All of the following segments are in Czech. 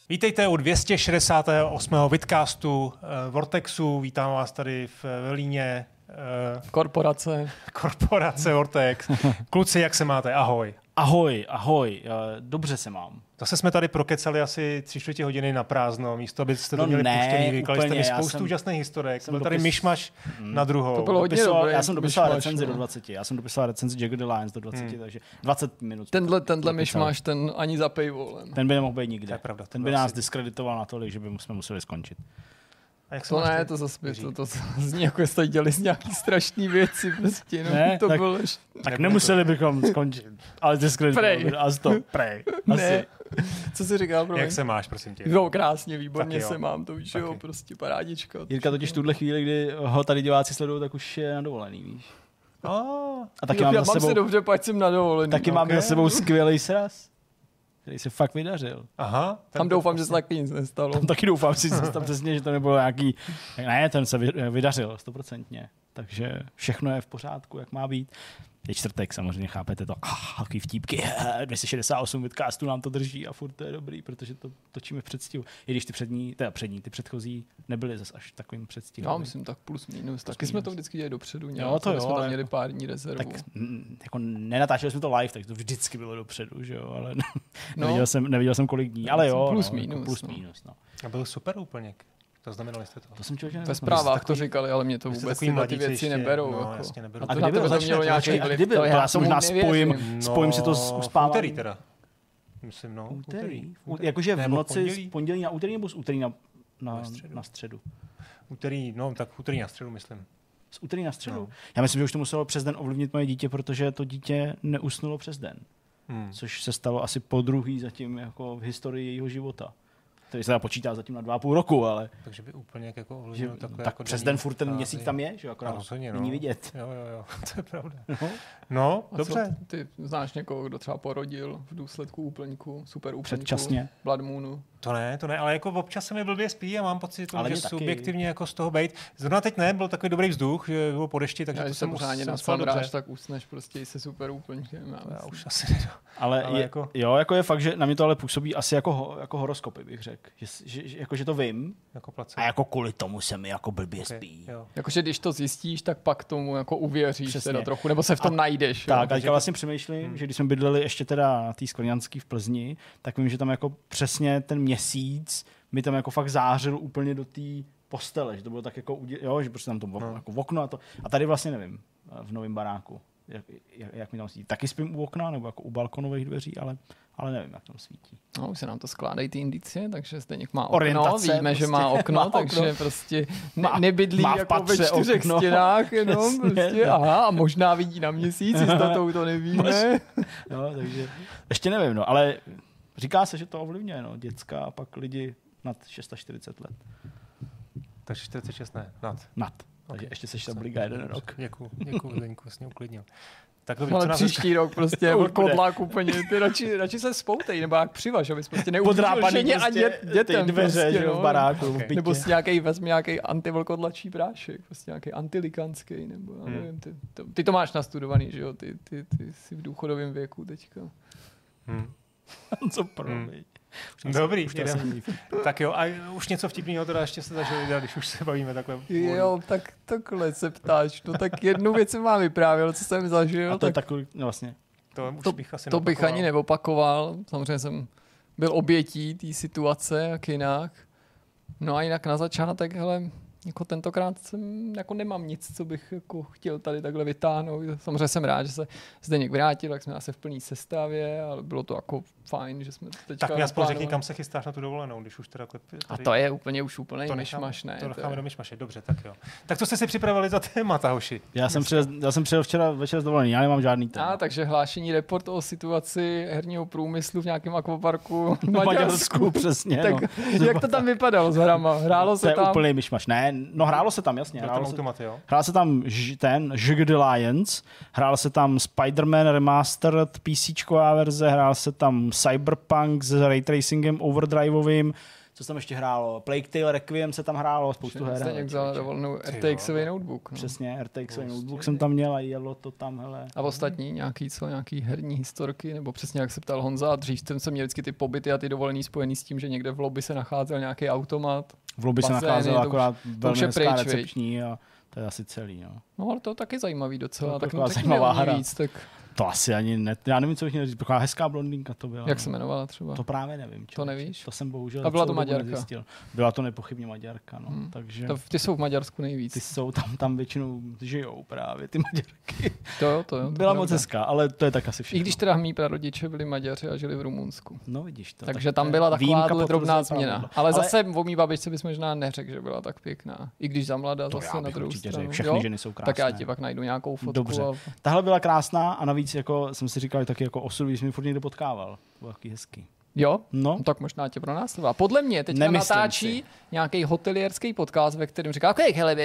Vítejte u 268. vidcastu Vortexu. Vítám vás tady v Velíně. Korporace Vortex. Kluci, jak se máte? Ahoj. Ahoj. Dobře se mám. Zase jsme tady prokecali asi 3/4 hodiny na prázdno, místo abyste to měli puštěný. Vyklali jste mi spoustu úžasných historek. Byl tady myšmaš na druhou. To bylo hodně dobré. Já jsem dopisoval recenzi do 20. Já jsem dopisoval recenzi Jagged Alliance do 20, takže 20 minut. Tenhle myšmaš, ten ani za paywallem. Ten by nemohl být nikde. To je pravda, ten by nás diskreditoval natolik, že bychom museli skončit. To ne, to zase to zní jako jste dělali z nějaký strašný věci prostě, no, ne, to bylo tak nemuseli bychom skončit, ale diskreditovali. Prej. Ne. Co jsi říkal, promiň? Jak se máš, prosím tě? Jo, krásně, výborně se mám, to už jo, prostě parádička. Jirka totiž v tuhle chvíli, kdy ho tady diváci sledují, tak už je na dovolený, víš. A taky mám se dobře, pak jsem na dovolený. Taky mám za sebou skvělý sraz, který se fakt vydařil. Aha. Tam doufám, že se taky nic nestalo. Tam taky doufám, tam přesně, že to nebylo nějaký... Ne, ten se vydařil 100%. Takže všechno je v pořádku, jak má být. Je čtvrtek, samozřejmě chápete to. Takový vtípky. 268 vidcastů nám to drží a furt to je dobrý, protože to točíme v předstihu. I když ty předchozí nebyly zase až takovým předstihem. Já myslím tak plus minus. Taky jsme to vždycky dělali dopředu. Jo, to jo, jsme tam měli pár dní rezervu. Tak jako nenatáčeli jsme to live, tak to vždycky bylo dopředu, že jo, ale neviděl jsem kolik dní, ale jo. Plus minus. A byl super úplněk. Zaznamenali jste to? To jsem člověk, ve zprávách to říkali, ale mě to vůbec ty věci neberou. No, jako. Jasně neberou. A kdy bylo začne? Já jsem možná spojím si to s uspáváním. V úterý teda. Myslím, úterý. Jakože v noci z pondělí na úterý nebo z úterý na středu? Úterý na středu, myslím. Z úterý na středu? No. Já myslím, že už to muselo přes den ovlivnit moje dítě, protože to dítě neusnulo přes den. Což se stalo asi podruhý zatím jako v historii jejího života. Který se počítá zatím na 2,5 roku, ale... Takže by úplně jako ovlivnil takové... Tak jako přes den furt ten měsíc tam je, že akorát není vidět. Jo, to je pravda. No, dobře. Ty znáš někoho, kdo třeba porodil v důsledku úplňku, super úplňku, předčasně. Blood Moonu? To ne, ale jako občas se mi blbě spí a mám pocit, že subjektivně jako z toho bejt. Zrovna teď byl takový dobrý vzduch, že bylo po dešti, takže to jsem spal dobře. Tak usneš prostě se super úplňkem. Já už asi nedám. Ale jako je fakt, že na mě to ale působí asi jako horoskopy, bych řekl. Že to vím jako a jako kvůli tomu se mi jako blbě spí. Jakože když to zjistíš, tak pak tomu jako uvěříš teda trochu, nebo se v tom najdeš. Tak, a vlastně přemýšlím, že když jsme bydleli ještě teda na té Skleňanské v Plzni, tak vím, že tam jako přesně ten měsíc mi tam jako fakt zářil úplně do té postele, že to bylo tak jako, že prostě tam to jako v okno a tady vlastně nevím, v novém baráku. Jak mi tam svítí. Taky spím u okna nebo jako u balkonových dveří, ale nevím, jak tam svítí. No, už se nám to skládají ty indicie, takže Zdeněk má okno, víme, že má okno, takže prostě nebydlí jako ve 4 stěnách, jenom prostě, a možná vidí na měsíc, jistotou to nevíme. No, takže ještě nevím, ale říká se, že to ovlivňuje, děcka a pak lidi nad 640 let. Takže 46 ne, nad. Takže ještě seš tabliga 1 rok. Děkuju, Zdeňku, vlastně uklidnil. Tak ale příští rok prostě kodlák úplně, ty radši se spoutej, nebo jak přivaž, abys prostě neublížil ženě a dětem. Ty dveře, prostě, v baráku, v bytě. Nebo si vezmi nějaký antivlkodlačí prášek, prostě nějaký antilikanský, nebo já nevím, ty to máš nastudovaný, že jo, ty jsi v důchodovém věku teďka. Co promiň. Dobrý, tak jo, a už něco vtipného teda ještě se zažili, když už se bavíme takhle. Jo, tak takhle se ptáš, tak jednu věc jsem vám vyprávěl, co jsem zažil. A to je takový, vlastně. To bych ani neopakoval, samozřejmě jsem byl obětí té situace, jak jinak. No a jinak na začátek, hele, jako tentokrát jsem, jako nemám nic, co bych jako chtěl tady takhle vytáhnout. Samozřejmě jsem rád, že se Zdeněk vrátil, tak jsme asi v plný sestavě, ale bylo to jako fajn, že jsme teďka... Tak mi aspoň řekni, kam se chystáš na tu dovolenou, když už teda... Tady... A to je úplně myšmaš, ne? To necháme do myšmaše, dobře, tak jo. Tak co jste si připravili za témata, hoši? Já jsem přijel včera večer z dovolený, já nemám žádný téma. Takže hlášení report o situaci herního průmyslu v nějakém akvaparku v Maďarsku. Přesně. Tak jak to tam vypadalo s hrama? Hrálo se tam? To je úplný myšmaš, ne? No hrálo se tam, jasně. Hrál se tam ten Jagged Alliance, hrál se tam Spider-Man Remastered PCčková verze, hrál se tam Cyberpunk s raytracingem overdriveovým, Co se tam ještě hrálo? Plague Tale Requiem se tam hrálo, spoustu her. Jste nějak za dovolenou RTX-ový notebook. No. Přesně, RTX-ový notebook jsem tam měl a jelo to tam, hele. A ostatní nějaký herní historky, nebo přesně jak se ptal Honza, dřív jsem měl vždycky ty pobyty a ty dovolený spojený s tím, že někde v lobby se nacházel nějaký automat. V lobby se nacházel akorát velmi hezká recepční a to je asi celý. No ale to je taky zajímavý docela. Tak zajímavá hra. Víc, tak... To asi ani ne. Já nevím, co bych měl říct. Taková hezká blondýnka to byla. Jak se jmenovala třeba? To právě nevím. To nevíš? To jsem bohužel. A byla to Maďarka? Byla to nepochybně Maďarka. No. Takže... Ty jsou v Maďarsku nejvíc. Ty jsou tam většinou žijou právě, ty Maďarky. To jo. Byla moc hezká, ale to je tak asi všechno. I když teda mý prarodiče byli Maďaři a žili v Rumunsku. No vidíš to. Takže tam byla taková drobná změna. Ale zase o mý babičce bys možná neřekl, že byla tak pěkná. I když za mladá zase na druhou stranu. Všechny ženy jsou krásné. Tak já ti pak najdu nějakou fotku. Dobře. Tahle byla krásná a navíc jako jsem si říkal taky jako osud, když mě furt někdo potkával. To bylo taky hezký. Jo? No. Taktak tě pronásledoval. Podle mě teďka natáčí nějaký hotelierský podcast, ve kterém říká,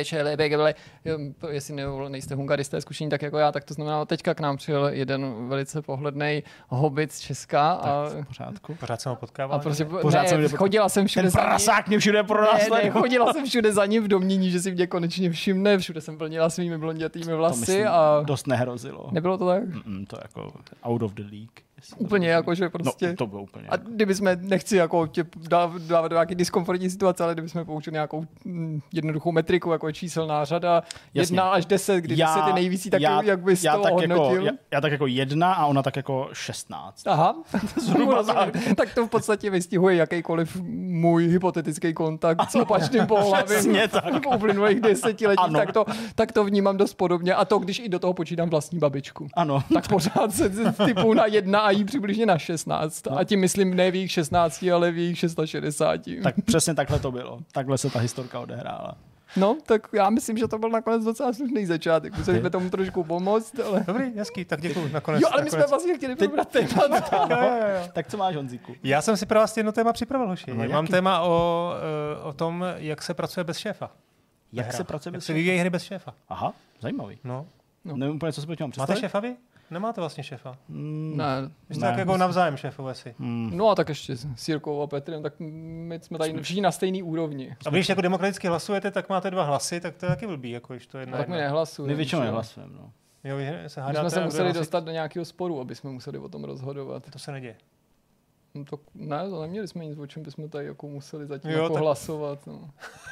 jestli nejste hungaristé zkušení, tak jako já, tak to znamená, teďka k nám přijel jeden velice pohlednej hobbit z Česka. A v pořádku. Pořád jsem ho potkával. A prostě, chodila jsem všude za ním. Ten prasák mě všude pronásledoval. Chodila jsem všude za ním v domnění, že si mě konečně všimne, všude jsem plnila svými blondětými vlasy. A dost nehrozilo. Nebylo to tak? To jako out of the league. Úplně jako, že prostě... No, to bylo úplně. A kdybychom, nechci jako tě dávat do nějaký diskomfortní situace, ale kdybychom použili nějakou jednoduchou metriku, jako je číselná řada, 1 až 10, kdy 10 je nejvíc, tak jak bys to hodnotil? Já tak jako 1 a ona tak jako 16. Aha, tak to v podstatě vystihuje jakýkoliv můj hypotetický kontakt s opačným pohlavím v uplynulých 10 letích, tak to vnímám dost podobně. A to, když i do toho počítám vlastní babičku. Ano. Tak pořád se typu na 1 a jí přibližně na 16. No. A tím myslím ne v jejich 16, ale v jejich 660. Tak přesně takhle to bylo. Takhle se ta historka odehrála. No, tak já myslím, že to byl nakonec docela slušný začátek. Museli jsme tomu trošku pomoct, ale... Dobrý, hezký, tak děkuju. Nakonec, jo, ale my jsme vlastně chtěli probrat téma. Tak co máš, Honzíku? Já jsem si pro vás jedno téma připravil, hoši. No, mám téma o tom, jak se pracuje bez šéfa. Jak se pracuje bez šéfa? Jak se vyvíjejí hry bez šéfa. Aha, zajímavý. No. Nevím úplně, co se proti vám představit. Máte šéfa vy? Nemáte vlastně šéfa? Ne. Jste tak jako navzájem šéfové si. No a tak ještě s Jirkou a Petrem, tak my jsme tady všichni na stejný úrovni. A když jako demokraticky hlasujete, tak máte 2 hlasy, tak to je taky blbý, jako když to je tak my nehlasujeme. My většinou nehlasujeme, no. Jo, se hádáte, my jsme se museli dostat do nějakého sporu, aby jsme museli o tom rozhodovat. To se neděje. No to, ne, to neměli jsme nic, o čem bychom tady jako museli zatím jako hlasovat. No.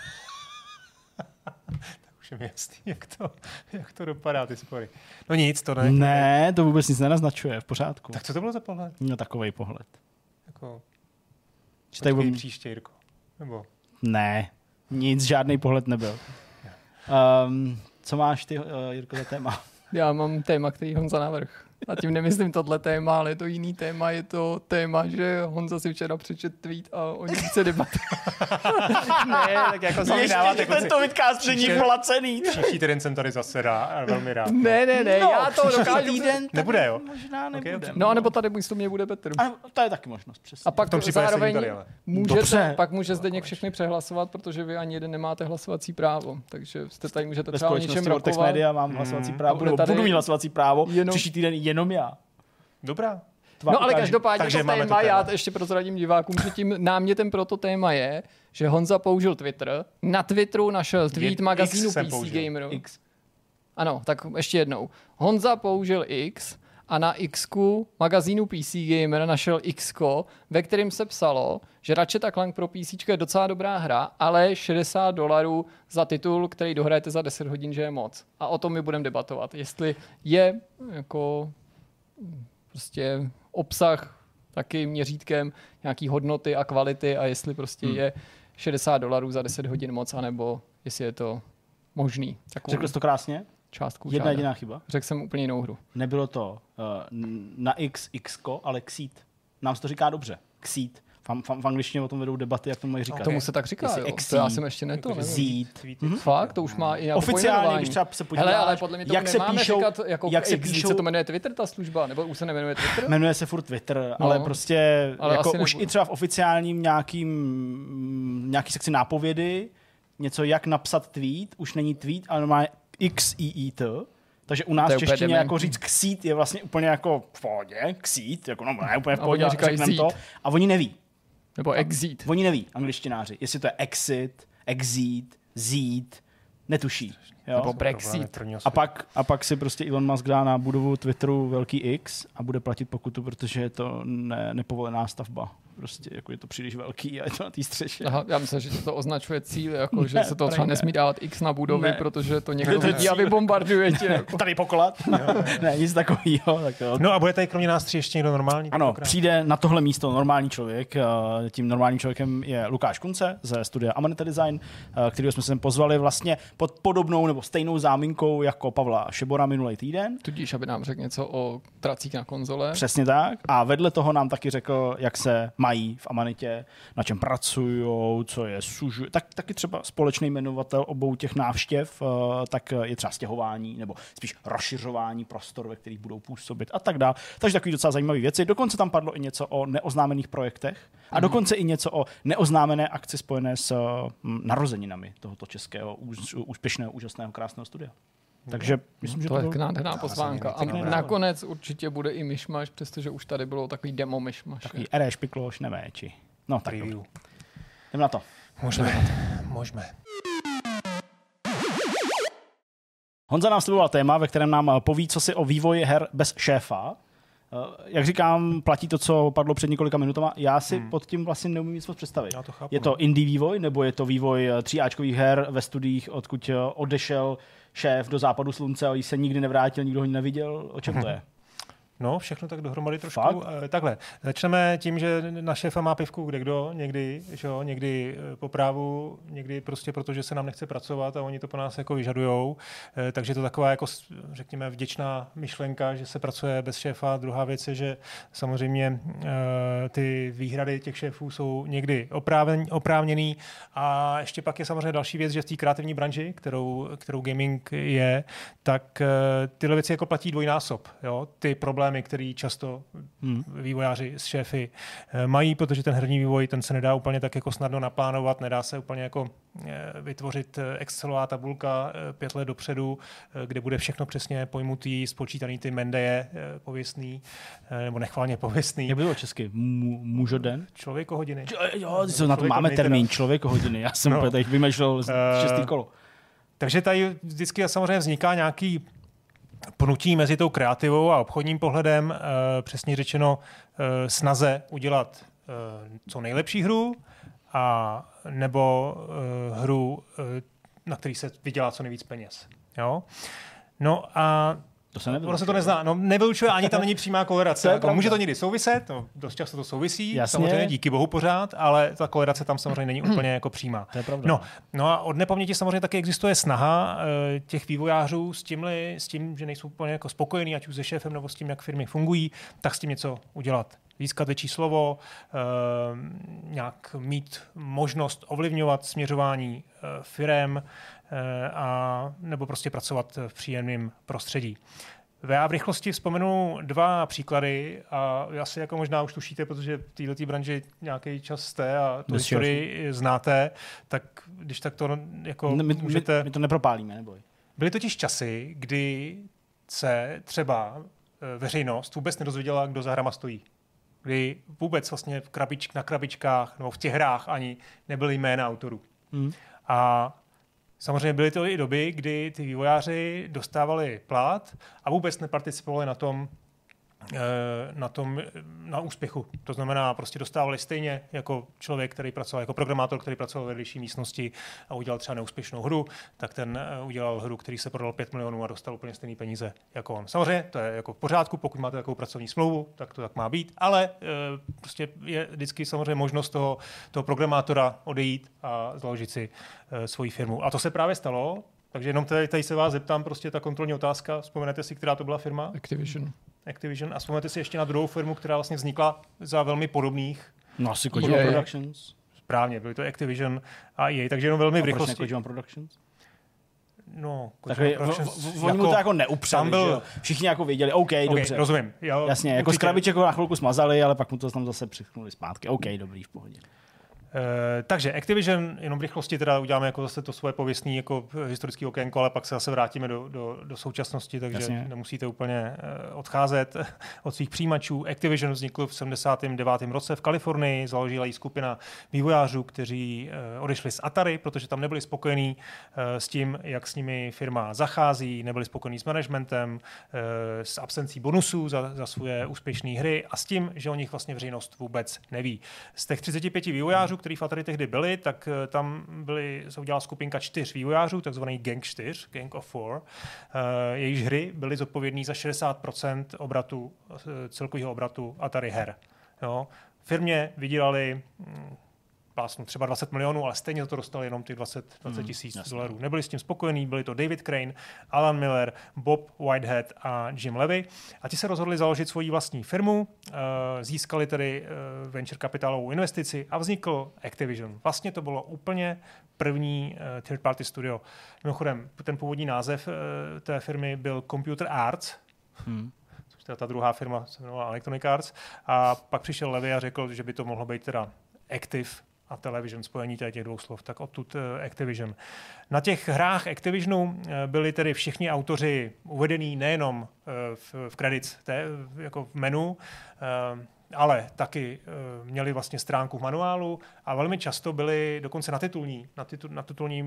Je mi jasný, jak to dopadá, ty spory. No nic, to ne. Ne, to vůbec nic nenaznačuje, v pořádku. Tak co to bylo za pohled? No takovej pohled. Jako... Počkej příště, Jirko. Nebo... Ne, nic, žádný pohled nebyl. Co máš ty, Jirko, za téma? Já mám téma, který Honza navrh. A tím nemyslím tohle téma, ale je to jiný téma. Je to téma, že Honza si včera přečet tweet a o něm chce debatovat. Ne, tak jako sami dáváte konci. Tento vidcast není placený. Příští týden jsem tady zase velmi rád. Ne, no, já to dokážu. Nebude, jo? Možná nebude. Okay. No, anebo tady místo mě bude Petr. A to je taky možnost, přesně. A pak v tom zároveň tady, pak může Zdeněk všechny přehlasovat, protože vy ani jeden nemáte hlasovací právo. Takže jste tady můžete třeba o něčem rokovat. Ve Media mám hlasovací právo, budu mít hlasovací právo, příští týden jenom já. Dobrá. No ale každopádně to téma, já ještě prozradím divákům, že tím námětem pro to téma je, že Honza použil Twitter, na Twitteru našel tweet magazínu PC Gamer. Ano, tak ještě jednou. Honza použil X a na Xku magazínu PC Gamer našel Xko, ve kterém se psalo, že Ratchet & Clank pro PC je docela dobrá hra, ale $60 za titul, který dohrajete za 10 hodin, že je moc. A o tom my budeme debatovat. Jestli je jako prostě obsah taky měřítkem nějaký hodnoty a kvality a jestli prostě je $60 za 10 hodin moc, anebo jestli je to možný. Řekl jsi to krásně? Částku jedna jediná chyba. Řekl jsem úplně jinou hru. Nebylo to na Xko, ale Xeed. Nám se to říká dobře. Xeed. V angličtině o tom vedou debaty, jak to mají říkat. Tomu se tak říká, jo. To já jsem ještě Xeed. Fakt, to už má i nějakou oficiálně, když třeba se podíváš, hele, ale podle mě to jak nemáme se píšou, říkat, jako jak se píšou, se to jmenuje Twitter, ta služba, nebo už se nemenuje Twitter? Jmenuje se furt Twitter, ale prostě ale jako už i třeba v oficiálním nějaký sekci nápovědy, něco jak napsat tweet, už není tweet, ale má XEET. Takže u nás v češtině jako říct ksít je vlastně úplně jako v pohodě, ksít, jako no ne úplně v pohodě, řekneme to. A oni neví. Nebo exit. Oni neví, angličtináři, jestli to je exit, zít, netuší. Jo? Nebo Brexit. A pak si prostě Elon Musk dá na budovu Twitteru velký X a bude platit pokutu, protože je to nepovolená stavba. Prostě jako je to příliš velký a je to na té střeše. Aha, já myslím, že to označuje cíl, jako, že se to třeba nesmí dávat X na budovy, protože to někdo vidí a vybombarduje tě. Jako. Tady poklad. Ne, nic takového. No a bude tady kromě nás 3 ještě někdo normální? Ano, přijde na tohle místo normální člověk. Tím normálním člověkem je Lukáš Kunce ze studia Amanita Design, kterého jsme sem pozvali vlastně pod podobnou nebo stejnou záminkou jako Pavla Šebora minulý týden. Tudíž, aby nám řekl něco o tracích na konzole. Přesně tak. A vedle toho nám taky řekl, jak se mají v Amanitě, na čem pracujou, co je sužuje. Taky třeba společný jmenovatel obou těch návštěv, tak je třeba stěhování nebo spíš rozšiřování prostor, ve kterých budou působit a tak dále. Takže takový docela zajímavé věci. Dokonce tam padlo i něco o neoznámených projektech a dokonce i něco o neoznámené akci spojené s narozeninami tohoto českého úspěšného, úžasného, krásného studia. Takže myslím, že to je nádherná pozvánka. A nakonec určitě bude i myšmaš, přestože už tady bylo takový demo myšmaš. Takový R. Špikloš, neméči. No tak jdeme na to. Můžeme. Honza nám sliboval téma, ve kterém nám poví, co si o vývoji her bez šéfa. Jak říkám, platí to, co padlo před několika minutama. Já si pod tím vlastně neumím nic moc představit. Já to chápu, je to indie vývoj, nebo je to vývoj 3áčkových her ve studiích, odkud odešel šéf do západu slunce a se nikdy nevrátil, nikdo ho neviděl? O čem to je? No, všechno tak dohromady trošku. Takhle, začneme tím, že na šéfa má pivku kdekdo, někdy po právu, někdy prostě protože se nám nechce pracovat a oni to po nás jako vyžadujou. Takže to taková jako, řekněme, vděčná myšlenka, že se pracuje bez šéfa. Druhá věc je, že samozřejmě ty výhrady těch šéfů jsou někdy oprávněný. A ještě pak je samozřejmě další věc, že v té kreativní branži, kterou gaming je, tak tyhle věci jako platí dvojnásob. Jo? Ty problémy, který často vývojáři s šéfy mají, protože ten herní vývoj, ten se nedá úplně tak jako snadno naplánovat, nedá se úplně jako vytvořit Excelová tabulka 5 let dopředu, kde bude všechno přesně pojmutý, spočítaný ty mendeje pověstný, nebo nechválně pověstný. Jak bylo česky? Mužoden? Člověkohodiny. Jo, na to máme termín člověkohodiny. Já jsem tady vymýšlel 6. kolo. Takže tady vždycky samozřejmě vzniká nějaký pnutí mezi tou kreativou a obchodním pohledem, přesně řečeno snaze udělat co nejlepší hru a nebo hru, na který se vydělá co nejvíc peněz. Jo? No a ono se to nezná. No, nevylučuje, ani tam není přímá korelace. Jako, může to někdy souviset, no, dost často to souvisí, jasně. Samozřejmě díky bohu pořád, ale ta korelace tam samozřejmě není úplně jako přímá. To je pravda. No a od nepaměti samozřejmě taky existuje snaha těch vývojářů s tím, že nejsou úplně jako spokojení, ať už se šéfem nebo s tím, jak firmy fungují, tak s tím něco udělat. Získat větší slovo, nějak mít možnost ovlivňovat směřování firem a nebo prostě pracovat v příjemném prostředí. Já v rychlosti vzpomenu 2 příklady a asi jako možná už tušíte, protože v této branži nějaký čas jste a tu historii znáte, tak když tak to jako můžete... My to nepropálíme, neboj. Byly totiž časy, kdy se třeba veřejnost vůbec nedozvěděla, kdo za hrama stojí. Kdy vůbec vlastně na krabičkách nebo v těch hrách ani nebyly jména autorů. A samozřejmě byly to i doby, kdy ty vývojáři dostávali plat a vůbec neparticipovali na úspěchu. To znamená, prostě dostávali stejně jako člověk, který pracoval, jako programátor, který pracoval ve vedlejší místnosti a udělal třeba neúspěšnou hru, tak ten udělal hru, který se prodal 5 milionů a dostal úplně stejné peníze jako on. Samozřejmě, to je jako v pořádku, pokud máte takovou pracovní smlouvu, tak to tak má být, ale prostě je vždycky samozřejmě možnost toho programátora odejít a založit si svoji firmu. A to se právě stalo. Takže jenom tady se vás zeptám, prostě ta kontrolní otázka. Vzpomenete si, která to byla firma? Activision. A vzpomenete si ještě na druhou firmu, která vlastně vznikla za velmi podobných... No asi Kojima Productions. Správně, byly to Activision a EA, takže jenom velmi v rychlosti. Proč ne Kojima Productions? No, oni mu to jako neupřeli, byl... Všichni jako věděli, OK, dobře. Rozumím. Jasně, jako z krabiček ho na chvilku smazali, ale pak mu to tam zase přitknuli zpátky. OK, dobrý, v pohodě. Takže Activision, jenom v rychlosti teda uděláme jako zase to svoje pověstné jako historické okénko, ale pak se zase vrátíme do současnosti, takže Jasně. nemusíte úplně odcházet od svých přijímačů. Activision vznikl v 79. roce v Kalifornii, založila ji skupina vývojářů, kteří odešli z Atari, protože tam nebyli spokojení s tím, jak s nimi firma zachází, nebyli spokojení s managementem, s absencí bonusů za svoje úspěšné hry a s tím, že o nich vlastně veřejnost vůbec neví. Z těch 35 vývojářů, kteří v Atari tehdy byli, tak tam se udělala skupinka 4 vývojářů, takzvaný Gang 4, Gang of 4. Jejichž hry byly zodpovědný za 60% celkového obratu Atari her. Jo. Firmě vydělali třeba 20 milionů, ale stejně to dostali jenom těch 20 tisíc dolarů. Nebyli s tím spokojení, byli to David Crane, Alan Miller, Bob Whitehead a Jim Levy. A ti se rozhodli založit svoji vlastní firmu, získali tedy venture kapitálovou investici a vznikl Activision. Vlastně to bylo úplně první third party studio. Mimochodem, ten původní název té firmy byl Computer Arts, což teda ta druhá firma se jmenovala Electronic Arts, a pak přišel Levy a řekl, že by to mohlo být teda Active a Television, spojení těch dvou slov, tak odtud Activision. Na těch hrách Activisionu byli tedy všichni autoři uvedení nejenom v credits, jako v menu, ale taky měli vlastně stránku v manuálu a velmi často byli dokonce na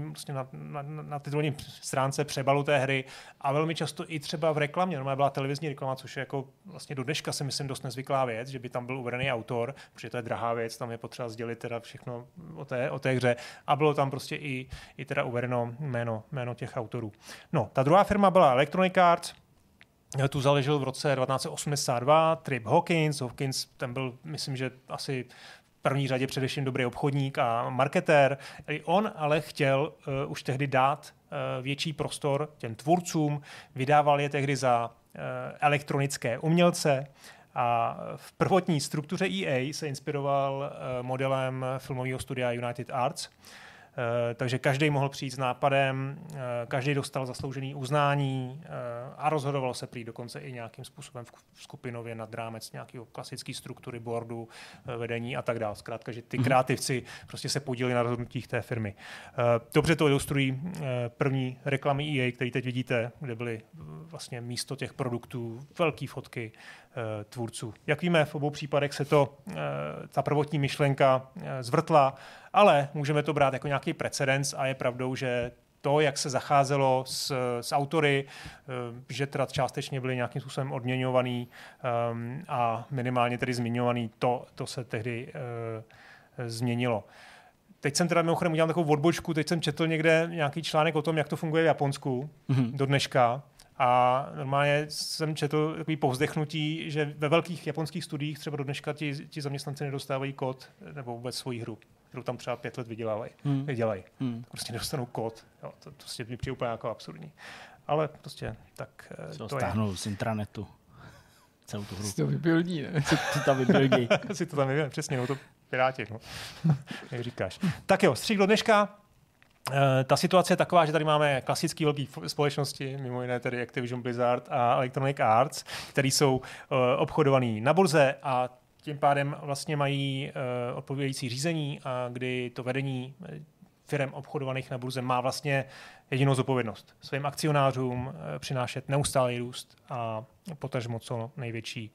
titulní stránce přebalu té hry a velmi často i třeba v reklamě. Normálně byla televizní reklama, což je jako vlastně do dneška si myslím dost nezvyklá věc, že by tam byl uvedený autor, protože to je drahá věc, tam je potřeba sdělit teda všechno o té hře a bylo tam prostě i teda uvedeno jméno těch autorů. No, ta druhá firma byla Electronic Arts. Tu založil v roce 1982 Trip Hawkins. Hawkins, ten byl, myslím, že asi v první řadě především dobrý obchodník a marketér. On ale chtěl už tehdy dát větší prostor těm tvůrcům, vydával je tehdy za elektronické umělce a v prvotní struktuře EA se inspiroval modelem filmového studia United Arts. Takže každý mohl přijít s nápadem, každý dostal zasloužený uznání a rozhodovalo se prý dokonce i nějakým způsobem skupinově nad rámec nějakého klasické struktury boardu, vedení a tak dále. Zkrátka, že ty kreativci prostě se podíleli na rozhodnutích té firmy. Dobře to ilustrují první reklamy EA, které teď vidíte, kde byly vlastně místo těch produktů velké fotky tvůrců. Jak víme, v obou případech se ta prvotní myšlenka zvrtla, ale můžeme to brát jako nějaký precedens a je pravdou, že to, jak se zacházelo s autory, že teda částečně byli nějakým způsobem odměňovaný a minimálně tedy zmiňovaný, to se tehdy změnilo. Teď jsem teda mimochodem udělal takovou odbočku, teď jsem četl někde nějaký článek o tom, jak to funguje v Japonsku do dneška. A normálně jsem četl takový povzdechnutí, že ve velkých japonských studiích třeba do dneška ti zaměstnanci nedostávají kód nebo vůbec svoji hru, kterou tam třeba 5 let vydělají. Prostě nedostanou kód. Jo, to prostě mi přijde úplně jako absurdní. Ale prostě tak to stáhnou z intranetu celou tu hru. Si to vybuildí, ne? Si to vybuildí. Si to tam vybuildí, přesně, no to Piráti, no. Jak říkáš. Tak jo, střík do dneška. Ta situace je taková, že tady máme klasické velké společnosti, mimo jiné tedy Activision Blizzard a Electronic Arts, které jsou obchodovaný na burze a tím pádem vlastně mají odpovědající řízení, a kdy to vedení firem obchodovaných na burze má vlastně jedinou zodpovědnost. Svým akcionářům přinášet neustálý růst a potažmo co největší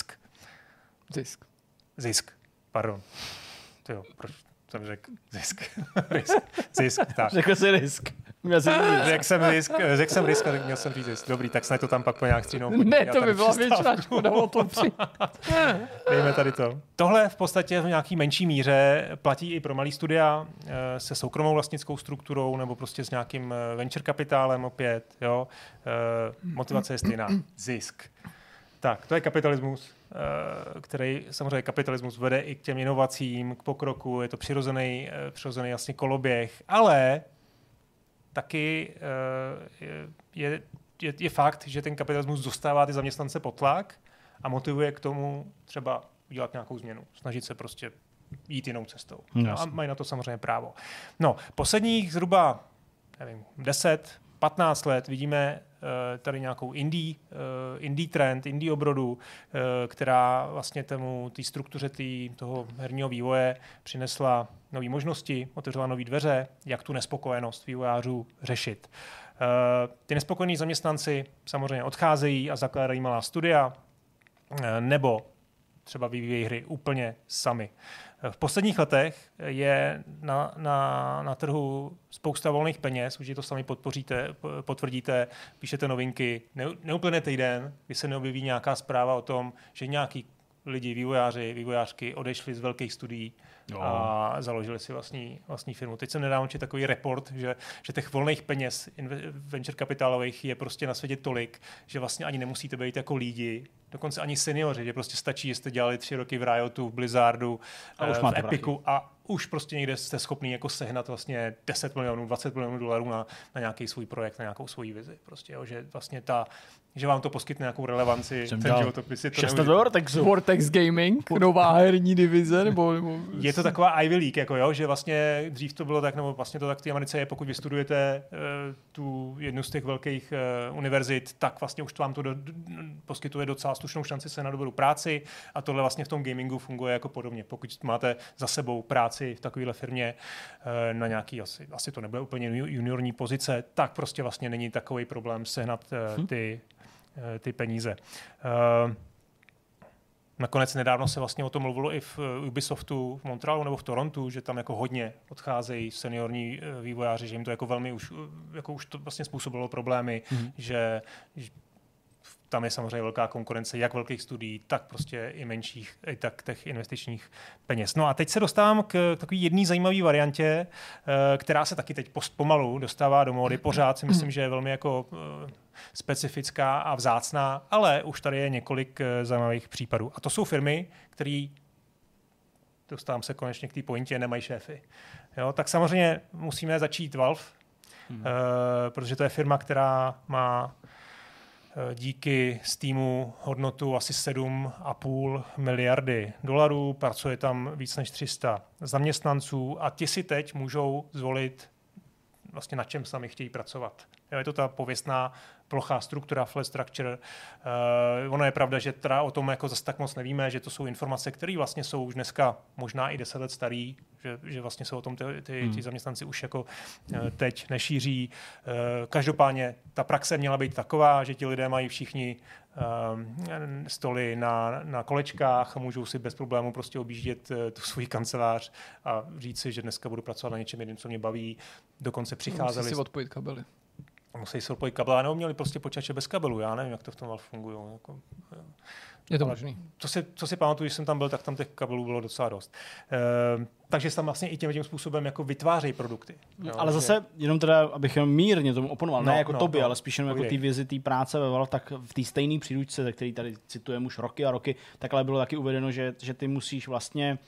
Zisk. Pardon. Tyjo, proč jsem řekl zisk? Zisk, tak. Řekl jsi risk. Řekl jsem risk a měl jsem říct zisk. Dobrý, tak snad to tam pak po nějak střínou. Ne, to by byla většina škoda o tom Dejme tady to. Tohle v podstatě v nějaký menší míře platí i pro malý studia se soukromou vlastnickou strukturou nebo prostě s nějakým venture kapitálem opět. Jo? Motivace je stejná. Zisk. Tak, to je kapitalismus, který samozřejmě kapitalismus vede i k těm inovacím, k pokroku, je to přirozený vlastně koloběh, ale taky je fakt, že ten kapitalismus dostává ty zaměstnance pod tlak a motivuje k tomu třeba udělat nějakou změnu, snažit se prostě jít jinou cestou. No, a mají na to samozřejmě právo. No, posledních zhruba 10-15 let vidíme tady nějakou indie trend, indie obrodu, která vlastně té struktuře toho herního vývoje přinesla nové možnosti, otevřela nové dveře, jak tu nespokojenost vývojářů řešit. Ty nespokojení zaměstnanci samozřejmě odcházejí a zakládají malá studia, nebo třeba vyvíjejí hry úplně sami. V posledních letech je na trhu spousta volných peněz, už to sami potvrdíte, píšete novinky, neúplně týden, kdy se neobjeví nějaká zpráva o tom, že nějaký lidi, vývojářky odešli z velkých studií a založili si vlastní firmu. Teď jsem nedávno četl takový report, že těch volných peněz venture kapitálových je prostě na světě tolik, že vlastně ani nemusíte být jako lidi, dokonce ani seniori, že prostě stačí, že jste dělali 3 roky v Riotu, v Blizzardu, v Epicu a už prostě někde jste schopný jako sehnat vlastně 10 milionů, 20 milionů dolarů na nějaký svůj projekt, na nějakou svoji vizi. Prostě, jo, že vlastně že vám to poskytne nějakou relevanci. Ten životopis je to Vortex Gaming, nová herní divize, nebo... Je to taková Ivy League, jako jo, že vlastně dřív to bylo tak, nebo vlastně to tak v té Americe je, pokud vystudujete tu jednu z těch velkých univerzit, tak vlastně už to vám to poskytuje docela slušnou šanci se na dobrou práci a tohle vlastně v tom gamingu funguje jako podobně. Pokud máte za sebou práci v takovéhle firmě na nějaký, asi to nebude úplně juniorní pozice, tak prostě vlastně není takový problém sehnat ty peníze. Nakonec nedávno se vlastně o tom mluvilo i v Ubisoftu v Montrealu nebo v Torontu, že tam jako hodně odcházejí seniorní vývojáři, že jim to jako velmi už to vlastně způsobilo problémy, že tam je samozřejmě velká konkurence jak velkých studií, tak prostě i menších, i tak těch investičních peněz. No a teď se dostávám k takové jedné zajímavé variantě, která se taky teď pomalu dostává do módy. Pořád si myslím, že je velmi jako specifická a vzácná, ale už tady je několik zajímavých případů. A to jsou firmy, které, dostávám se konečně k té pointě, nemají šéfy. Jo, tak samozřejmě musíme začít Valve, protože to je firma, která má díky Steamu hodnotu asi 7,5 miliardy dolarů, pracuje tam víc než 300 zaměstnanců a ti si teď můžou zvolit vlastně na čem sami chtějí pracovat. Je to ta pověstná plochá struktura, flat structure. Ono je pravda, že teda o tom jako zase tak moc nevíme, že to jsou informace, které vlastně jsou už dneska možná i 10 let starý, že vlastně se o tom ty zaměstnanci už jako teď nešíří. Každopádně ta praxe měla být taková, že ti lidé mají všichni stoly na kolečkách a můžou si bez problémů prostě objíždět tu svůj kancelář a říct si, že dneska budu pracovat na něčem jiném, co mě baví. Dokonce přicházeli... Musí si odpojit kabely. Musí se odpojit kabely, nebo měli prostě počítače bez kabelů. Já nevím, jak to v tom Valve funguje. Jako, je to možný. Co si pamatuju, když jsem tam byl, tak tam těch kabelů bylo docela dost. Takže tam vlastně i tím způsobem jako vytvářejí produkty. Jo, ale zase, jenom teda, abych jenom mírně tomu oponoval, ne jako tobě, ale spíš jenom jako ty vizi, té práce ve Valve, tak v té stejné příručce, ze který tady citujeme už roky a roky, tak ale bylo taky uvedeno, že ty musíš vlastně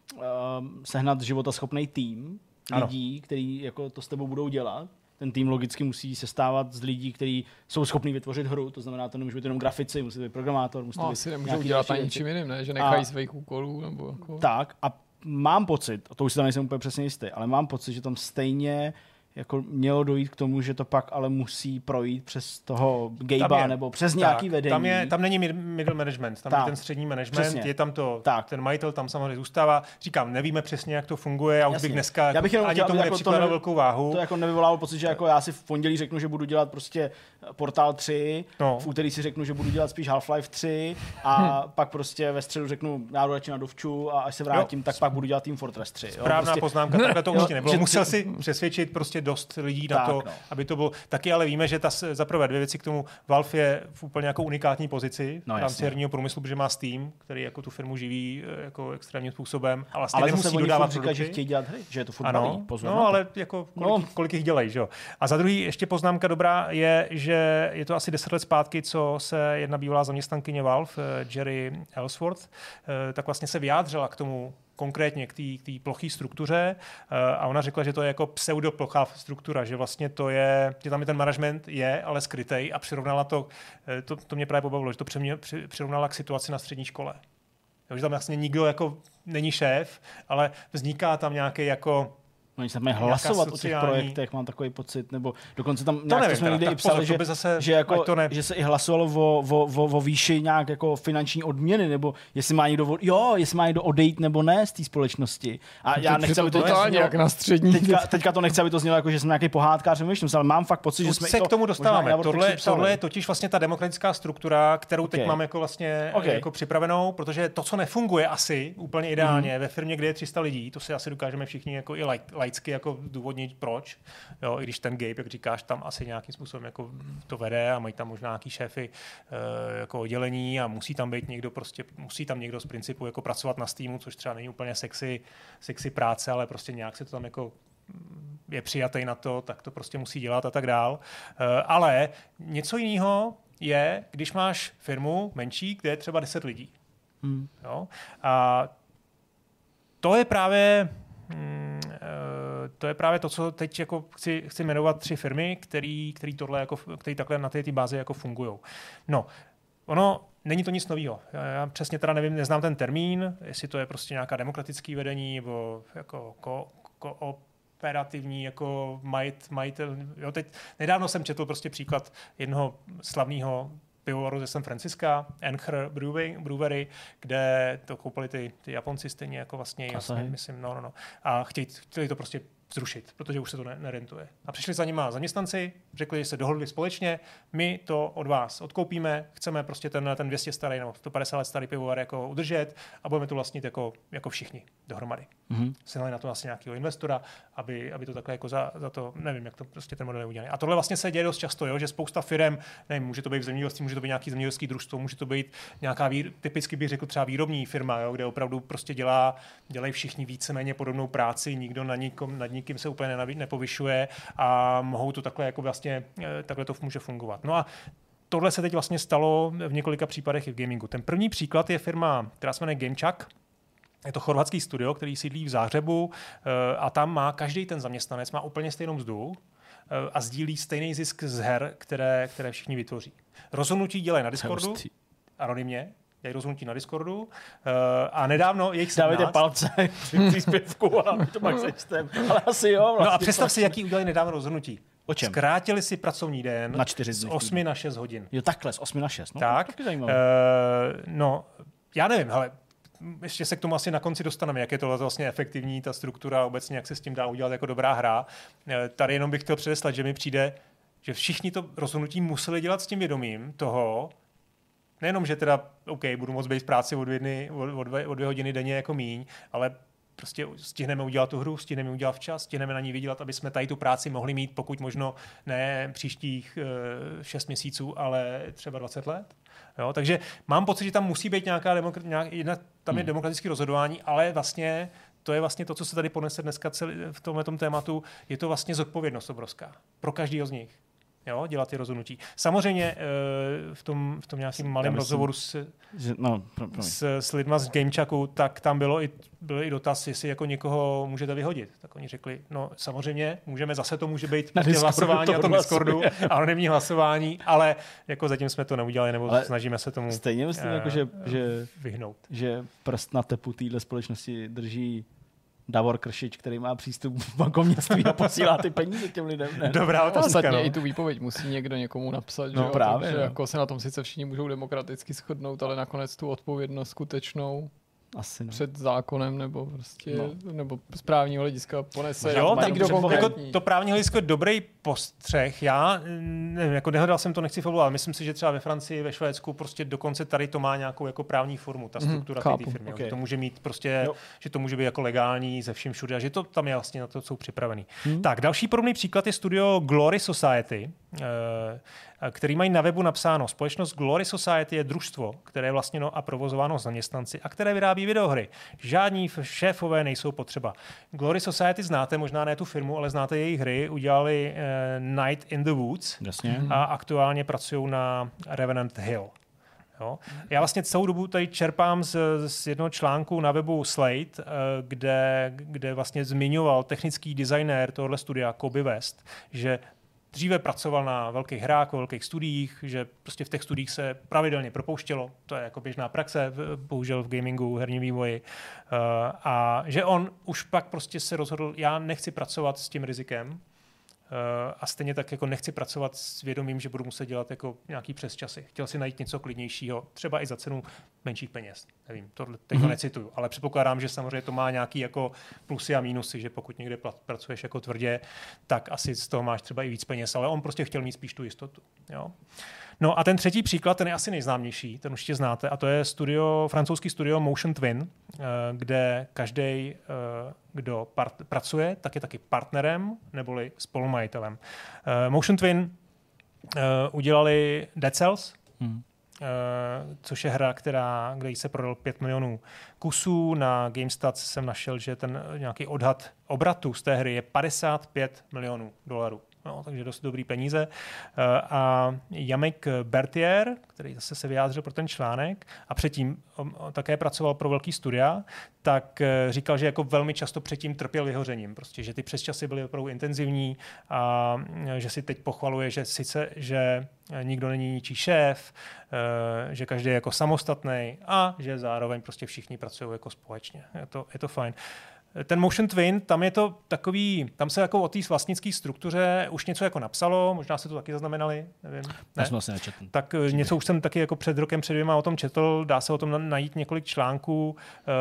sehnat životaschopný tým lidí, kteří jako to s tebou budou dělat. Ten tým logicky musí sestávat z lidí, kteří jsou schopní vytvořit hru, to znamená, to nemůže být jenom grafici, musí být programátor, musí být asi nemůžou dělat ani ničím jiným, ne? Že nechají svých úkolů nebo jako... Tak a mám pocit, a to už si tam nejsem úplně přesně jistý, ale mám pocit, že tam stejně jako mělo dojít k tomu, že to pak ale musí projít přes toho Gabea nebo přes nějaký vedení. Tam není middle management, tam je ten střední management, přesně. Je tam to, ten majitel tam samozřejmě zůstává. Říkám, nevíme přesně, jak to funguje a už bych dneska ani tomu nepřikládal velkou váhu. To jako nevyvolalo pocit, že jako já si v pondělí řeknu, že budu dělat prostě Portal 3, v úterý si řeknu, že budu dělat spíš Half-Life 3 a pak prostě ve středu řeknu, já jdu radši na dovču a až se vrátím, tak pak budu dělat Team Fortress 3. Správná poznámka, takhle to určitě nebylo. Musel si přesvědčit prostě dost lidí na to, aby to bylo. Taky ale víme, že zaprvé 2 věci k tomu. Valve je v úplně jako unikátní pozici v rámci herního průmyslu, protože má Steam, který jako tu firmu živí jako extrémním způsobem, ale vlastně nemusí dodávat produkty. Že chtějí dělat hry, že je to furt baví. No, ale jako kolik jich dělají, že jo. A za druhý ještě poznámka dobrá je, že je to asi 10 let zpátky, co se jedna bývalá zaměstnankyně Valve, Jerry Ellsworth, tak vlastně se vyjádřila k tomu konkrétně k té ploché struktuře a ona řekla, že to je jako pseudoplochá struktura, že vlastně to je, že tam je ten management ale skrytej a přirovnala to mě právě pobavilo, že to přirovnala k situaci na střední škole. Jo, že tam vlastně nikdo jako není šéf, ale vzniká tam nějaký jako Oni se mají hlasovat o těch projektech, mám takový pocit, nebo dokonce tam nějak jsme někdy i psali, že se i hlasovalo o výši nějak jako finanční odměny, nebo jestli má někdo odejít nebo ne z té společnosti. A já nechci, aby to nějak na střední. Teďka to nechci, aby to znělo jako, že jsme nějaký pohádkář, ale mám fakt pocit, že jsme se k tomu dostáváme. Tohle je totiž vlastně ta demokratická struktura, kterou teď mám jako vlastně jako připravenou, protože to, co nefunguje asi úplně ideálně ve firmě, kde je 300 lidí, to si asi dokážeme všichni jako i laicky jako důvodnit proč. Jo, i když ten Gabe, jak říkáš, tam asi nějakým způsobem jako to vede a mají tam možná nějaký šéfy jako oddělení a musí tam být někdo z principu jako pracovat na Steamu, což třeba není úplně sexy práce, ale prostě nějak se to tam jako je přijatý na to, tak to prostě musí dělat a tak dál. Ale něco jiného je, když máš firmu menší, kde je třeba 10 lidí. Jo? A to je právě to, co teď jako chci jmenovat 3 firmy, který takhle na té bázi jako fungují. No, ono není to nic nového. Já přesně teda nevím, neznám ten termín, jestli to je prostě nějaká demokratické vedení nebo jako kooperativní jako majitel. Jo, teď nedávno jsem četl prostě příklad jednoho slavného pivovaru ze San Francisca, Anchor Brewery, kde to koupili ty Japonci stejně jako vlastně, myslím, a chtěli to prostě zrušit, protože už se to nerentuje. A přišli za nima zaměstnanci, řekli, že se dohodli společně, my to od vás odkoupíme, chceme prostě ten 200 starý nebo 150 let starý pivovar jako udržet a budeme to vlastnit jako všichni dohromady. Sehnali na to asi nějakého investora, aby to takhle jako za to, nevím, jak to prostě ten model je udělaný. A tohle vlastně se děje dost často, jo, že spousta firem, nevím, může to být v zemědělství, může to být nějaký zemědělský družstvo, může to být nějaká typicky bych řekl třeba výrobní firma, jo, kde opravdu prostě dělají všichni víceméně podobnou práci, nikdo nad nikým se úplně nepovyšuje a mohou to takhle jako vlastně takhle to může fungovat. No a tohle se teď vlastně stalo v několika případech i v gamingu. Ten první příklad je firma, která se jmenuje Gamechuck. Je to chorvatský studio, který sídlí v Záhřebu a tam má každý ten zaměstnanec má úplně stejnou mzdu a sdílí stejný zisk z her, které všichni vytvoří. Rozhodnutí dělají na Discordu, anonymně, dělají rozhodnutí na Discordu a nedávno jejich 17... Dávajte palce při příspěvku a to pak sečtem. Ale asi jo. Vlastně no a představ si, jaký udělali nedávno rozhodnutí. O čem? Zkrátili si pracovní den na 4 z 8 na 6 hodin. Jo, takhle, z 8 na 6. No, tak, no, já nevím, ale ještě se k tomu asi na konci dostaneme, jak je to vlastně efektivní, ta struktura obecně, jak se s tím dá udělat jako dobrá hra. Tady jenom bych chtěl předeslat, že mi přijde, že všichni to rozhodnutí museli dělat s tím vědomím toho, nejenom, že teda, budu moct být v práci o 2 hodiny denně jako míň, ale prostě stihneme udělat tu hru, stihneme udělat včas, stihneme na ní vydělat, aby jsme tady tu práci mohli mít, pokud možno ne příštích 6 měsíců, ale třeba 20 let. Jo, takže mám pocit, že tam musí být tam je demokratické rozhodování, ale vlastně to je vlastně to, co se tady ponese dneska v tomhletom tématu, je to vlastně zodpovědnost obrovská pro každého z nich. Jo, dělat ty rozhodnutí. Samozřejmě v tom nějakým malém rozhovoru s lidma z Gamechucku, tak tam byl i dotaz, jestli jako někoho můžete vyhodit. Tak oni řekli, no samozřejmě, zase to může být hlasování na tom Discordu, anonymní hlasování, ale jako zatím jsme to neudělali, nebo snažíme se tomu stejně myslím, jako, že vyhnout. Že prst na tepu téhle společnosti drží Davor Kršič, který má přístup v bankovnictví a posílá ty peníze těm lidem. Ne? Dobrá otázka. No. I tu výpověď musí někdo někomu napsat, no, že, právě, že jako se na tom sice všichni můžou demokraticky shodnout, ale nakonec tu odpovědnost skutečnou asi před zákonem nebo prostě nebo z právního hlediska ponese. Jo, tak jako to právní hledisko je dobrý postřeh. Já nevím, jako nehledal jsem to, nechci fabulovat, ale myslím si, že třeba ve Francii, ve Švédsku prostě dokonce tady to má nějakou jako právní formu, ta struktura té firmy. Okay. Že to může mít prostě, že to může být jako legální ze vším všude a že to tam je vlastně na to jsou připravený. Tak, další podobný příklad je studio Glory Society, který mají na webu napsáno, společnost Glory Society je družstvo, které je vlastněno a provozováno zaměstnanci a které vyrábí videohry. Žádní šéfové nejsou potřeba. Glory Society znáte, možná ne tu firmu, ale znáte jejich hry, udělali Night in the Woods. Jasně. A aktuálně pracují na Revenant Hill. Jo. Já vlastně celou dobu tady čerpám z jednoho článku na webu Slate, kde vlastně zmiňoval technický designér tohohle studia Kobe West, že dříve pracoval na velkých hrách, velkých studiích, že prostě v těch studiích se pravidelně propouštělo, to je jako běžná praxe, bohužel v gamingu, herním vývoji, a že on už pak prostě se rozhodl, já nechci pracovat s tím rizikem, a stejně tak jako nechci pracovat s vědomím, že budu muset dělat jako nějaký přesčasy. Chtěl si najít něco klidnějšího, třeba i za cenu menších peněz. Nevím, tohle teď necituju, ale předpokládám, že samozřejmě to má nějaký jako plusy a mínusy, že pokud někde pracuješ jako tvrdě, tak asi z toho máš třeba i víc peněz, ale on prostě chtěl mít spíš tu jistotu. Jo? No a ten třetí příklad, ten je asi nejznámější, ten určitě znáte, a to je francouzský studio Motion Twin, kde každý, kdo pracuje, tak je taky partnerem neboli spolumajitelem. Motion Twin udělali Dead Cells, což je hra, kde se prodal 5 milionů kusů. Na GameStats jsem našel, že ten nějaký odhad obratu z té hry je 55 milionů dolarů. No, takže dost dobrý peníze. A Jamek Bertier, který zase se vyjádřil pro ten článek a předtím také pracoval pro velký studia, tak říkal, že jako velmi často předtím trpěl vyhořením. Prostě, že ty přesčasy byly opravdu intenzivní a že si teď pochvaluje, že sice, že nikdo není ničí šéf, že každý je jako samostatný a že zároveň prostě všichni pracují jako společně. Je to fajn. Ten Motion Twin, tam je to takový, tam se jako o té vlastnické struktuře už něco jako napsalo, možná se to taky zaznamenali, nevím. Ne? Vlastně nečetl. Tak něco už jsem taky jako před rokem, před 2 o tom četl, dá se o tom najít několik článků.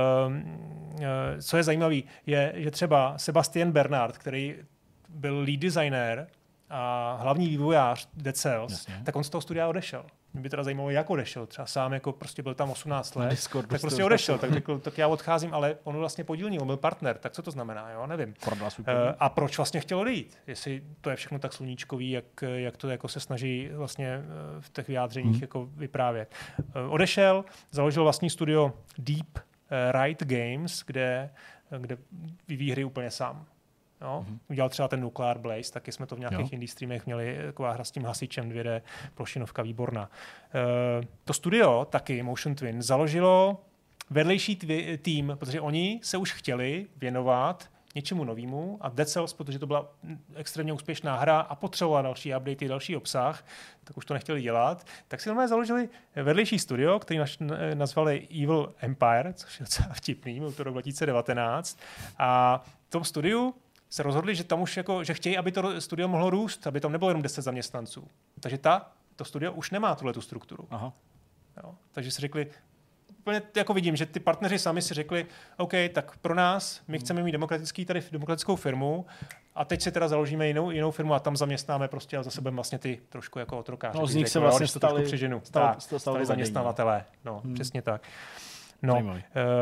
Co je zajímavé, je, že třeba Sébastien Bernard, který byl lead designer a hlavní vývojář Dead Cells, jasně, tak on z toho studia odešel. Mě by teda zajímalo, jak odešel. Třeba sám jako prostě byl tam 18 let, tak prostě odešel. Tak řekl, tak já odcházím, ale on vlastně podílný, on byl partner. Tak co to znamená, jo? Nevím. A proč vlastně chtěl odejít? Jestli to je všechno tak sluníčkový, jak to jako se snaží vlastně v těch vyjádřeních jako vyprávět. Odešel, založil vlastní studio Deep Right Games, kde vyvíjí hry úplně sám. No, udělal třeba ten Nuclear Blaze, taky jsme to v nějakých indie streamech měli, taková hra s tím hasičem, 2D, plošinovka výborná. To studio, taky Motion Twin, založilo vedlejší tým, protože oni se už chtěli věnovat něčemu novému a Dead Cells, protože to byla extrémně úspěšná hra a potřebovala další updaty, další obsah, tak už to nechtěli dělat, tak si normálně založili vedlejší studio, který nazvali Evil Empire, což je docela vtipný, byl to rok 2019, a v tom studiu se rozhodli, že tam už jako, že chtějí, aby to studio mohlo růst, aby tam nebylo jenom 10 zaměstnanců. Takže to studio už nemá tu strukturu. Aha. Jo, takže si řekli, úplně jako vidím, že ty partneři sami si řekli, OK, tak pro nás, my chceme mít demokratickou firmu a teď si teda založíme jinou firmu a tam zaměstnáme prostě a za sebe vlastně ty trošku jako otrokáři. No, z nich se vlastně stali zaměstnavatelé. No, přesně tak. No,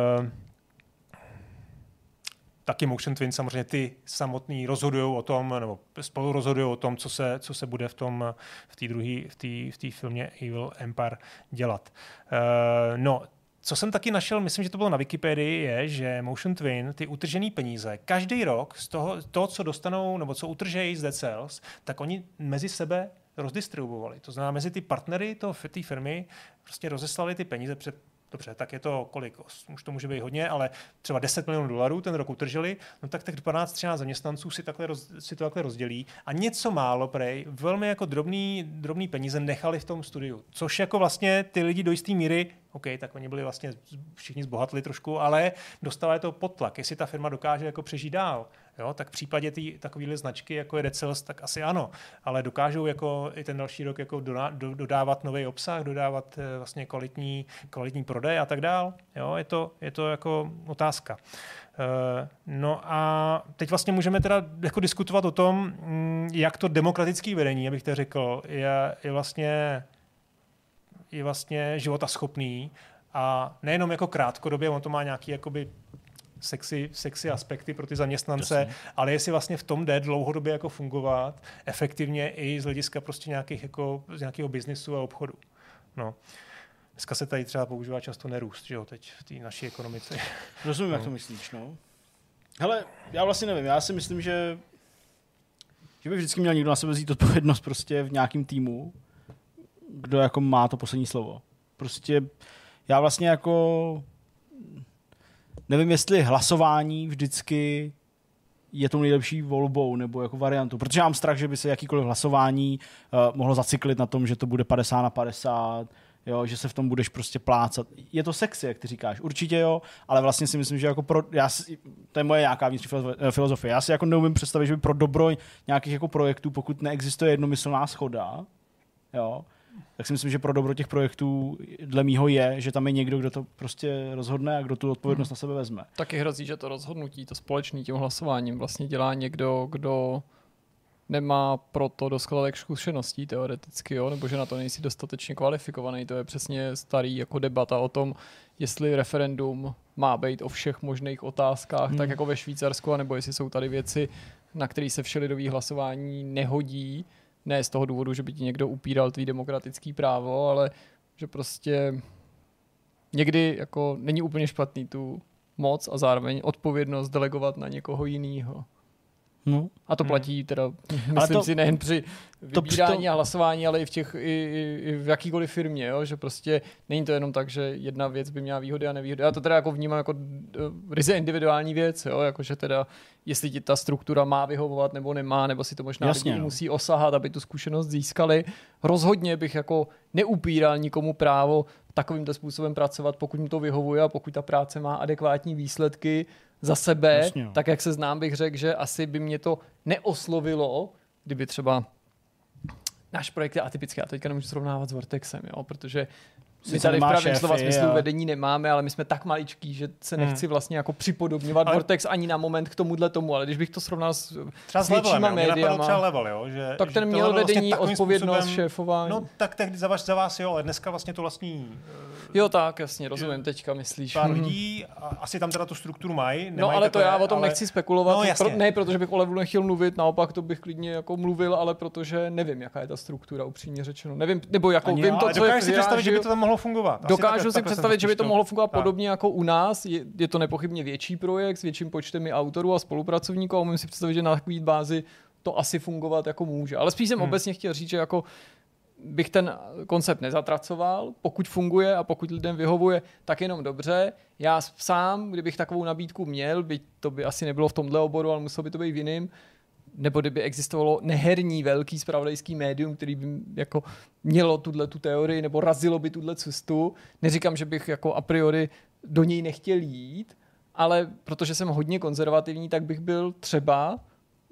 taky Motion Twin samozřejmě ty samotný rozhodují o tom, nebo spolu rozhodují o tom, co se bude v té filmě Evil Empire dělat. No, co jsem taky našel, myslím, že to bylo na Wikipedii, je, že Motion Twin, ty utržený peníze, každý rok z toho, co dostanou, nebo co utržejí z Dead Cells, tak oni mezi sebe rozdistribuovali. To znamená, mezi ty partnery té firmy prostě rozeslali ty peníze dobře, tak je to kolik? Už to může být hodně, ale třeba 10 milionů dolarů ten rok utrželi, no tak 12-13 zaměstnanců si to takhle rozdělí a něco málo prej, velmi jako drobný peníze nechali v tom studiu, což jako vlastně ty lidi do jisté míry, OK, tak oni byli vlastně všichni zbohatli trošku, ale dostávají to pod tlak, jestli ta firma dokáže jako přežít dál. Jo, tak v případě takovéhle značky, jako je Dead Cells, tak asi ano, ale dokážou jako i ten další rok jako dodávat nový obsah, dodávat vlastně kvalitní prodej a tak dál. Jo, je to jako otázka. No a teď vlastně můžeme teda jako diskutovat o tom, jak to demokratické vedení, abych to řekl, je vlastně životaschopný a nejenom jako krátkodobě, on to má nějaký jakoby sexy aspekty pro ty zaměstnance, jasně, ale jestli vlastně v tom jde dlouhodobě jako fungovat efektivně i z hlediska prostě z nějakého biznisu a obchodu. No. Dneska se tady třeba používá často nerůst, že jo, teď v té naší ekonomice. Rozumím, jak to myslíš, no. Hele, já vlastně nevím, já si myslím, že by vždycky měl někdo na sebe vzít odpovědnost prostě v nějakém týmu, kdo jako má to poslední slovo. Prostě já vlastně jako nevím, jestli hlasování vždycky je tou nejlepší volbou nebo jako variantou. Protože mám strach, že by se jakýkoliv hlasování mohlo zacyklit na tom, že to bude 50-50, jo, že se v tom budeš prostě plácat. Je to sexy, jak ty říkáš, určitě jo, ale vlastně si myslím, že jako to je moje nějaká vnitřní filozofie. Já si jako neumím představit, že by pro dobro nějakých jako projektů, pokud neexistuje jednomyslná shoda, jo, tak si myslím, že pro dobro těch projektů dle mýho je, že tam je někdo, kdo to prostě rozhodne a kdo tu odpovědnost na sebe vezme. Taky hrozí, že to rozhodnutí, to společný tím hlasováním vlastně dělá někdo, kdo nemá pro to dostatek zkušeností teoreticky, jo? Nebo že na to nejsi dostatečně kvalifikovaný. To je přesně starý jako debata o tom, jestli referendum má být o všech možných otázkách, tak jako ve Švýcarsku, nebo jestli jsou tady věci, na které se všelidový hlasování nehodí. Ne z toho důvodu, že by ti někdo upíral tvý demokratický právo, ale že prostě někdy jako není úplně špatný tu moc a zároveň odpovědnost delegovat na někoho jinýho. No. A to platí teda, myslím si, nejen při vybírání a hlasování, ale i v těch i v jakýkoliv firmě, jo? Že prostě není to jenom tak, že jedna věc by měla výhody a nevýhody. Já to teda jako vnímám jako ryze individuální věc, jo? Jako, že teda jestli ti ta struktura má vyhovovat nebo nemá, nebo si to možná lidi musí osahat, aby tu zkušenost získali. Rozhodně bych jako neupíral nikomu právo takovýmto způsobem pracovat, pokud mu to vyhovuje a pokud ta práce má adekvátní výsledky za sebe, tak jak se znám, bych řekl, že asi by mě to neoslovilo, kdyby třeba náš projekt je atypický. Já teďka nemůžu srovnávat s Vortexem, jo, protože my tady v pravém slova smyslu vedení nemáme, ale my jsme tak maličký, že se nechci vlastně jako připodobňovat Vortex ani na moment k tomuhle tomu, ale když bych to srovnal s většíma médiama, level, jo, že, tak ten měl vedení, vlastně odpovědnost, šéfování. No tak tehdy za vás jo, ale dneska vlastně to vlastní... Jo, tak, jasně, rozumím, teďka myslíš. Pár lidí, asi tam teda tu strukturu mají. No ale to já o tom nechci spekulovat, ne protože bych o levelu nechtěl mluvit, naopak to bych klidně jako mluvil, ale protože nevím, jaká je ta struktura, upřímně řečeno. Nevím, nebo jako vím to, co je si představit, že by to tam mohlo fungovat. Dokážu si představit, že by to mohlo fungovat podobně jako u nás. Je to nepochybně větší projekt s větším počtem autorů a spolupracovníků a umím si představit, že na takové bázi to asi fungovat jako může. Ale spíš jsem obecně chtěl říct, že jako bych ten koncept nezatracoval, pokud funguje a pokud lidem vyhovuje, tak jenom dobře. Já sám, kdybych takovou nabídku měl, byť to by asi nebylo v tomhle oboru, ale muselo by to být v jiným, nebo kdyby existovalo neherní velký zpravodajský médium, který by jako mělo tu teorii nebo razilo by tuhle cestu. Neříkám, že bych jako a priori do něj nechtěl jít, ale protože jsem hodně konzervativní, tak bych byl třeba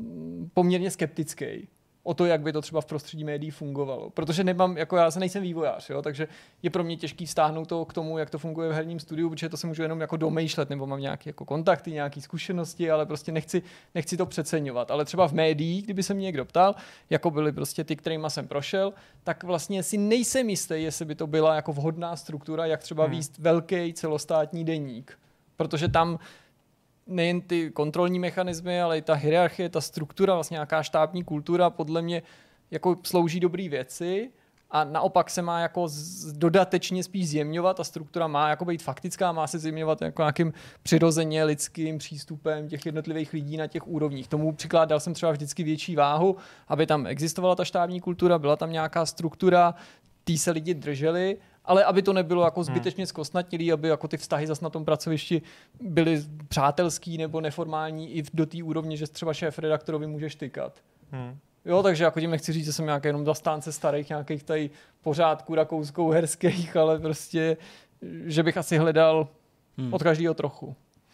poměrně skeptický o to, jak by to třeba v prostředí médií fungovalo. Protože nemám, jako já se nejsem vývojář, jo, takže je pro mě těžký vztáhnout to k tomu, jak to funguje v herním studiu, protože to se můžu jenom jako domýšlet, nebo mám nějaké jako kontakty, nějaké zkušenosti, ale prostě nechci to přeceňovat. Ale třeba v médiích, kdyby se mě někdo ptal, jako byly prostě ty, kterýma jsem prošel, tak vlastně si nejsem jistý, jestli by to byla jako vhodná struktura, jak třeba vést velký celostátní deník. Protože tam nejen ty kontrolní mechanismy, ale i ta hierarchie, ta struktura, vlastně nějaká štábní kultura podle mě jako slouží dobrý věci a naopak se má jako dodatečně spíš zjemňovat, ta struktura má jako být faktická, má se zjemňovat jako nějakým přirozeně lidským přístupem těch jednotlivých lidí na těch úrovních. Tomu přikládal jsem třeba vždycky větší váhu, aby tam existovala ta štábní kultura, byla tam nějaká struktura, tý se lidi drželi, ale aby to nebylo jako zbytečně zkostnatělý, aby jako ty vztahy zas na tom pracovišti byly přátelský nebo neformální i do té úrovně, že třeba šéf-redaktorovi můžeš tykat. Jo, takže jako tím nechci říct, že jsem nějaký jenom zastánce starých nějakých tady pořádků rakousko-uherských, ale prostě, že bych asi hledal od každého trochu.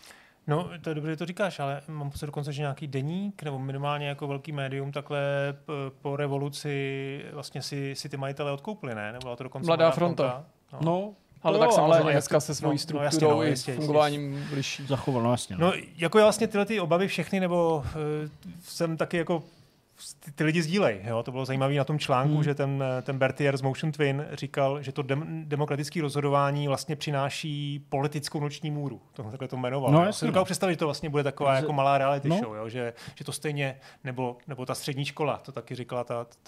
No, to je dobře, že to říkáš, ale mám pocit dokonce, že nějaký deník nebo minimálně jako velký médium takhle po revoluci vlastně si ty majitele odkoupili, ne? Nebo to dokonce Mladá fronta. No, ale tak samozřejmě dneska se svojí strukturou i fungováním liší. Zachoval, jasně. No, jako vlastně tyhle ty obavy všechny, nebo jsem taky jako ty lidi sdílej. Jo? To bylo zajímavé na tom článku, že ten Berthier z Motion Twin říkal, že to demokratické rozhodování vlastně přináší politickou noční můru. Takhle to jmenoval. No, si dokážu představit, že to vlastně bude taková jako malá reality show, jo? Že to stejně, nebo ta střední škola, to taky říkala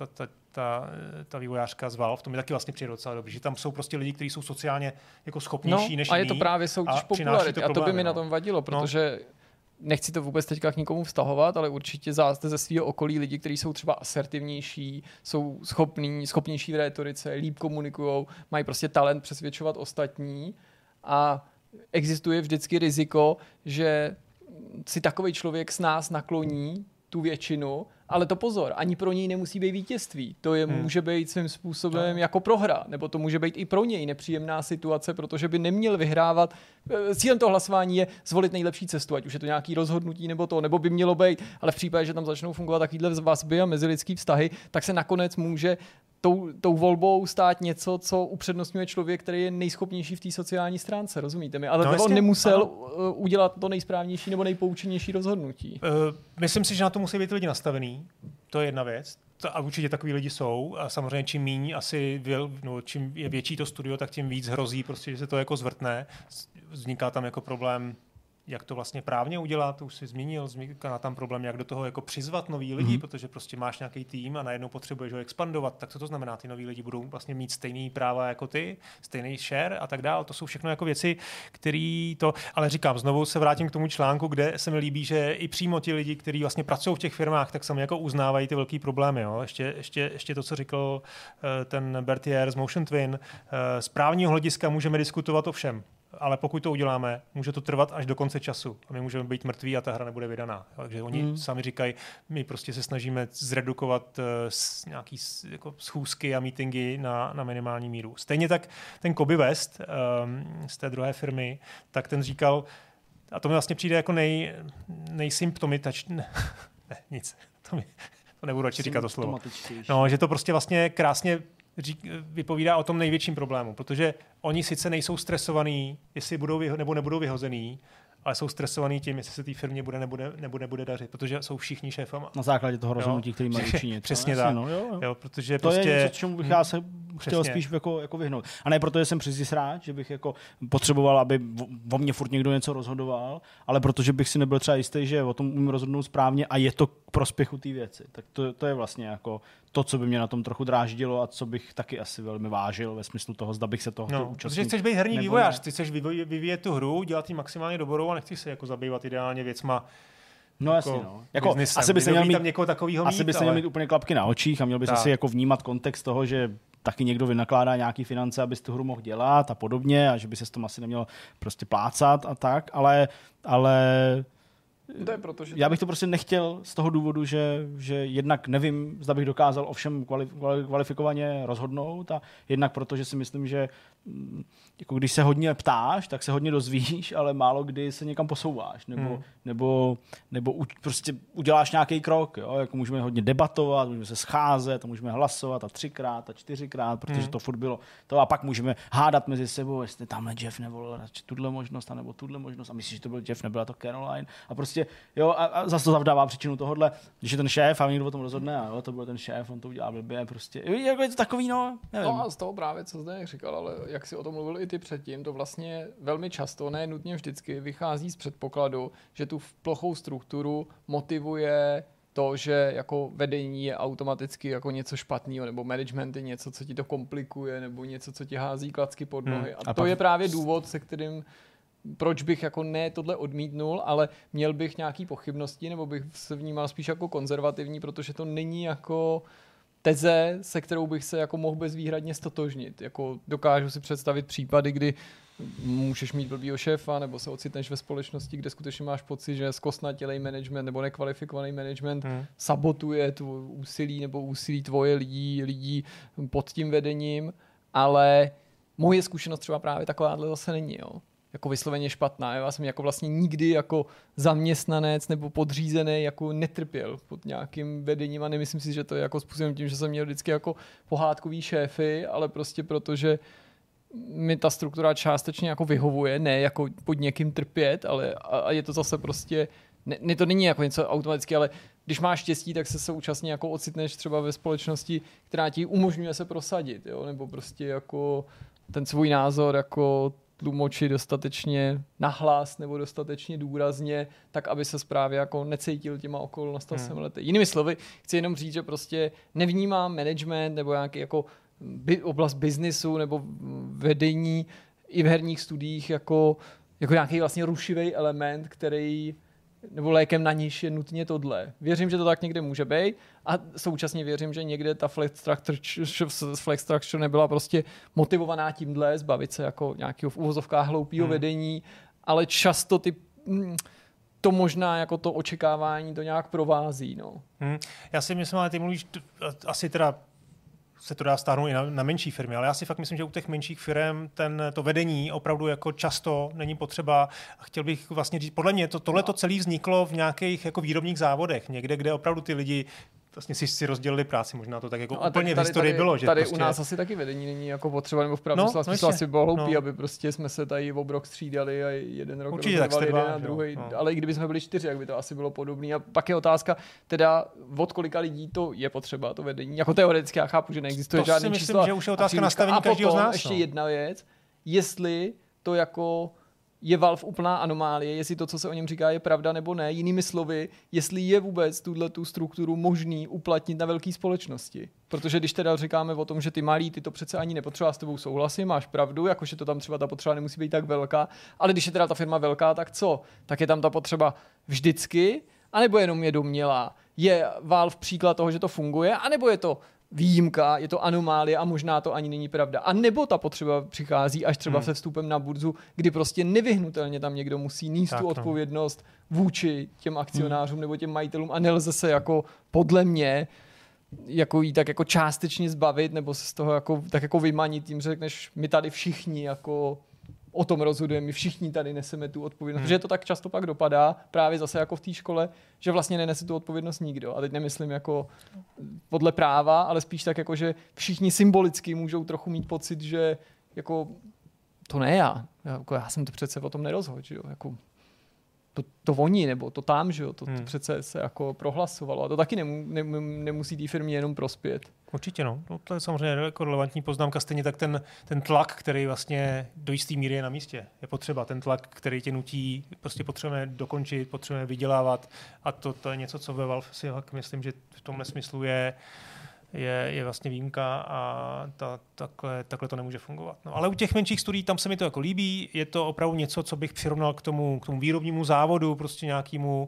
ta vývojářka z Valve, to mi taky vlastně přijde docela dobře, že tam jsou prostě lidi, kteří jsou sociálně jako schopnější než jiní. A je to právě soutěž popularity. A to by mi na tom vadilo, protože nechci to vůbec teďka k nikomu vztahovat, ale určitě znáte ze svého okolí lidi, kteří jsou třeba asertivnější, jsou schopnější v rétorice, líp komunikujou, mají prostě talent přesvědčovat ostatní a existuje vždycky riziko, že si takový člověk s nás nakloní tu většinu, ale to pozor, ani pro něj nemusí být vítězství. To může být svým způsobem jako prohra, nebo to může být i pro něj nepříjemná situace, protože by neměl vyhrávat. Cílem toho hlasování je zvolit nejlepší cestu, ať už je to nějaký rozhodnutí nebo by mělo být, ale v případě, že tam začnou fungovat takovýhle vazby a mezilidský vztahy, tak se nakonec může tou volbou stát něco, co upřednostňuje člověk, který je nejschopnější v té sociální stránce, rozumíte mi? Ale on nemusel udělat to nejsprávnější nebo nejpoučenější rozhodnutí. Myslím si, že na to musí být lidi nastavený. To je jedna věc. A určitě takový lidi jsou. A samozřejmě čím míň čím je větší to studio, tak tím víc hrozí, prostě, že se to jako zvrtne. Vzniká tam jako problém, jak to vlastně právně udělat, to už si zmínil, vzniká tam problém, jak do toho jako přizvat nový lidi, protože prostě máš nějaký tým a najednou potřebuješ ho expandovat, tak co to znamená, ty noví lidi budou vlastně mít stejný práva jako ty, stejný share a tak dál, to jsou všechno jako věci, které to, ale říkám, znovu se vrátím k tomu článku, kde se mi líbí, že i přímo ti lidi, kteří vlastně pracují v těch firmách, tak sami jako uznávají ty velký problémy, jo? Ještě to, co říkal ten Berthier z Motion Twin, z právního hlediska můžeme diskutovat o všem. Ale pokud to uděláme, může to trvat až do konce času. A my můžeme být mrtví a ta hra nebude vydaná. Takže oni sami říkají, my prostě se snažíme zredukovat nějaký jako schůzky a meetingy na minimální míru. Stejně tak ten Kobe West z té druhé firmy, tak ten říkal, a to mi vlastně přijde jako nejsymptomatičtější. Ne, nic. To nebudu radši říkat to slovo. No, že to prostě vlastně krásně vypovídá o tom největším problému, protože oni sice nejsou stresovaní, jestli budou nebo nebudou vyhozený, ale jsou stresovaní tím, jestli se té firmě bude nebo nebude dařit, protože jsou všichni šéfama. Na základě toho rozhodnutí, který mají učinit. Přesně tak. Jo, protože to prostě je něco, čemu bych já se chtěl spíš jako vyhnout. A ne proto, že jsem rád, že bych jako potřeboval, aby o mě furt někdo něco rozhodoval, ale protože bych si nebyl třeba jistý, že o tom umím rozhodnout správně a je to k prospěchu té věci. Tak to je vlastně jako to, co by mě na tom trochu dráždilo a co bych taky asi velmi vážil ve smyslu toho, zda bych se toho chtěl účastnit. Protože chceš být herní vývojář, ty chceš vyvíjet tu hru, dělat ji maximálně dobrou a nechceš se jako zabývat ideálně věcma. No jasně, no. Jako, asi by se měl mít úplně klapky na očích a měl by si jako vnímat kontext toho, že taky někdo vynakládá nějaký finance, abys tu hru mohl dělat a podobně a že by se s tom asi neměl prostě plácat a tak, ale to je proto, že já bych to prostě nechtěl z toho důvodu, že jednak nevím, zda bych dokázal ovšem kvalifikovaně rozhodnout a jednak proto, že si myslím, že jako když se hodně ptáš, tak se hodně dozvíš, ale málo kdy se někam posouváš nebo prostě uděláš nějaký krok, jo? Jako můžeme hodně debatovat, můžeme se scházet a můžeme hlasovat a 3krát a 4krát, protože to furt bylo to a pak můžeme hádat mezi sebou, jestli tamhle Jeff nevolil tuhle možnost anebo tuhle možnost a myslíš, že to byl Jeff, nebyla to Caroline a prostě jo a zase to zavdává příčinu tohodle, když je ten šéf a někdo o tom rozhodne a jo, to byl ten šéf, on to udělal blbě, prostě jako je to takový, no, nevím. No a z toho právě, co zde říkal, ale jak si o tom mluvil i ty předtím, to vlastně velmi často, ne nutně vždycky, vychází z předpokladu, že tu plochou strukturu motivuje to, že jako vedení je automaticky jako něco špatného, nebo management je něco, co ti to komplikuje, nebo něco, co ti hází klacky pod nohy. A to je právě důvod, se kterým proč bych jako ne tohle odmítnul, ale měl bych nějaký pochybnosti, nebo bych se vnímal spíš jako konzervativní, protože to není jako teze, se kterou bych se jako mohl bezvýhradně stotožnit. Jako dokážu si představit případy, kdy můžeš mít blbýho šéfa, nebo se ocitneš ve společnosti, kde skutečně máš pocit, že zkostnatělej management nebo nekvalifikovaný management sabotuje tvůj úsilí nebo úsilí tvoje lidí pod tím vedením, ale moje zkušenost třeba právě takováhle zase není, jo. Jako vysloveně špatná. Já jsem jako vlastně nikdy jako zaměstnanec nebo podřízený jako netrpěl pod nějakým vedením a nemyslím si, že to je jako způsobem tím, že jsem měl vždycky jako pohádkový šéfy, ale prostě protože mi ta struktura částečně jako vyhovuje, ne jako pod někým trpět, ale a je to zase prostě ne, to není jako něco automaticky, ale když máš štěstí, tak se současně jako ocitneš třeba ve společnosti, která ti umožňuje se prosadit, jo? Nebo prostě jako ten svůj názor jako tlumočit dostatečně nahlas nebo dostatečně důrazně, tak aby se právě jako necítil těma okolnostmi lety. Jinými slovy, chci jenom říct, že prostě nevnímám management nebo nějaký jako oblast biznisu nebo vedení i v herních studiích jako nějaký vlastně rušivý element, který nebo lékem na níž je nutně tohle. Věřím, že to tak někde může být a současně věřím, že někde ta flex structure nebyla prostě motivovaná tímhle, zbavit se jako nějakého v uvozovkách hloupýho vedení, ale často to možná jako to očekávání to nějak provází. No. Já si myslím, ale ty mluvíš asi teda se to dá stáhnout i na menší firmy, ale já si fakt myslím, že u těch menších firm to vedení opravdu jako často není potřeba. A chtěl bych vlastně říct, podle mě tohleto celé vzniklo v nějakých jako výrobních závodech, někde, kde opravdu ty lidi vlastně si rozdělili práci, práci, možná to tak jako úplně v historii bylo. Že tady prostě... u nás asi taky vedení není jako potřeba, nebo v pravém slova smyslu asi bylo hloupý, aby prostě jsme se tady v obrok střídali a jeden rok rozhodovali jeden a druhý. Ale i kdyby jsme byli 4, jak by to asi bylo podobné. A pak je otázka, teda od kolika lidí to je potřeba, to vedení. Jako teoreticky já chápu, že neexistuje to žádný číslo. Myslím, že už je otázka nastavení každého z nás. Ještě jedna věc, jestli to jako je Valve úplná anomálie, jestli to, co se o něm říká, je pravda nebo ne. Jinými slovy, jestli je vůbec tu strukturu možný uplatnit na velké společnosti. Protože když teda říkáme o tom, že ty malí, ty to přece ani nepotřeba, s tebou souhlasím, máš pravdu, jakože to tam třeba ta potřeba nemusí být tak velká, ale když je teda ta firma velká, tak co? Tak je tam ta potřeba vždycky, anebo jenom je domnělá? Je Valve příklad toho, že to funguje, anebo je to výjimka, je to anomálie a možná to ani není pravda. A nebo ta potřeba přichází až třeba se vstupem na burzu, kdy prostě nevyhnutelně tam někdo musí nést tu odpovědnost vůči těm akcionářům nebo těm majitelům a nelze se jako podle mě jako jí tak jako částečně zbavit nebo se z toho jako, tak jako vymanit tím, že řekneš, my tady všichni jako o tom rozhodujeme, my všichni tady neseme tu odpovědnost, protože to tak často pak dopadá, právě zase jako v té škole, že vlastně nenese tu odpovědnost nikdo. A teď nemyslím jako podle práva, ale spíš tak jako, že všichni symbolicky můžou trochu mít pocit, že jako to ne já. Já jsem to přece o tom nerozhodl, že jo, jako to oni, nebo to tam, že jo, to přece se jako prohlasovalo a to taky nemusí té firmě jenom prospět. Určitě no, to je samozřejmě jako relevantní poznámka, stejně tak ten tlak, který vlastně do jisté míry je na místě. Je potřeba ten tlak, který tě nutí, prostě potřebujeme dokončit, potřebujeme vydělávat a to je něco, co ve Valve si myslím, že v tomhle smyslu je vlastně výjimka a takhle to nemůže fungovat. No, ale u těch menších studií tam se mi to jako líbí, je to opravdu něco, co bych přirovnal k tomu výrobnímu závodu, prostě nějakému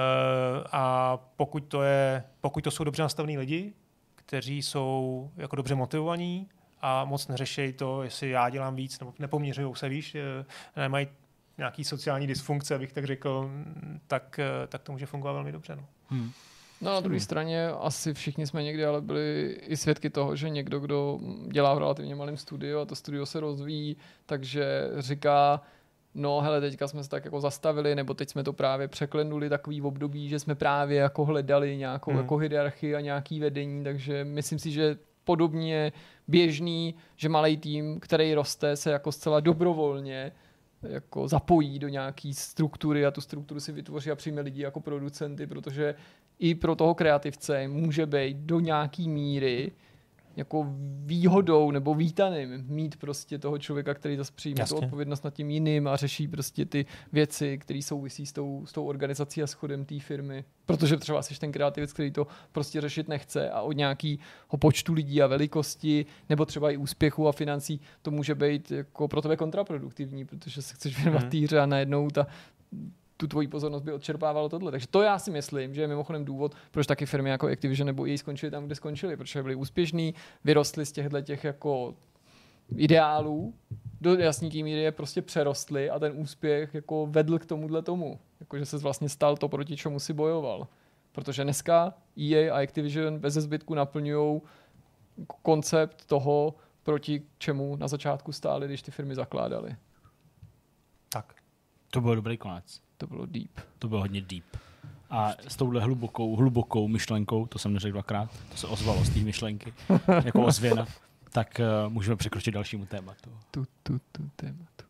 a pokud to jsou dobře nastavení lidi, kteří jsou jako dobře motivovaní a moc neřešejí to, jestli já dělám víc, nebo nepoměřují se, víš, nemají nějaký sociální dysfunkce, abych tak řekl, tak to může fungovat velmi dobře. No. No na druhé straně asi všichni jsme někdy ale byli i svědky toho, že někdo, kdo dělá v relativně malém studiu a to studio se rozvíjí, takže říká, no hele, teďka jsme se tak jako zastavili, nebo teď jsme to právě překlenuli takový v období, že jsme právě jako hledali nějakou jako hierarchii a nějaký vedení, takže myslím si, že podobně běžný, že malej tým, který roste, se jako zcela dobrovolně jako zapojí do nějaký struktury a tu strukturu si vytvoří a přijme lidi jako producenty, protože i pro toho kreativce může být do nějaký míry jako výhodou nebo vítaným mít prostě toho člověka, který zase přijme tu odpovědnost nad tím jiným a řeší prostě ty věci, které souvisí s tou organizací a schodem té firmy. Protože třeba jsi ten kreativec, který to prostě řešit nechce a od nějakého počtu lidí a velikosti nebo třeba i úspěchu a financí to může být jako pro tebe kontraproduktivní, protože se chceš věnovat té hře a najednou tu tvoji pozornost by odčerpávalo tohle. Takže to já si myslím, že je mimochodem důvod, proč taky firmy jako Activision nebo EA skončily tam, kde skončily, protože byli úspěšní, vyrostli z těch jako ideálů, do jasný míry je prostě přerostli a ten úspěch jako vedl k tomu. Jakože se vlastně stal to, proti čemu si bojoval. Protože dneska EA a Activision bez zbytku naplňují koncept toho, proti čemu na začátku stáli, když ty firmy zakládaly. Tak. To byl dobrý konec. To bylo deep. To bylo hodně deep. A s touhle hlubokou myšlenkou, to jsem neřekl dvakrát, to se ozvalo z té myšlenky, jako ozvěna, tak můžeme překročit dalšímu tématu. Tématu.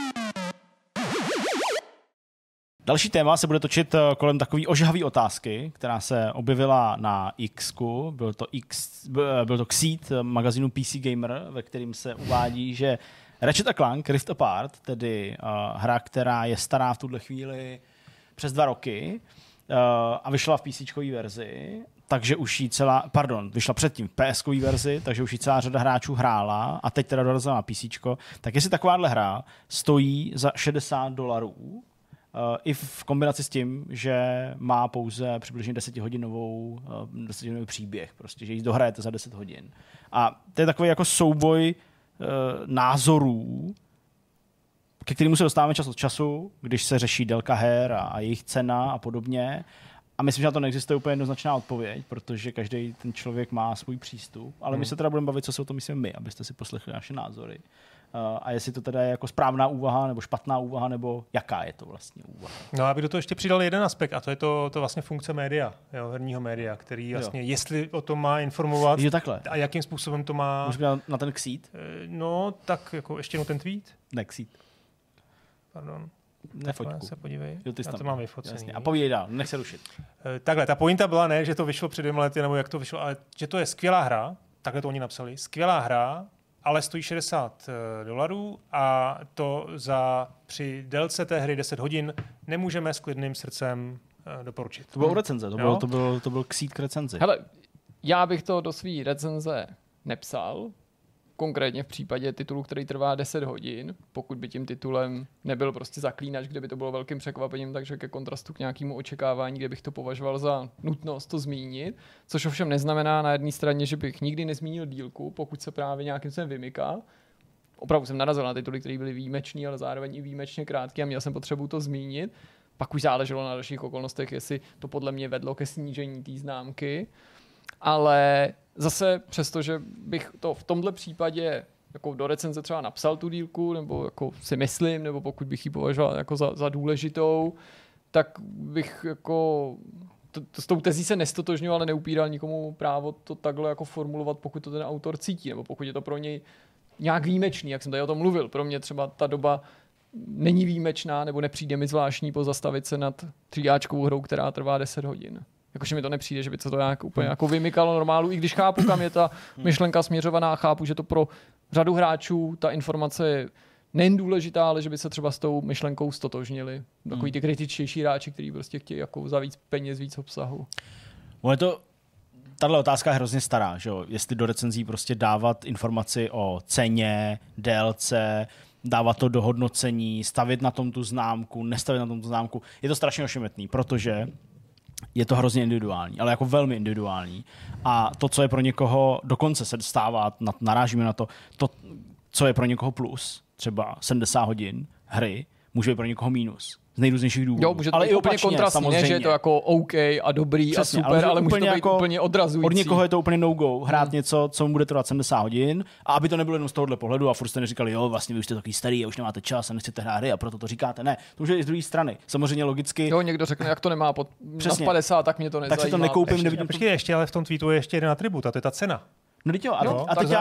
Další téma se bude točit kolem takové ožahavé otázky, která se objevila na X-ku. Byl to Xeed magazínu PC Gamer, ve kterým se uvádí, že Ratchet & Clank Rift Apart, tedy hra, která je stará v tuhle chvíli přes 2 roky a vyšla v PC-čkové verzi, takže už jí vyšla předtím v PS-kové verzi, takže už jí celá řada hráčů hrála a teď teda dorazila na PC-čko, tak jestli takováhle hra stojí za $60, i v kombinaci s tím, že má pouze přibližně 10hodinový příběh, prostě, že ji dohrajete za 10 hodin. A to je takový jako souboj názorů, ke kterému se dostáváme čas od času, když se řeší délka her a jejich cena a podobně. A myslím, že na to neexistuje úplně jednoznačná odpověď, protože každý ten člověk má svůj přístup. Ale my se teda budeme bavit, co si o tom myslíme my, abyste si poslechli naše názory. A jestli to teda je jako správná úvaha, nebo špatná úvaha, nebo jaká je to vlastně úvaha. No, aby do toho ještě přidal jeden aspekt, a to je to vlastně funkce média, herního média, který vlastně, jestli o tom má informovat a jakým způsobem to má... Můžeme na ten ksít? No, tak jako ještě ten tweet. Ne, ksít. Pardon. Nefoťku. Se podívej, jo, já to mám vyfocený. Jasně. A povídej dál, nech se rušit. Takhle, ta pointa byla ne, že to vyšlo před 2 lety, nebo jak to vyšlo, ale že to je skvělá hra, takhle to oni napsali, skvělá hra, ale stojí $60 a to při délce té hry 10 hodin nemůžeme s klidným srdcem doporučit. To bylo recenze, to byl ksít k recenzi. Hele, já bych to do svý recenze nepsal, konkrétně v případě titulu, který trvá 10 hodin, pokud by tím titulem nebyl prostě Zaklínač, kde by to bylo velkým překvapením, takže ke kontrastu k nějakému očekávání, kde bych to považoval za nutnost to zmínit, což ovšem neznamená na jedné straně, že bych nikdy nezmínil dílku, pokud se právě nějakým způsobem vymyká. Opravdu jsem narazil na tituly, které byly výjimečný, ale zároveň i výjimečně krátký a měl jsem potřebu to zmínit. Pak už záleželo na dalších okolnostech, jestli to podle mě vedlo ke snížení té známky. Ale zase přestože bych to v tomhle případě jako do recenze třeba napsal tu dílku, nebo jako si myslím, nebo pokud bych ji považoval jako za důležitou, tak bych jako s tou tezí se nestotožňoval, ale neupíral nikomu právo to takhle jako formulovat, pokud to ten autor cítí, nebo pokud je to pro něj nějak výjimečný, jak jsem tady o tom mluvil. Pro mě třeba ta doba není výjimečná, nebo nepřijde mi zvláštní pozastavit se nad 3áčkovou hrou, která trvá 10 hodin. Jakože mi to nepřijde, že by se to nějak úplně jako vymykalo normálu, i když chápu, kam je ta myšlenka směřovaná, chápu, že to pro řadu hráčů ta informace je nejen důležitá, ale že by se třeba s tou myšlenkou stotožnili. Takový ty kritičtější hráči, kteří prostě chtějí jako za víc peněz, víc obsahu. Tahle otázka je hrozně stará, že jo? Jestli do recenzí prostě dávat informaci o ceně, délce, dávat to do hodnocení, stavit na tom tu známku, nestavit na tom tu známku. Je to strašně ošemetný, protože je to hrozně individuální, ale jako velmi individuální. A to, co je pro někoho, dokonce se dostává, narážíme na to, co je pro někoho plus, třeba 70 hodin hry, může být pro někoho mínus. Z nejrůznějších důvodů. Jo, může to být úplně kontrastní, ne, že je to jako OK a dobrý. Přesně, a super, ale může to být jako úplně odrazující. Od někoho je to úplně no-go, hrát něco, co mu bude trvat 70 hodin, a aby to nebylo jenom z tohohle pohledu a furt jste neříkali, jo, vlastně vy už jste takový starý a už nemáte čas a nechcete hrát hry a proto to říkáte. Ne, to může i z druhé strany. Samozřejmě logicky. Jo, někdo řekne, jak to nemá pod 50, tak mě to nezajímá. Tak si to nekoupím, nevidím. Počkej, ještě, ale v tom tweetu je ještě jeden atribut, a to je ta cena. No teď jo, a teď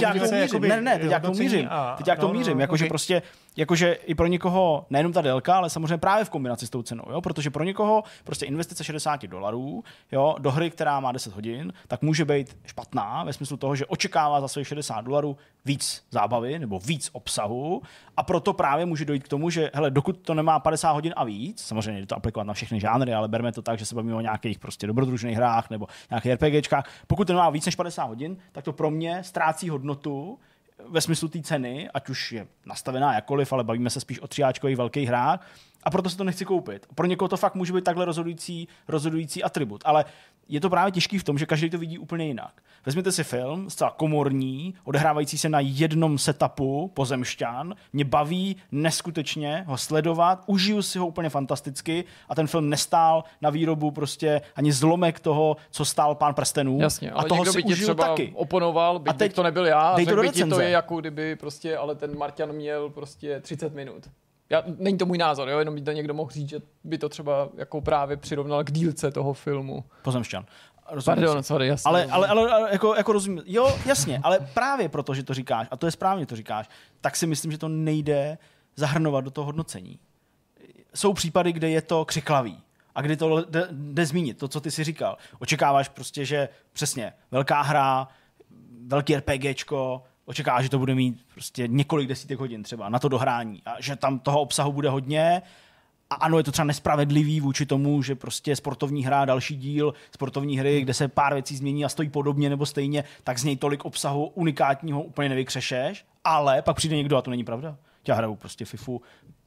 já to mířím, jakože prostě, jakože i pro někoho, nejenom ta délka, ale samozřejmě právě v kombinaci s tou cenou, jo, protože pro někoho prostě investice $60, jo, do hry, která má 10 hodin, tak může být špatná ve smyslu toho, že očekává za svých $60 víc zábavy nebo víc obsahu, a proto právě může dojít k tomu, že hele, dokud to nemá 50 hodin a víc, samozřejmě je to aplikovat na všechny žánry, ale berme to tak, že se bavíme o nějakých prostě dobrodružných hrách nebo nějakých RPGčkách, pokud to nemá víc než 50 hodin, tak to pro mě ztrácí hodnotu ve smyslu té ceny, ať už je nastavená jakkoliv, ale bavíme se spíš o 3áčkových velkých hrách, a proto se to nechci koupit. Pro někoho to fakt může být takhle rozhodující atribut, ale je to právě těžký v tom, že každý to vidí úplně jinak. Vezměte si film, zcela komorní, odehrávající se na jednom setupu, Pozemšťan, mě baví neskutečně ho sledovat, užiju si ho úplně fantasticky a ten film nestál na výrobu prostě ani zlomek toho, co stál Pán prstenů. Jasně, ale a toho někdo by ti třeba taky oponoval, byť teď to nebyl já, řekl by ti to je jako kdyby prostě, ale ten Marťan měl prostě 30 minut. Není to můj názor, jo? Jenom by to někdo mohl říct, že by to třeba jako právě přirovnal k dílce toho filmu. Pozemšťan. Pardon, sorry, jasně. Ale jako rozumím. Jo, jasně, ale právě proto, že to říkáš, a to je správně to říkáš, tak si myslím, že to nejde zahrnovat do toho hodnocení. Jsou případy, kde je to křiklavý a kdy to jde zmínit, to, co ty si říkal. Očekáváš prostě, že přesně velká hra, velký RPGčko, očekáváš, že to bude mít prostě několik desítek hodin třeba na to dohrání a že tam toho obsahu bude hodně. A ano, je to třeba nespravedlivý vůči tomu, že prostě sportovní hra, další díl sportovní hry, kde se pár věcí změní a stojí podobně nebo stejně, tak z něj tolik obsahu unikátního úplně nevykřešeš, ale pak přijde někdo, a to není pravda. Já hraju prostě FIFU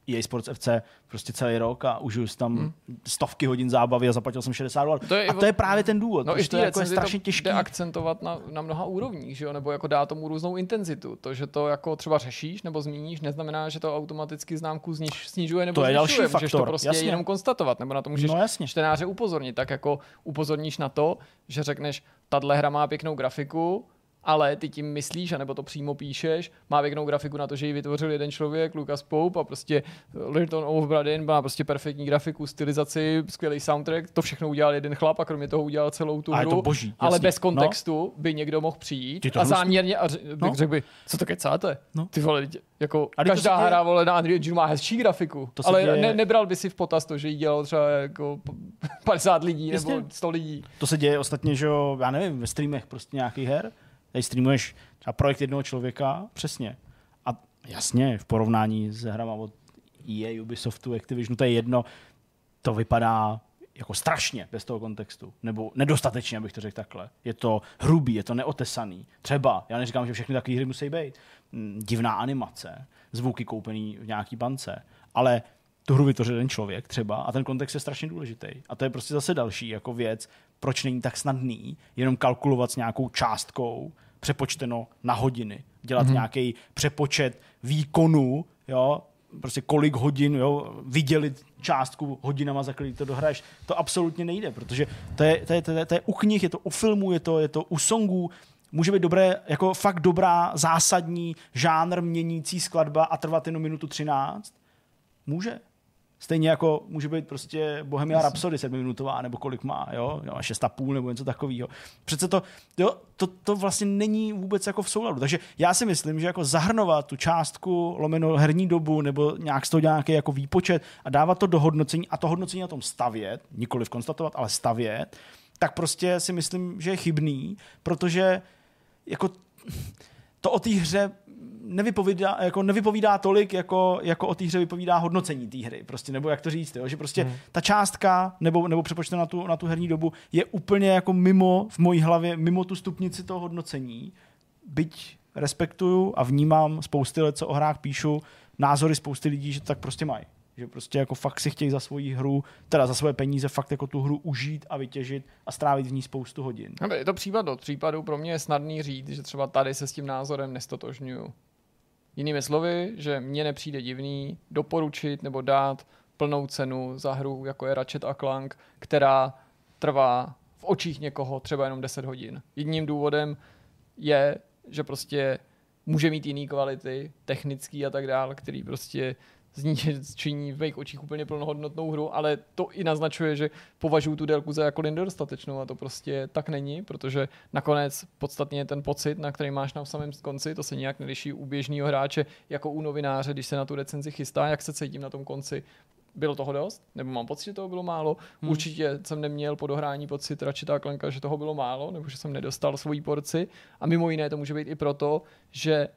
EA Sports FC prostě celý rok a užil si tam stovky hodin zábavy a zaplatil jsem $60. A to je právě ten důvod. No i to je jako strašně těžké akcentovat na mnoha úrovních, že jo? Nebo jako dá tomu různou intenzitu. To, že to jako třeba řešíš nebo zmíníš, neznamená, že to automaticky známku snižuje nebo zvyšuje. Můžeš to prostě jasně. jenom konstatovat, nebo na to můžeš čtenáře upozornit. Tak jako upozorníš na to, že řekneš, tahle hra má pěknou grafiku, ale ty tím myslíš, anebo to přímo píšeš, má pěknou grafiku na to, že ji vytvořil jeden člověk, Lucas Pope, a prostě Return of Bradin má prostě perfektní grafiku, stylizaci, skvělý soundtrack, to všechno udělal jeden chlap a kromě toho udělal celou tu hru. A je to boží, ale bez kontextu by někdo mohl přijít a záměrně řekl by, co to kecáte? Ty vole, jako každá hra vole na Unreal Engine má hezčí grafiku, ale nebral by si v potaz to, že jí dělal třeba jako 50 lidí nebo 100 lidí. To se děje ostatně, že já nevím, ve streamech prostě nějakých her. Tady streamuješ třeba projekt jednoho člověka, přesně. A jasně, v porovnání s hrama od EA, Ubisoftu, Activisionu, to je jedno, to vypadá jako strašně bez toho kontextu. Nebo nedostatečně, abych to řekl takhle. Je to hrubý, je to neotesaný. Třeba, já neříkám, že všechny takové hry musí být. Divná animace, zvuky koupený v nějaký bance, ale tu hru vytvořil jeden člověk třeba a ten kontext je strašně důležitý. A to je prostě zase další jako věc, proč není tak snadný jenom kalkulovat s nějakou částkou, přepočteno na hodiny. Dělat nějaký přepočet výkonu, jo, prostě kolik hodin, jo, vydělit částku hodinama, za kolik to dohraješ. To absolutně nejde, protože to je u knih, je to u filmů, je to u songů. Může být dobré, jako fakt dobrá, zásadní, žánr měnící skladba a trvat jenom minutu 13. Může. Stejně jako může být prostě Bohemian Rhapsody 7minutová, nebo kolik má, jo, 6,5 nebo něco takového. Přece to vlastně není vůbec jako v souladu. Takže já si myslím, že jako zahrnovat tu částku lomeno herní dobu nebo nějak z toho nějaký jako výpočet a dávat to do hodnocení a to hodnocení na tom stavět, nikoliv konstatovat, ale stavět, tak prostě si myslím, že je chybný, protože jako to o té hře nevypovídá tolik, jako o té hře vypovídá hodnocení té hry. Prostě, nebo jak to říct, jo? Že prostě ta částka, nebo přepočtena na tu herní dobu, je úplně jako v mojí hlavě, mimo tu stupnici toho hodnocení. Byť respektuju a vnímám spousty let, co o hrách píšu, názory spousty lidí, že to tak prostě mají. Že prostě jako fakt si chtějí za svoji hru, teda za svoje peníze fakt jako tu hru užít a vytěžit a strávit v ní spoustu hodin. Je to případ od případu, pro mě je snadný říct, že třeba tady se s tím názorem nestotožňuju. Jinými slovy, že mně nepřijde divný doporučit nebo dát plnou cenu za hru, jako je Ratchet & Clank, která trvá v očích někoho třeba jenom 10 hodin. Jedním důvodem je, že prostě může mít jiný kvality, technický a tak dále, který prostě činí v mých očích úplně plnohodnotnou hru, ale to i naznačuje, že považuji tu délku za jako nedostatečnou a to prostě tak není, protože nakonec podstatně ten pocit, na který máš na samém konci, to se nějak neliší u běžného hráče jako u novináře, když se na tu recenzi chystá, jak se cítím na tom konci. Bylo toho dost? Nebo mám pocit, že toho bylo málo? Určitě jsem neměl po dohrání pocit Ratcheta a Clanka, že toho bylo málo, nebo že jsem nedostal svoji porci. A mimo jiné to může být i proto, že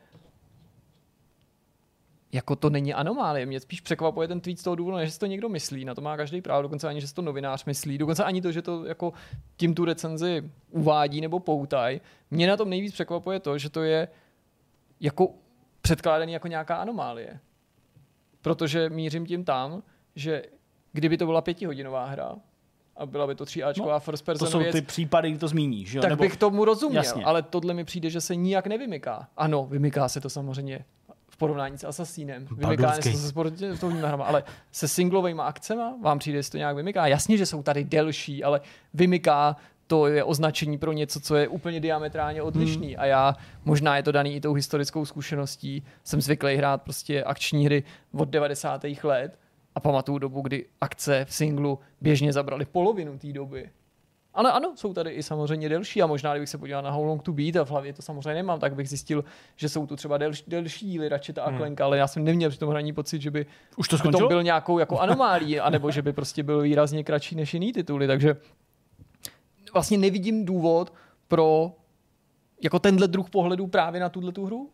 jako to není anomálie. Mě spíš překvapuje ten tweet z toho důvodu, že si to někdo myslí, na to má každý právo, dokonce ani, že si to novinář myslí, dokonce ani to, že to jako tím tu recenzi uvádí nebo poutaj. Mě na tom nejvíc překvapuje to, že to je jako předkládaný jako nějaká anomálie. Protože mířím tím tam, že kdyby to byla 5hodinová hra a byla by to 3Ačková first person věc, to jsou ty případy, kdy to zmíníš. Jo? Tak nebo... bych tomu rozuměl, Jasně. ale tohle mi přijde, že se nijak nevymyká. Ano, vymyká se to samozřejmě v porovnání s Assassinem. Vymyká se se sportovníma hrama, ale se singlovejma akcema vám přijde, jestli to nějak vymyká. Jasně, že jsou tady delší, ale vymyká, to je označení pro něco, co je úplně diametrálně odlišný. A já, možná je to daný i tou historickou zkušeností, jsem zvyklý hrát prostě akční hry od 90. let a pamatuju dobu, kdy akce v singlu běžně zabrali polovinu té doby. Ale ano, jsou tady i samozřejmě delší a možná, kdybych se podíval na How Long to Beat a v hlavě to samozřejmě nemám, tak bych zjistil, že jsou tu třeba delší díly Ratcheta a Clanka, ale já jsem neměl při tom hraní pocit, že by už to tom byl nějakou jako anomálí, anebo že by prostě byl výrazně kratší než jiný tituly, takže vlastně nevidím důvod pro jako tenhle druh pohledu právě na tuhle tu hru.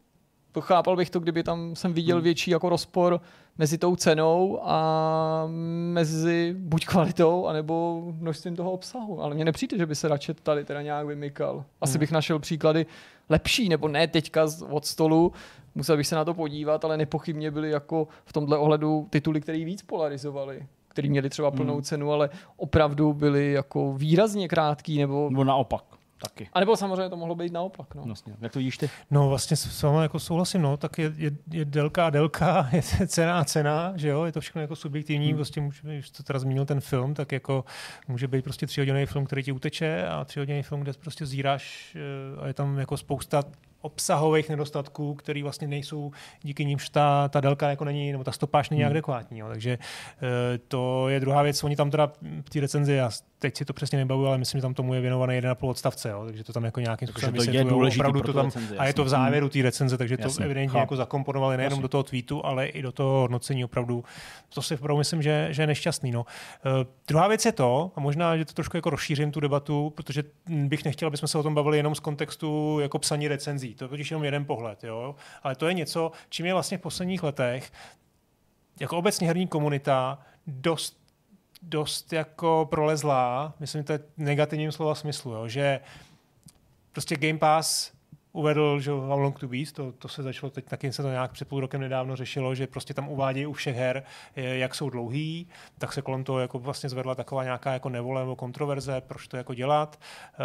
Chápal bych to, kdyby tam jsem viděl větší jako rozpor mezi tou cenou a mezi buď kvalitou, anebo množstvím toho obsahu. Ale mně nepřijde, že by se Ratchet tady teda nějak vymykal. Asi bych našel příklady lepší, nebo ne teďka od stolu, musel bych se na to podívat, ale nepochybně byly jako v tomhle ohledu tituly, které víc polarizovaly, který měli třeba plnou cenu, ale opravdu byly jako výrazně krátký, nebo naopak. Taky. A nebo samozřejmě to mohlo být naopak. No. Vlastně. Jak to vidíš ty? No vlastně s vámi jako souhlasím, no, tak je délka a délka, je cena a cena, že jo, je to všechno jako subjektivní, prostě už to teda zmínil ten film, tak jako může být prostě 3hodinový film, který ti uteče a 3hodinový film, kde prostě zíráš a je tam jako spousta obsahových nedostatků, který vlastně nejsou, díky nimž ta délka jako není, nebo ta stopáž není adekvátní. Jo. Takže to je druhá věc. Oni tam teda v té recenzi, já teď si to přesně nebavuji, ale myslím, že tam tomu je věnovaný 1,5 odstavce, jo. Takže to tam jako nějakým způsobem vysvětlují. Opravdu to tam, recenzi, a je to v závěru té recenze, takže to evidentně jako zakomponovali nejenom do toho tweetu, ale i do toho hodnocení opravdu. To si opravdu myslím, že je nešťastný. No. Druhá věc je to, a možná, že to trošku jako rozšířím tu debatu, protože bych nechtěl, abychom se o tom bavili jenom z kontextu jako psaní recenzí. To je totiž jenom jeden pohled, jo? Ale to je něco, čím je vlastně v posledních letech jako obecně herní komunita dost jako prolezlá, myslím, to je negativním slova smyslu, jo? Že prostě Game Pass uvedl, že How Long to Beat, to se začalo teď, taky se to nějak před půl rokem nedávno řešilo, že prostě tam uvádějí u všech her, jak jsou dlouhý, tak se kolem toho jako vlastně zvedla taková nějaká jako nevole nebo kontroverze, proč to jako dělat.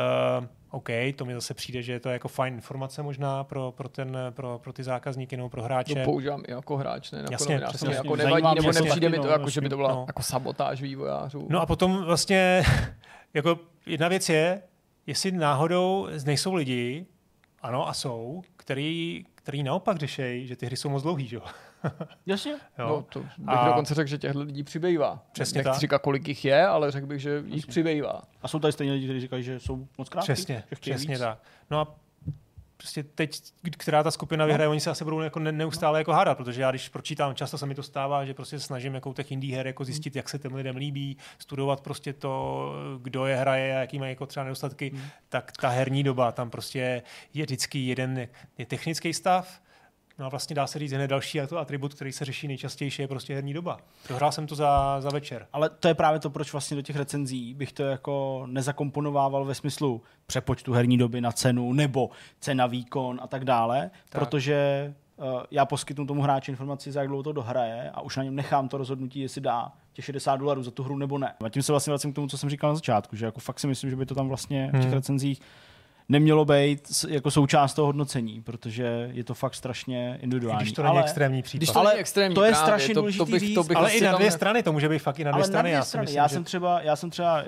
OK, to mi zase přijde, že to je jako fajn informace možná pro ty zákazníky nebo pro hráče. To používám i jako hráč, ne? Jasně, přesně, jako nevadí, nebo nepřijde mi to jako, že by to byla jako sabotáž vývojářů. No a potom vlastně jako jedna věc je, jestli náhodou nejsou lidi, ano a jsou, který naopak řešejí, že ty hry jsou moc dlouhý, že jo? Jasně. No, to bych dokonce řekl, že těchto lidí přibývá. Přesně Nechci říkat, kolik jich je, ale řekl bych, že jich přibývá. A jsou tady stejně lidi, kteří říkají, že jsou moc krátké. Přesně tak. No a prostě teď, která ta skupina vyhraje, oni se asi budou jako neustále jako hádat, protože já když pročítám, často se mi to stává, že prostě se snažím jako těch indie her jako zjistit, jak se těm lidem líbí, studovat prostě to, kdo je hraje a jaký mají jako třeba nedostatky, tak ta herní doba tam prostě je vždycky jeden je technický stav. No a vlastně dá se říct hned další atribut, který se řeší nejčastěji, je prostě herní doba. Dohrál jsem to za večer. Ale to je právě to, proč vlastně do těch recenzí bych to jako nezakomponovával ve smyslu přepočtu herní doby na cenu nebo cena, výkon a tak dále, protože já poskytnu tomu hráči informaci, za jak dlouho to dohraje a už na něm nechám to rozhodnutí, jestli dá těch $60 za tu hru nebo ne. A tím se vlastně vracím k tomu, co jsem říkal na začátku, že jako fakt si myslím, že by to tam vlastně v těch recenzích nemělo být jako součást toho hodnocení, protože je to fakt strašně individuální. Když to není extrémní případ. To je strašně důležitý říct. Ale i na dvě strany, to může být fakt i na dvě strany. Já jsem třeba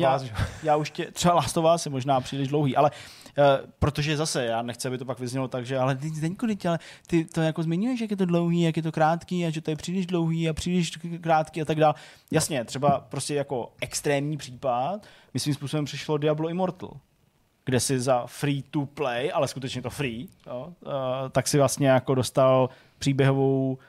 já už třeba Last of Us je možná příliš dlouhý, ale protože zase, já nechci, aby to pak vyznělo tak, že ale ty to jako zmiňuješ, jak je to dlouhý, jak je to krátký a že to je příliš dlouhý a příliš krátký a tak dále. Jasně, třeba prostě jako extrémní případ, mi svým způsobem přišlo Diablo Immortal, kde si za free to play, ale skutečně to free, tak si vlastně jako dostal příběhovou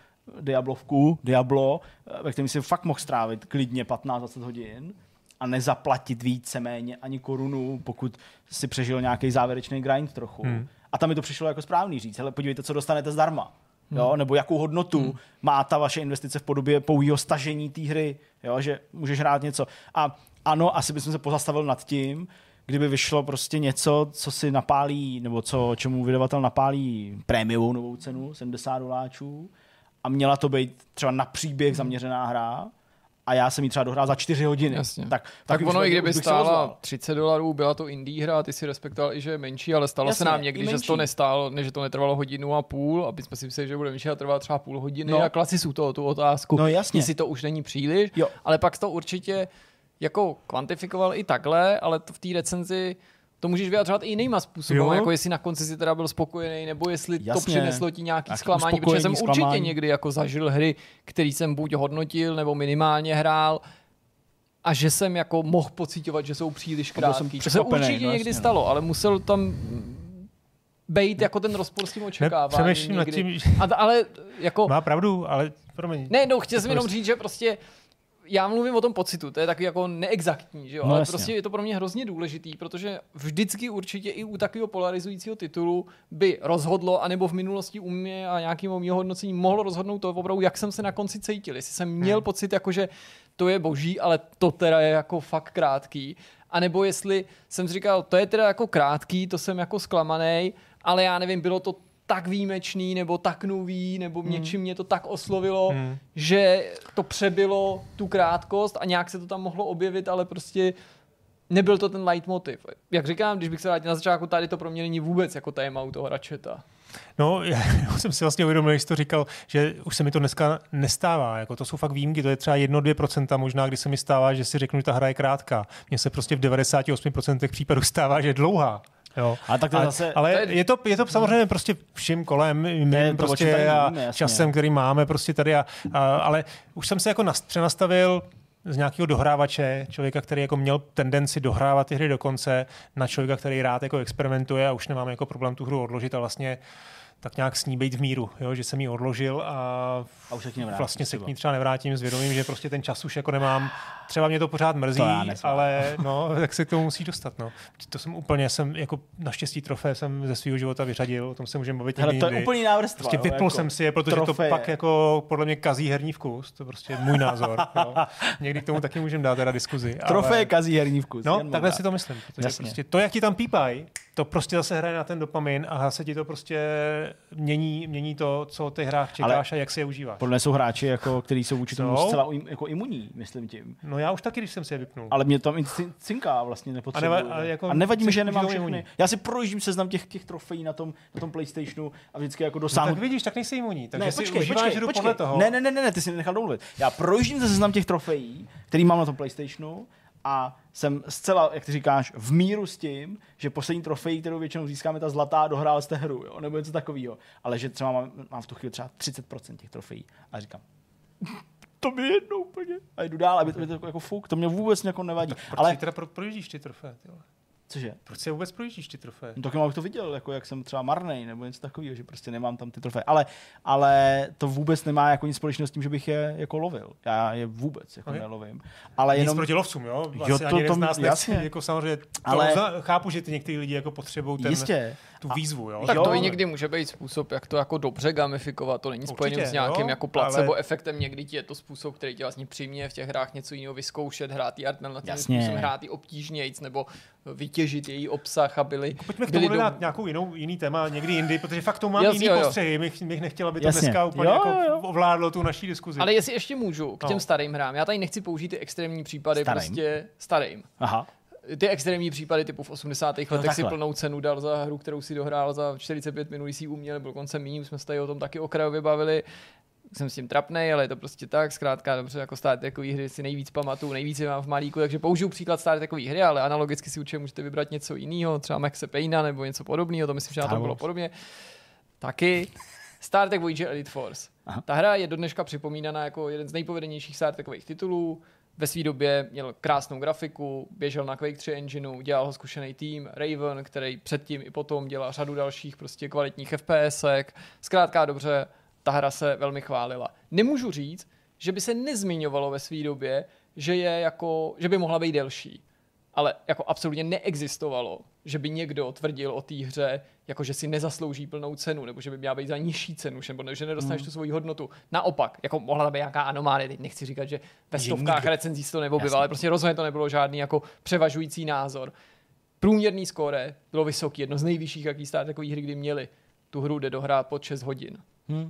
Diablo, ve kterém si fakt mohl strávit klidně 15-20 hodin a nezaplatit víceméně ani korunu, pokud si přežil nějaký závěrečný grind trochu. A tam mi to přišlo jako správný říct, hele, podívejte, co dostanete zdarma. Jo? Nebo jakou hodnotu má ta vaše investice v podobě pouhého stažení té hry, jo? Že můžeš hrát něco. A ano, asi bychom se pozastavil nad tím, kdyby vyšlo prostě něco, co si napálí, nebo čemu vydavatel napálí prémiovou novou cenu, $70, a měla to být třeba na příběh zaměřená hra, a já jsem ji třeba dohrál za 4 hodiny. Jasně. Tak ono, i kdyby stála $30, byla to indie hra, ty si respektoval i, že je menší, ale stalo se nám někdy, že to nestálo, že to netrvalo 1,5 hodiny, aby jsme si mysleli, že bude menší a trvá třeba půl hodiny, a klasi jsou tu otázku, jestli to už není příliš, ale pak to určitě jako kvantifikoval i takhle, ale to v té recenzi to můžeš vyjadřovat i jinýma způsoby, jako jestli na konci si teda byl spokojený, nebo jestli to přineslo ti nějaký zklamání, protože jsem určitě někdy jako zažil hry, který jsem buď hodnotil, nebo minimálně hrál, a že jsem jako mohl pocitovat, že jsou příliš krátký. To se určitě někdy stalo, ale musel tam bejt jako ten rozpor s tím očekáváním. Přemýšlím nad tím, ale jako... Má pravdu, ale promiň. Ne, chtěl jsem jenom říct, že prostě já mluvím o tom pocitu, to je takový jako neexaktní, že jo? No, Ale jasně. prostě je to pro mě hrozně důležitý, protože vždycky určitě i u takového polarizujícího titulu by rozhodlo, anebo v minulosti u mě a nějakým mýho hodnocení mohlo rozhodnout to opravdu, jak jsem se na konci cítil. Jestli jsem měl pocit, jako že to je boží, ale to teda je jako fakt krátký. A nebo jestli jsem si říkal, to je teda jako krátký, to jsem jako zklamanej, ale já nevím, bylo to tak výjimečný, nebo tak nový, nebo něčím mě to tak oslovilo, že to přebylo tu krátkost a nějak se to tam mohlo objevit, ale prostě nebyl to ten leitmotiv. Jak říkám, když bych se vrátil na začátku, tady to pro mě není vůbec jako téma u toho Ratcheta. No, já jsem si vlastně uvědomil, když jsi to říkal, že už se mi to dneska nestává. Jako to jsou fakt výjimky, to je třeba 1-2% možná, kdy se mi stává, že si řeknu, že ta hra je krátká. Mně se prostě v 98% případů stává, že je dlouhá. Jo. A tak to zase... Ale je to samozřejmě prostě vším kolem, prostě a časem, který máme prostě tady. Ale už jsem se jako přenastavil z nějakého dohrávače, člověka, který jako měl tendenci dohrávat ty hry do konce, na člověka, který rád jako experimentuje a už nemám jako problém tu hru odložit a vlastně tak nějak s ní být v míru, jo? Že jsem ji odložil a už se vlastně se k ní třeba nevrátím s vědomím, že prostě ten čas už jako nemám. Třeba mě to pořád mrzí, ale no, tak se k tomu musí dostat. No. To jsem jako naštěstí trofé jsem ze svého života vyřadil, o tom se můžeme bavit někdy. To je úplný návrh. Prostě vypnul jsem si je, protože trofeje. To pak jako podle mě kazí herní vkus, to prostě je můj názor. Jo. Někdy k tomu taky můžeme dát teda diskuzi. Trofeje kazí herní vkus. No, takhle si to myslím. Protože prostě to, jak ti tam pípají, to prostě zase hraje na ten dopamin a zase ti to prostě mění to, co ty hrách čekáš a jak si je užíváš. Podle mě jsou hráči, jako, kteří jsou vůči tomu zcela jako imunní, myslím tím. No já už taky, když jsem si je vypnul. Ale mě tam cinká vlastně nepotřebuji. A nevadí mi, že nemám všechny. Já si projíždím seznam těch trofejí na tom PlayStationu a vždycky jako dosáhnu. No, tak vidíš, tak nejsi imunní. Takže ne, si užíváš hru podle toho. Ne, ty si nechal domluvit. Já projíždím seznam těch trofejí, který mám na tom PlayStationu. A jsem zcela, jak ty říkáš, v míru s tím, že poslední trofej, kterou většinou získáme, ta zlatá, dohrál jste hru, jo? Nebo něco takového. Ale že třeba mám v tu chvíli třeba 30% těch trofejí. A říkám, to mi jedno úplně. A jdu dál, aby to jako fuk, to mě vůbec jako nevadí. Ale teda projíždíš ty trofeje? Cože? Proč si vůbec projíždíš ty trofeje? No, tak bych to viděl, jako jak jsem třeba marnej nebo něco takového, že prostě nemám tam ty trofeje. Ale to vůbec nemá jako nic společného s tím, že bych je jako lovil. Já je vůbec jako nelovím. Ale nic jenom proti lovcům, jo? Jo, to z nás nechci, jako samozřejmě chápu, že ty některý lidi jako potřebují tu výzvu, jo? Tak to i někdy může být způsob, jak to jako dobře gamifikovat, to není spojené s nějakým jako placebo efektem, někdy je to způsob, který tě vlastně přiměje v těch hrách něco jiného vyzkoušet, hrát alternativním způsobem, hrát i obtížnějc nebo vytěžit její obsah a byli. Pojďme k tomu dát nějakou jiný téma někdy jindy, protože fakt to mám jiný postřehy. Bych nechtěl, aby to dneska úplně ovládlo tu naší diskuzi. Ale jestli ještě můžu k těm starým hrám. Já tady nechci použít ty extrémní případy prostě starým. Aha. Ty extrémní případy typu v 80. letech si plnou cenu dal za hru, kterou si dohrál za 45 minut, si ji uměl, nebo dokonce míň, jsme se tady o tom taky okrajově bavili. Jsem s tím trapnej, ale je to prostě tak, zkrátka dobře, jako Star Trekový hry si nejvíc pamatuju, nejvíc je mám v malíku, takže použiju příklad Star Trekový hry, ale analogicky si určitě můžete vybrat něco jiného, třeba Maxe Payna nebo něco podobného, to myslím, že na tom bylo podobně. Taky Star Trek Voyager Elite Force. Aha. Ta hra je do dneška připomínaná jako jeden z nejpovedenějších Star Trekových titulů. Ve své době měl krásnou grafiku, běžel na Quake 3 engineu, dělal ho zkušený tým Raven, který předtím i potom dělal řadu dalších prostě kvalitních FPSek. Zkrátka dobře, ta hra se velmi chválila. Nemůžu říct, že by se nezmiňovalo ve své době, že by mohla být delší. Ale jako absolutně neexistovalo, že by někdo tvrdil o té hře, jako že si nezaslouží plnou cenu, nebo že by měla být za nižší cenu, nebo že nedostaneš tu svoji hodnotu. Naopak, jako mohla být nějaká anomálie, teď nechci říkat, že ve stovkách recenzí se to neobjevilo, ale prostě rozhodně to nebylo žádný jako převažující názor. Průměrný skóre bylo vysoký, jedno z nejvyšších, jaký Star Trekový hry kdy měli. Tu hru jde dohrát pod 6 hodin.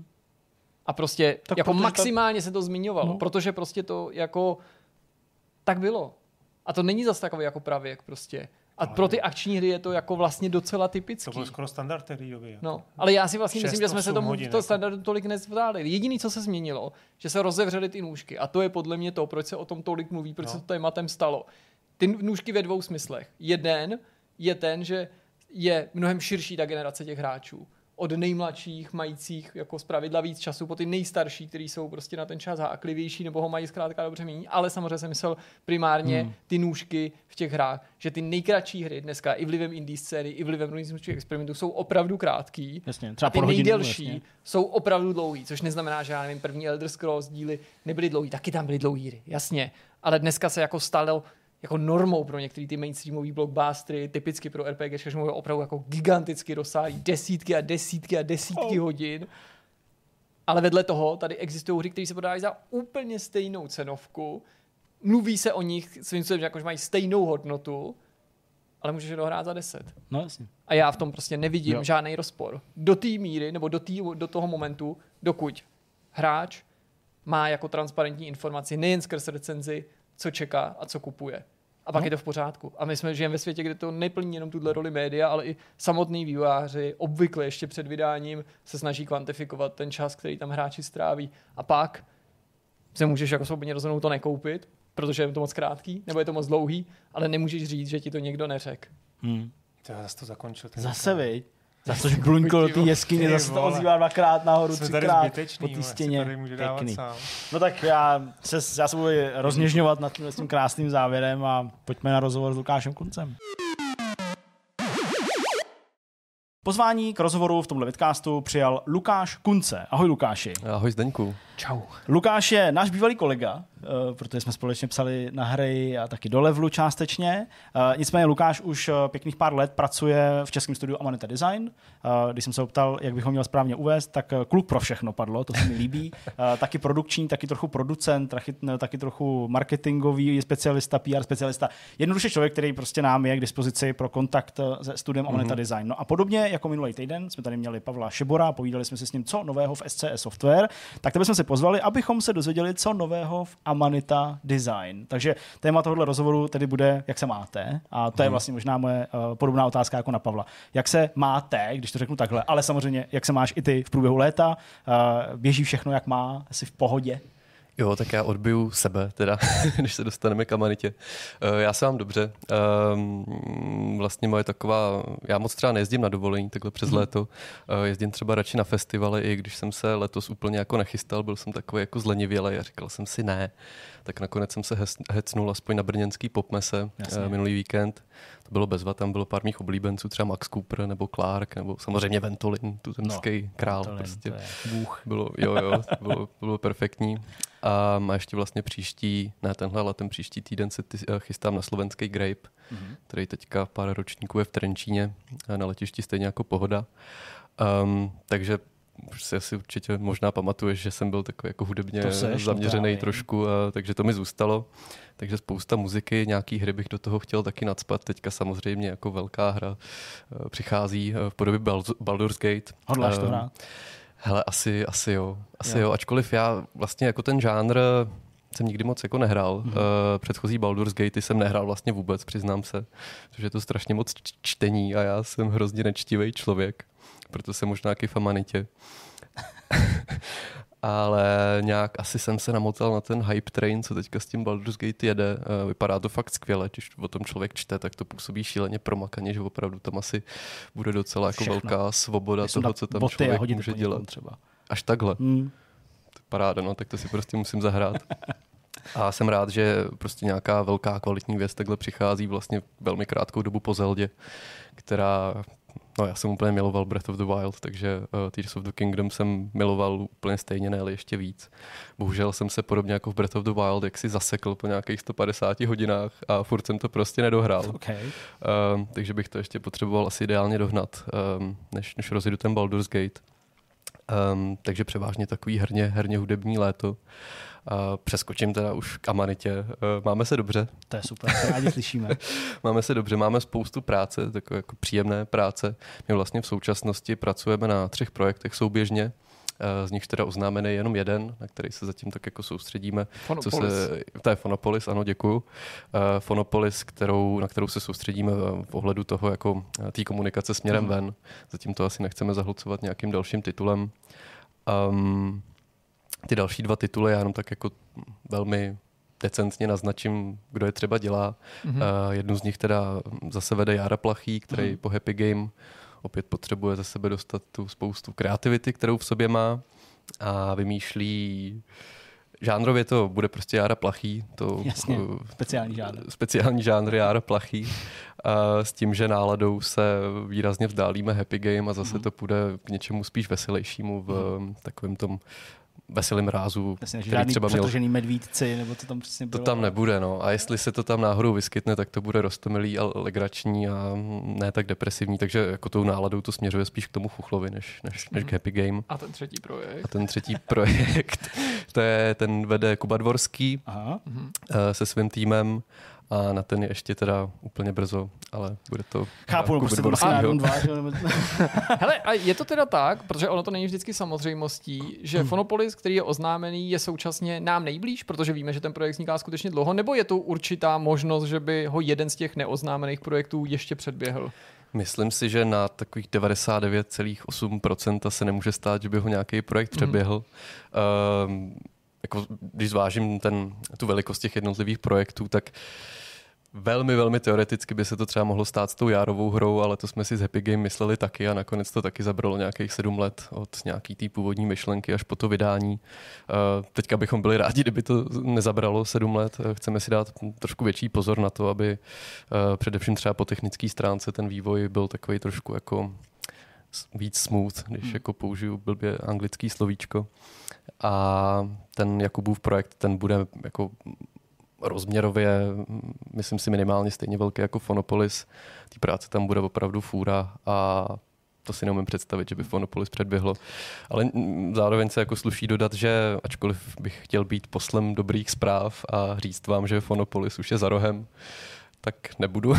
A prostě tak jako maximálně se to zmiňovalo, protože prostě to jako tak bylo. A to není zas takový jako pravěk prostě. A pro ty akční hry je to jako vlastně docela typický. To byl skoro standard té doby. No, ale já si vlastně myslím, že jsme se tomu standardu tolik nezvládli. Jediné, co se změnilo, že se rozevřely ty nůžky. A to je podle mě to, proč se o tom tolik mluví, proč se to tématem stalo. Ty nůžky ve dvou smyslech. Jeden je ten, že je mnohem širší ta generace těch hráčů. od nejmladších majících jako zpravidla víc času po ty nejstarší, kteří jsou prostě na ten čas háklivější nebo ho mají zkrátka dobře míň, ale samozřejmě jsem myslel primárně ty nůžky v těch hrách, že ty nejkratší hry dneska i vlivem indie scény, i vlivem různých experimentů jsou opravdu krátký. Jasně, a ty nejdelší jsou opravdu dlouhý, což neznamená, že já nevím, první Elder Scrolls díly nebyly dlouhý, taky tam byly dlouhý hry, jasně, ale dneska se jako stalo jako normou pro některé ty mainstreamové blockbustery, typicky pro RPG, že mluví opravdu jako giganticky rozsáhlý, desítky a desítky hodin. Ale vedle toho tady existují hry, které se prodávají za úplně stejnou cenovku. Mluví se o nich svým způsobem, že jakož mají stejnou hodnotu, ale můžeš je dohrát za 10. No jasně. A já v tom prostě nevidím žádný rozpor. Do té míry, nebo do toho momentu, dokud hráč má jako transparentní informaci nejen skrz recenzi, co čeká a co kupuje. A pak je to v pořádku. A my žijeme ve světě, kde to neplní jenom tuhle roli média, ale i samotný vývojáři obvykle ještě před vydáním se snaží kvantifikovat ten čas, který tam hráči stráví. A pak se můžeš jako svobodně rozhodnout to nekoupit, protože je to moc krátký, nebo je to moc dlouhý, ale nemůžeš říct, že ti to někdo neřekl. Já zase to zakončil. Zase, viď? Zase bluňkol do té jeskyně, zase to ozývá dvakrát nahoru, třikrát po té stěně. Pěkný. No tak já se budu rozněžňovat nad tím krásným závěrem a pojďme na rozhovor s Lukášem Kuncem. Pozvání k rozhovoru v tomhle vidcastu přijal Lukáš Kunce. Ahoj Lukáši. Ahoj Zdeňku. Čau. Lukáš je náš bývalý kolega, protože jsme společně psali na hry a taky do Levelu částečně. Nicméně Lukáš už pěkných pár let pracuje v českém studiu Amanita Design. Když jsem se optal, jak bych ho měl správně uvést, tak kluk pro všechno padlo, to se mi líbí. Taky produkční, taky trochu producent, taky trochu marketingový specialista, PR specialista. Jednoduše člověk, který prostě nám je k dispozici pro kontakt se studiem Amanita Design. No a podobně jako minulý týden jsme tady měli Pavla Šebora, povídali jsme si s ním, co nového v SCE Software, tak tebe jsme se pozvali, abychom se dozvěděli, co nového v Amanita Design. Takže téma tohoto rozhovoru tedy bude, jak se máte. A to je vlastně možná moje podobná otázka jako na Pavla. Jak se máte, když to řeknu takhle, ale samozřejmě, jak se máš i ty v průběhu léta? Běží všechno, jak má? Jsi v pohodě? Jo, tak já odbiju sebe, teda, když se dostaneme k Amanitě. Já se mám dobře. Vlastně moje taková, já moc třeba nejezdím na dovolení takhle přes léto. Jezdím třeba radši na festivaly, i když jsem se letos úplně jako nechystal, byl jsem takový jako zlenivělej a říkal jsem si ne. Tak nakonec jsem se hecnul aspoň na brněnský popmese minulý víkend. To bylo bezva, tam bylo pár mých oblíbenců, třeba Max Cooper nebo Clark, nebo samozřejmě Ventolin, tuzemský král. Ventolin, prostě. Bůh. Bylo perfektní. A ještě vlastně ten příští týden se chystám na slovenský Grape, který teďka pár ročníků je v Trenčíně na letišti stejně jako Pohoda. Takže si asi určitě možná pamatuješ, že jsem byl takový jako hudebně zaměřený trošku, takže to mi zůstalo. Takže spousta muziky, nějaký hry bych do toho chtěl taky nacpat. Teďka samozřejmě jako velká hra přichází v podobě Baldur's Gate. Hodláš to hrát? Hele, asi jo. Ačkoliv já vlastně jako ten žánr jsem nikdy moc jako nehrál. Předchozí Baldur's Gate jsem nehrál vlastně vůbec, přiznám se. Protože je to strašně moc čtení a já jsem hrozně nečtivý člověk. Proto jsem možná taky v Amanitě. Ale nějak asi jsem se namotal na ten hype train, co teďka s tím Baldur's Gate jede. Vypadá to fakt skvěle, když o tom člověk čte, tak to působí šíleně promakaně, že opravdu tam asi bude docela jako velká svoboda toho, co tam člověk může dělat. Třeba. Až takhle. To je paráda, no, tak to si prostě musím zahrát. A jsem rád, že prostě nějaká velká kvalitní věc takhle přichází vlastně velmi krátkou dobu po Zeldě, která... No, já jsem úplně miloval Breath of the Wild, takže Tears of the Kingdom jsem miloval úplně stejně, ne, ale ještě víc. Bohužel jsem se podobně jako v Breath of the Wild jaksi zasekl po nějakých 150 hodinách a furt jsem to prostě nedohrál. Okay. Takže bych to ještě potřeboval asi ideálně dohnat, než rozjedu ten Baldur's Gate. Takže převážně takový herně hudební léto. Přeskočím teda už k Amanitě. Máme se dobře. To je super, to rádi slyšíme. Máme se dobře, máme spoustu práce, takové jako příjemné práce. My vlastně v současnosti pracujeme na 3 projektech souběžně. Z nich teda oznámený jenom jeden, na který se zatím tak jako soustředíme. To je Phonopolis, ano, děkuju. Phonopolis, na kterou se soustředíme v ohledu toho jako té komunikace směrem ven. Zatím to asi nechceme zahlcovat nějakým dalším titulem. Ty další 2 tituly já jenom tak jako velmi decentně naznačím, kdo je třeba dělá. Jednu z nich teda zase vede Jára Plachý, který po Happy Game opět potřebuje ze sebe dostat tu spoustu kreativity, kterou v sobě má a vymýšlí. Žánrově to bude prostě Jára Plachý. To, jasně, speciální žánr Jára Plachý. A s tím, že náladou se výrazně vzdálíme Happy Game a zase to půjde k něčemu spíš veselějšímu v takovém tom veselým rázu, jasně, který třeba měl... přetržený medvídci, nebo to tam přesně bylo. To tam nebude, no. A jestli se to tam náhodou vyskytne, tak to bude roztomilý a legrační a ne tak depresivní, takže jako tou náladou to směřuje spíš k tomu chuchlovi, než k Happy Game. A ten třetí projekt, to je, ten vede Kuba Dvorský se svým týmem. A na ten je ještě teda úplně brzo, ale bude to... Chápu, prostě to Hele, a je to teda tak, protože ono to není vždycky samozřejmostí, že Phonopolis, který je oznámený, je současně nám nejblíž, protože víme, že ten projekt vzniká skutečně dlouho, nebo je to určitá možnost, že by ho jeden z těch neoznámených projektů ještě předběhl? Myslím si, že na takových 99,8% se nemůže stát, že by ho nějaký projekt předběhl. Jako, když zvážím tu velikost těch jednotlivých projektů, tak velmi, velmi teoreticky by se to třeba mohlo stát s tou Járovou hrou, ale to jsme si z Happy Game mysleli taky a nakonec to taky zabralo nějakých 7 let od nějaký té původní myšlenky až po to vydání. Teďka bychom byli rádi, kdyby to nezabralo 7 let. Chceme si dát trošku větší pozor na to, aby především třeba po technické stránce ten vývoj byl takový trošku jako víc smooth, když jako použiju blbě anglický slovíčko. A ten Jakubův projekt, ten bude jako rozměrově, myslím si, minimálně stejně velký jako Phonopolis. Té práce tam bude opravdu fůra a to si neumím představit, že by Phonopolis předběhlo. Ale zároveň se jako sluší dodat, že ačkoliv bych chtěl být poslem dobrých zpráv a říct vám, že Phonopolis už je za rohem, tak nebudu,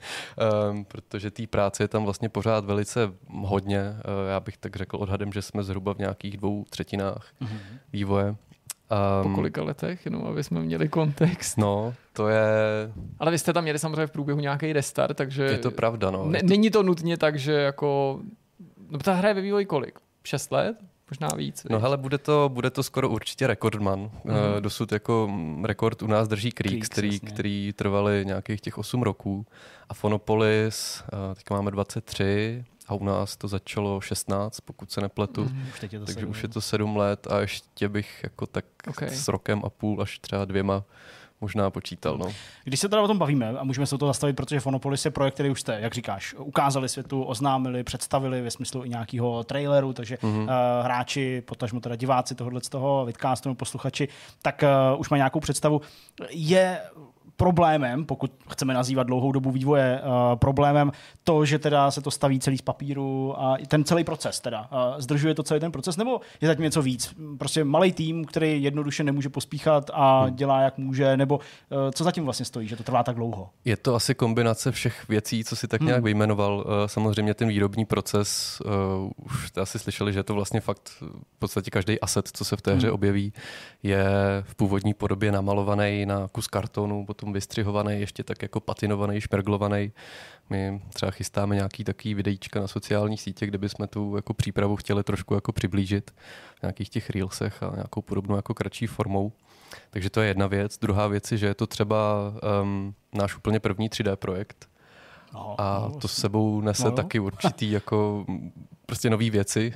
protože té práce je tam vlastně pořád velice hodně. Já bych tak řekl odhadem, že jsme zhruba v nějakých 2/3 vývoje. Po kolika letech, jenom aby jsme měli kontext. No, to je... Ale vy jste tam měli samozřejmě v průběhu nějaký restart, takže... Je to pravda, no. Není to nutně tak, že jako... No, ta hra je ve vývoji kolik? 6 let? Možná víc. No hele, bude to skoro určitě rekordman. Dosud jako rekord u nás drží Creeks, který trvali nějakých těch 8 roků. A Phonopolis, teďka máme 23 a u nás to začalo 16, pokud se nepletu. Takže už je to 7 let a ještě bych jako tak s rokem a půl až třeba 2 možná počítal. No. Když se teda o tom bavíme a můžeme se o to zastavit, protože Phonopolis je projekt, který už jste, jak říkáš, ukázali světu, oznámili, představili ve smyslu i nějakého traileru, takže hráči, potažmo teda diváci tohohle z toho, vidcastu nebo posluchači, tak už mají nějakou představu. Je problémem, pokud chceme nazývat dlouhou dobu vývoje problémem, to, že teda se to staví celý z papíru a ten celý proces teda. Zdržuje to celý ten proces, nebo je zatím něco víc? Prostě malý tým, který jednoduše nemůže pospíchat a dělá jak může, nebo co zatím vlastně stojí, že to trvá tak dlouho? Je to asi kombinace všech věcí, co si tak nějak vyjmenoval. Samozřejmě ten výrobní proces, už jste asi slyšeli, že je to vlastně fakt v podstatě každý asset, co se v té hře objeví, je v původní podobě namalovaný na kus kartonu, potom vystřihovaný, ještě tak jako patinovaný, šmerglovaný. My třeba chystáme nějaký takový videíčka na sociální sítě, kde bychom tu jako přípravu chtěli trošku jako přiblížit v nějakých těch reelsech a nějakou podobnou jako kratší formou. Takže to je jedna věc. Druhá věc je, že je to třeba náš úplně první 3D projekt. A to s sebou nese taky určitý jako prostě nový věci.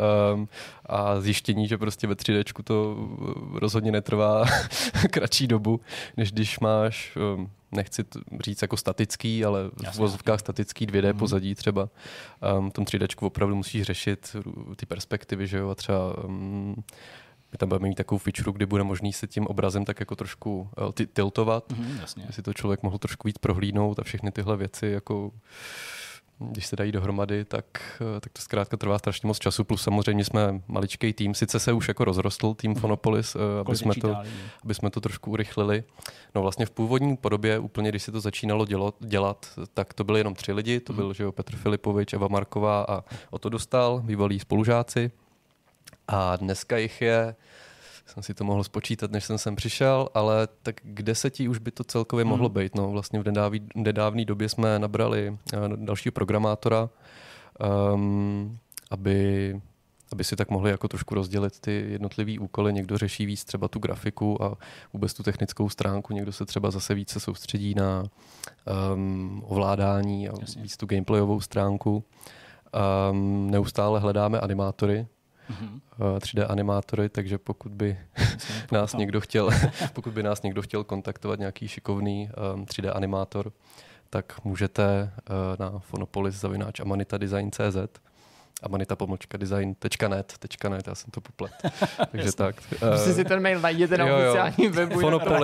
A zjištění, že prostě ve 3Dčku to rozhodně netrvá kratší dobu, než když máš, nechci říct jako statický, ale v vozovkách statický 2D pozadí třeba. V tom 3Dčku opravdu musíš řešit ty perspektivy, že jo, a třeba my tam budeme mít takovou feature, kdy bude možný se tím obrazem tak jako trošku tiltovat, aby si to člověk mohl trošku víc prohlídnout a všechny tyhle věci, jako když se dají dohromady, tak to zkrátka trvá strašně moc času, plus samozřejmě jsme maličký tým, sice se už jako rozrostl tým Phonopolis, aby jsme to trošku urychlili. No vlastně v původní podobě, úplně když se to začínalo dělat, tak to byly jenom 3 lidi, to byl že jo, Petr Filipovič, Eva Marková a Oto Dostal, bývalí spolužáci. A dneska jich je, jsem si to mohl spočítat, než jsem sem přišel, ale tak kde se ti už by to celkově mohlo být? No, vlastně v nedávné době jsme nabrali dalšího programátora, aby si tak mohli jako trošku rozdělit ty jednotlivý úkoly. Někdo řeší víc třeba tu grafiku a vůbec tu technickou stránku, někdo se třeba zase více soustředí na ovládání a víc tu gameplayovou stránku. Neustále hledáme animátory, 3D animátory, takže pokud by nás někdo chtěl kontaktovat nějaký šikovný 3D animátor, tak můžete na fonopolis@amanitadesign.cz amanita-design.net, já jsem to poplet. Takže tak. Prostě si ten mail najděte na oficiálním webu.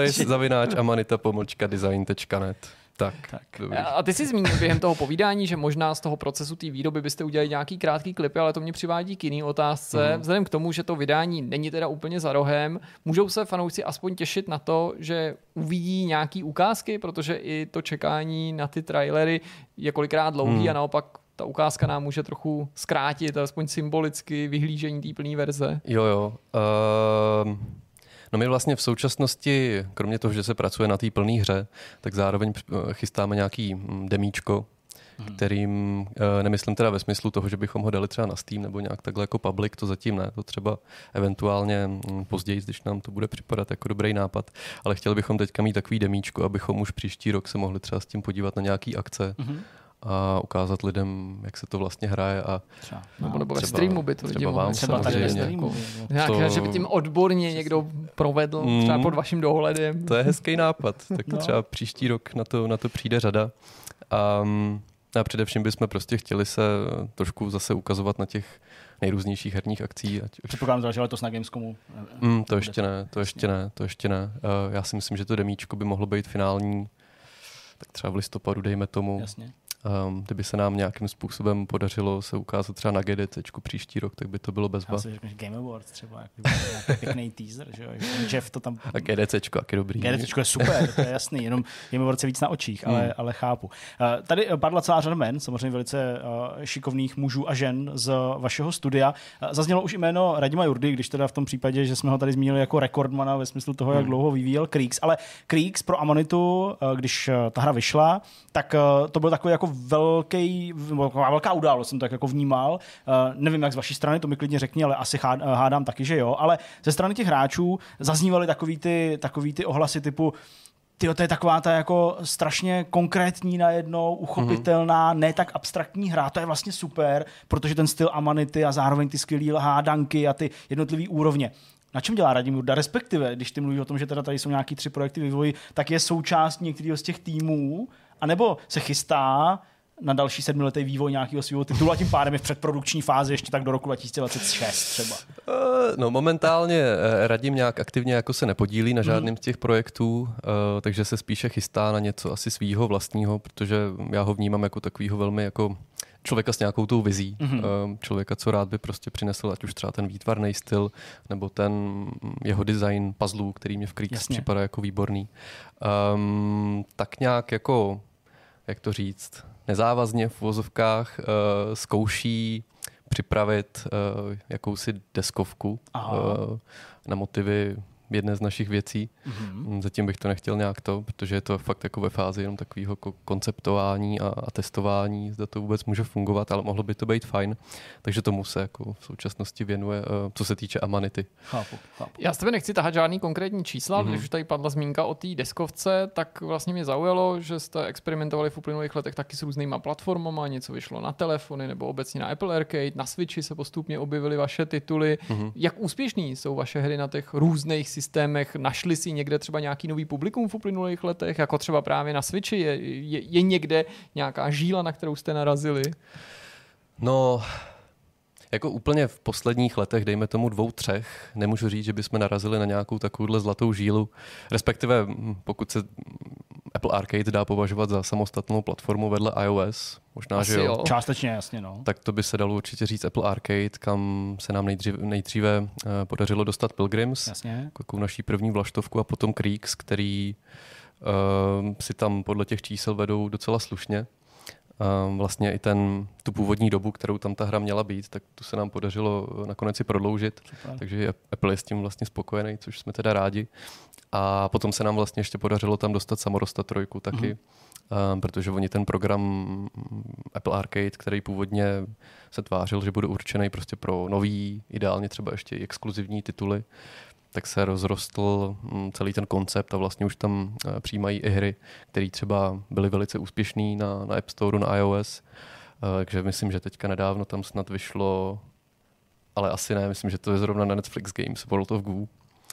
Fonopolis@amanita-design.net. Tak. A ty jsi zmínil během toho povídání, že možná z toho procesu té výroby byste udělali nějaký krátký klipy, ale to mě přivádí k jiný otázce. Vzhledem k tomu, že to vydání není teda úplně za rohem, můžou se fanoušci aspoň těšit na to, že uvidí nějaký ukázky, protože i to čekání na ty trailery je kolikrát dlouhý a naopak ta ukázka nám může trochu zkrátit, aspoň symbolicky vyhlížení té plné verze. Jo. No my vlastně v současnosti, kromě toho, že se pracuje na té plné hře, tak zároveň chystáme nějaký demíčko, kterým nemyslím teda ve smyslu toho, že bychom ho dali třeba na Steam nebo nějak takhle jako public, to zatím ne, to třeba eventuálně později, když nám to bude připadat jako dobrý nápad, ale chtěli bychom teďka mít takový demíčko, abychom už příští rok se mohli třeba s tím podívat na nějaký akce. A ukázat lidem, jak se to vlastně hraje. A nebo ve streamu by to lidi mohli. Třeba tady ve streamu. Že by tím odborně někdo provedl, třeba pod vaším dohledem. To je hezký nápad. Tak třeba příští rok na to přijde řada. A především bychom prostě chtěli se trošku zase ukazovat na těch nejrůznějších herních akcí. Předpokládám, že letos na Gamescomu. To ještě ne. Já si myslím, že to demíčko by mohlo být finální tak třeba v listopadu, dejme tomu. Jasně. Kdyby se nám nějakým způsobem podařilo se ukázat třeba na GDCčku příští rok, tak by to bylo bezva. Já si řeknu, že Game Awards třeba, nějaký pěkný teaser, že jo, Jeff to tam... A GDCčko, jak je dobrý. GDCčko je super, to je jasný, jenom Game Awards je víc na očích, ale chápu. Tady padla celá řada jmen, samozřejmě velice šikovných mužů a žen z vašeho studia. Zaznělo už jméno Radima Jurdy, když teda v tom případě, že jsme ho tady zmínili jako rekordmana ve smyslu toho, jak dlouho vyvíjel Kriegs, ale Kriegs pro Amanitu, když ta hra vyšla, tak to byl takový jako velká událost, jsem tak jako vnímal. Nevím, jak z vaší strany, to mi klidně řekni, ale asi hádám taky, že jo. Ale ze strany těch hráčů zaznívaly takový ty ohlasy typu to je taková ta jako strašně konkrétní najednou, uchopitelná, ne tak abstraktní hra. To je vlastně super, protože ten styl Amanity a zároveň ty skvělý hádanky a ty jednotlivý úrovně. Na čem dělá Radim Jurda? Respektive, když ty mluvíš o tom, že teda tady jsou nějaký 3 projekty vývoji, tak je součástí některého z těch týmů, anebo se chystá na další 7letý vývoj nějakého svého titulu a tím pádem je v předprodukční fázi ještě tak do roku 2026 třeba. No momentálně Radim nějak aktivně jako se nepodílí na žádným z těch projektů, takže se spíše chystá na něco asi svýho vlastního, protože já ho vnímám jako takovýho velmi jako člověka s nějakou tou vizí, člověka, co rád by prostě přinesl, ať už třeba ten výtvarný styl, nebo ten jeho design puzzlů, který mě v Kriegs připadá jako výborný. Tak nějak jako, jak to říct, nezávazně v uvozovkách zkouší připravit jakousi deskovku na motivy jedné z našich věcí. Zatím bych to nechtěl nějak protože je to fakt jako ve fázi jenom takového konceptování a testování, zda to vůbec může fungovat, ale mohlo by to být fajn. Takže tomu se jako v současnosti věnuje, co se týče Amanity. Chápu. Já z tebe nechci tahat žádný konkrétní čísla, když už tady padla zmínka o té deskovce, tak vlastně mě zaujalo, že jste experimentovali v uplynulých letech taky s různýma platformama, něco vyšlo na telefony nebo obecně na Apple Arcade, na Switchi se postupně objevily vaše tituly. Jak úspěšný jsou vaše hry na těch různých systémech? Našli si někde třeba nějaký nový publikum v uplynulých letech, jako třeba právě na Switchi? Je někde nějaká žíla, na kterou jste narazili? No, jako úplně v posledních letech, dejme tomu 2-3, nemůžu říct, že bychom narazili na nějakou takovouhle zlatou žílu. Respektive, pokud se Apple Arcade dá považovat za samostatnou platformu vedle iOS, možná, asi že jo. Částečně, jasně, no. Tak to by se dalo určitě říct Apple Arcade, kam se nám nejdříve podařilo dostat Pilgrims, jasně. Jako naší první vlaštovku, a potom Kriegs, který si tam podle těch čísel vedou docela slušně. Vlastně i tu původní dobu, kterou tam ta hra měla být, tak tu se nám podařilo nakonec i prodloužit. Super. Takže Apple je s tím vlastně spokojený, což jsme teda rádi. A potom se nám vlastně ještě podařilo tam dostat Samorosta 3 taky, protože oni ten program Apple Arcade, který původně se tvářil, že bude určený prostě pro nový, ideálně třeba ještě i exkluzivní tituly, tak se rozrostl celý ten koncept a vlastně už tam přijímají i hry, které třeba byly velice úspěšné na App Store, na iOS. Takže myslím, že teďka nedávno tam snad vyšlo, ale asi ne, myslím, že to je zrovna na Netflix Games, World of Goo.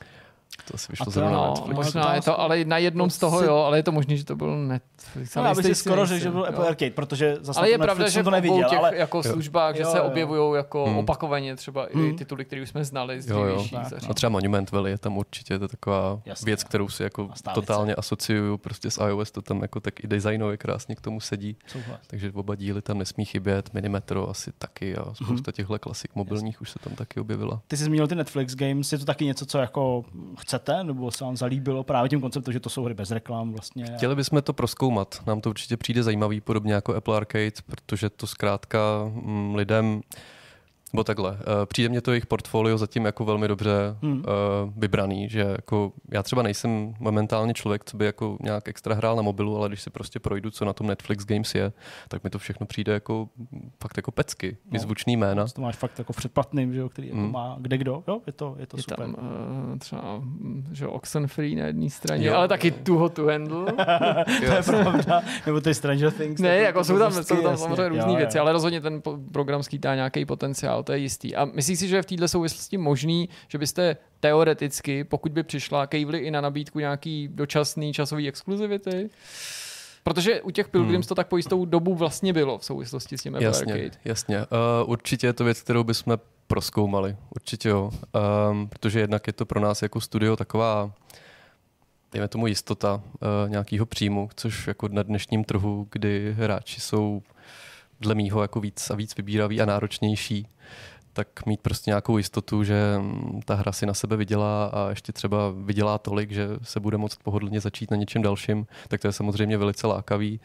To asi vyšlo zrovna na Netflix. Možná je to, ale na jednom z toho, jo, ale je to možný, že to byl Netflix. Já bych si skoro řekl, že byl Apple Arcade, protože zase ale je Netflix pravda, že jsem to v obou neviděl. těch Ale jako službách, že se objevují jako opakovaně třeba i Hmm. tituly, které už jsme znali z dřívějších. A třeba Monument Valley je tam určitě, to je taková věc, kterou si jako totálně asociuju prostě s iOS, to tam jako tak i designově krásně k tomu sedí. Takže oba díly tam nesmí chybět, Minimetro asi taky a spousta těchto klasik mobilních už se tam taky objevila. Ty jsi zmínil ty Netflix Games, je to taky něco, co jako chcete, nebo se vám zalíbilo právě tím konceptem, že to jsou hry bez reklam vlastně? Chtěli bychom to prozkoumat. Nám to určitě přijde zajímavý, podobně jako Apple Arcade, protože to zkrátka lidem, nebo takhle, přijde mně to jejich portfolio zatím jako velmi dobře vybraný, že jako já třeba nejsem momentálně člověk, co by jako nějak extra hrál na mobilu, ale když si prostě projdu, co na tom Netflix Games je, tak mi to všechno přijde jako fakt jako pecky, zvučný jména. To máš fakt jako předplatným, že jo, který jako má kde kdo, jo, je to je super. Tam třeba, že Oxenfree na jedné straně, ale taky Too Hot to Handle. To je pravda, nebo ty Stranger Things. Ne, jako jsou tam samozřejmě různý věci, ale rozhodně ten program skýtá nějaký potenciál, to je jistý. A myslíš si, že je v této souvislosti možný, že byste teoreticky, pokud by přišla, kejvli i na nabídku nějaký dočasný časový exkluzivity? Protože u těch Pilgrims to tak po jistou dobu vlastně bylo v souvislosti s tím Apple Arcade. Jasně. Určitě je to věc, kterou bychom prozkoumali. Určitě jo. Protože jednak je to pro nás jako studio taková, dejme tomu jistota nějakého příjmu, což jako na dnešním trhu, kdy hráči jsou dle mýho jako víc a víc vybíraví a náročnější, tak mít prostě nějakou jistotu, že ta hra si na sebe vydělá a ještě třeba vydělá tolik, že se bude moct pohodlně začít na něčem dalším, tak to je samozřejmě velice lákavý.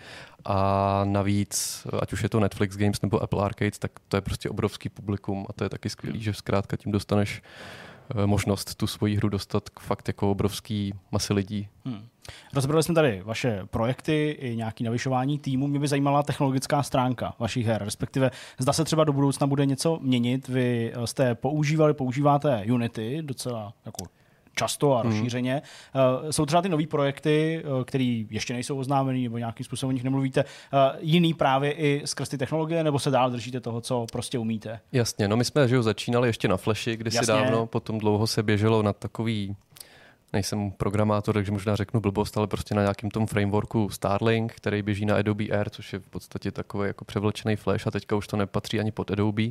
A navíc, ať už je to Netflix Games nebo Apple Arcade, tak to je prostě obrovský publikum a to je taky skvělý, že zkrátka tím dostaneš možnost tu svoji hru dostat k fakt jako obrovský masy lidí. Rozbrali jsme tady vaše projekty i nějaké navyšování týmu. Mě by zajímala technologická stránka vašich her, respektive zda se třeba do budoucna bude něco měnit. Vy jste používáte Unity docela jako často a rozšířeně. Jsou třeba ty nový projekty, které ještě nejsou oznámený nebo nějakým způsobem o nich nemluvíte, jiný právě i skrz ty technologie, nebo se dál držíte toho, co prostě umíte? Jasně, no my jsme začínali ještě na Flashi, kdysi dávno, potom dlouho se běželo na takový, nejsem programátor, takže možná řeknu blbost, ale prostě na nějakém tom frameworku Starlink, který běží na Adobe Air, což je v podstatě takový jako převlečený Flash a teďka už to nepatří ani pod Adobe.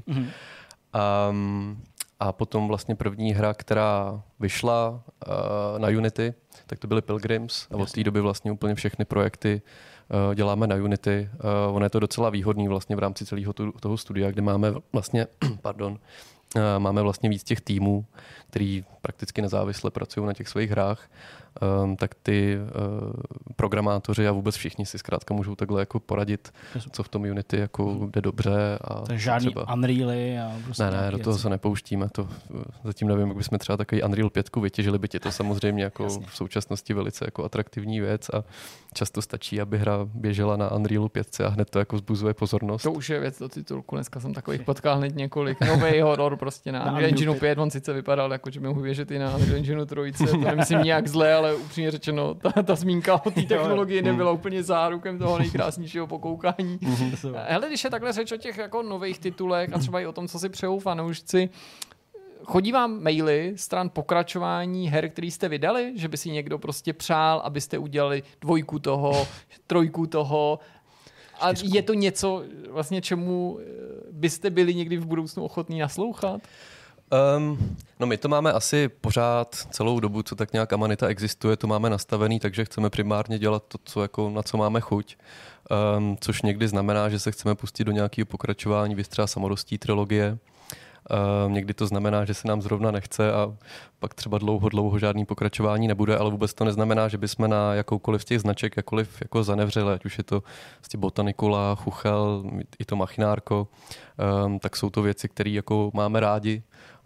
A potom vlastně první hra, která vyšla na Unity, tak to byly Pilgrims a od té doby vlastně úplně všechny projekty děláme na Unity. Ono je to docela výhodný vlastně v rámci celého toho studia, kde máme vlastně, máme vlastně víc těch týmů, který prakticky nezávisle pracují na těch svých hrách, tak ty programátoři a vůbec všichni si zkrátka můžou takhle jako poradit, co v tom Unity jako jde dobře. To je žádný třeba Unreally a prostě ne, do toho se nepouštíme. To zatím nevím, jak bychom třeba takový Unreal 5 vytěžili, byť je to samozřejmě jako v současnosti velice jako atraktivní věc a často stačí, aby hra běžela na Unrealu 5 a hned to jako vzbuzuje pozornost. To už je věc do titulku. Dneska jsem takových potkal hned několik. Nový horor prostě na Unreal Engineu 5. On sice vypadal jako, že mohu věřit i na Unreal Engineu 3. To nemyslím nějak zle, ale upřímně řečeno, ta zmínka o té technologii nebyla úplně zárukem toho nejkrásnějšího pokoukání. Hele, když je takhle řeč o těch jako nových titulech a třeba i o tom, co si přejou fanoušci, chodí vám maily stran pokračování her, který jste vydali, že by si někdo prostě přál, abyste udělali 2 toho, 3 toho, a je to něco, vlastně čemu byste byli někdy v budoucnu ochotní naslouchat? No my to máme asi pořád celou dobu, co tak nějak Amanita existuje, to máme nastavený, takže chceme primárně dělat to, co jako, na co máme chuť. Což někdy znamená, že se chceme pustit do nějakého pokračování, třeba Samorostí trilogie. Někdy to znamená, že se nám zrovna nechce a pak třeba dlouho žádný pokračování nebude, ale vůbec to neznamená, že bychom na jakoukoliv z těch značek jakkoliv jako zanevřeli, ať už je to Botanicula, Chuchel, i to Machinárko, tak jsou to věci, které jako máme rádi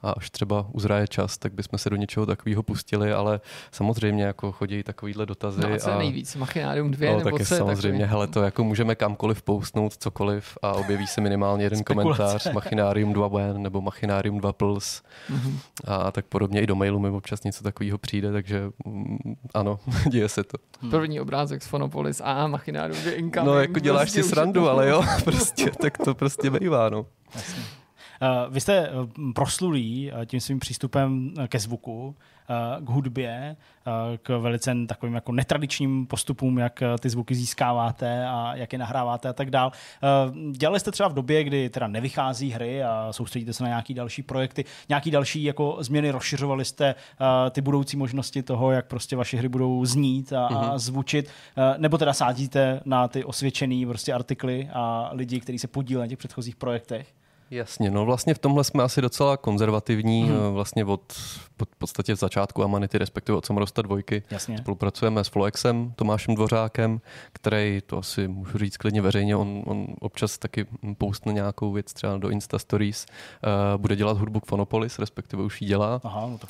a až třeba uzraje čas, tak bychom se do něčeho takového pustili, ale samozřejmě jako chodí takovýhle dotazy. No a co je nejvíc? Machinarium 2 no, nebo tak je co je samozřejmě, takový? hele, to jako můžeme kamkoliv poustnout, cokoliv a objeví se minimálně jeden komentář Machinarium 2 Wen nebo Machinarium 2 Plus a tak podobně. I do mailu mi občas něco takového přijde, takže ano, děje se to. První obrázek z Phonopolis a Machinarium 2 incoming. No jako děláš si Prostě už srandu, ale jo, prostě, tak to prostě bývá, no. Vy jste proslulí tím svým přístupem ke zvuku, k hudbě, k velice takovým jako netradičním postupům, jak ty zvuky získáváte a jak je nahráváte a tak dál. Dělali jste třeba v době, kdy teda nevychází hry a soustředíte se na nějaký další projekty, nějaký další jako změny, rozšiřovali jste ty budoucí možnosti toho, jak prostě vaše hry budou znít a zvučit, nebo teda sázíte na ty osvědčený prostě artikly a lidi, kteří se podílí na těch předchozích projektech? Jasně, no vlastně v tomhle jsme asi docela konzervativní, vlastně od podstatě v začátku Amanity, respektive od Samorosta 2. Jasně. Spolupracujeme s Floexem, Tomášem Dvořákem, který, to asi můžu říct klidně veřejně, on občas taky postne nějakou věc třeba do Insta Stories, bude dělat hudbu k Phonopolis, respektive už ji dělá. Aha, no tak.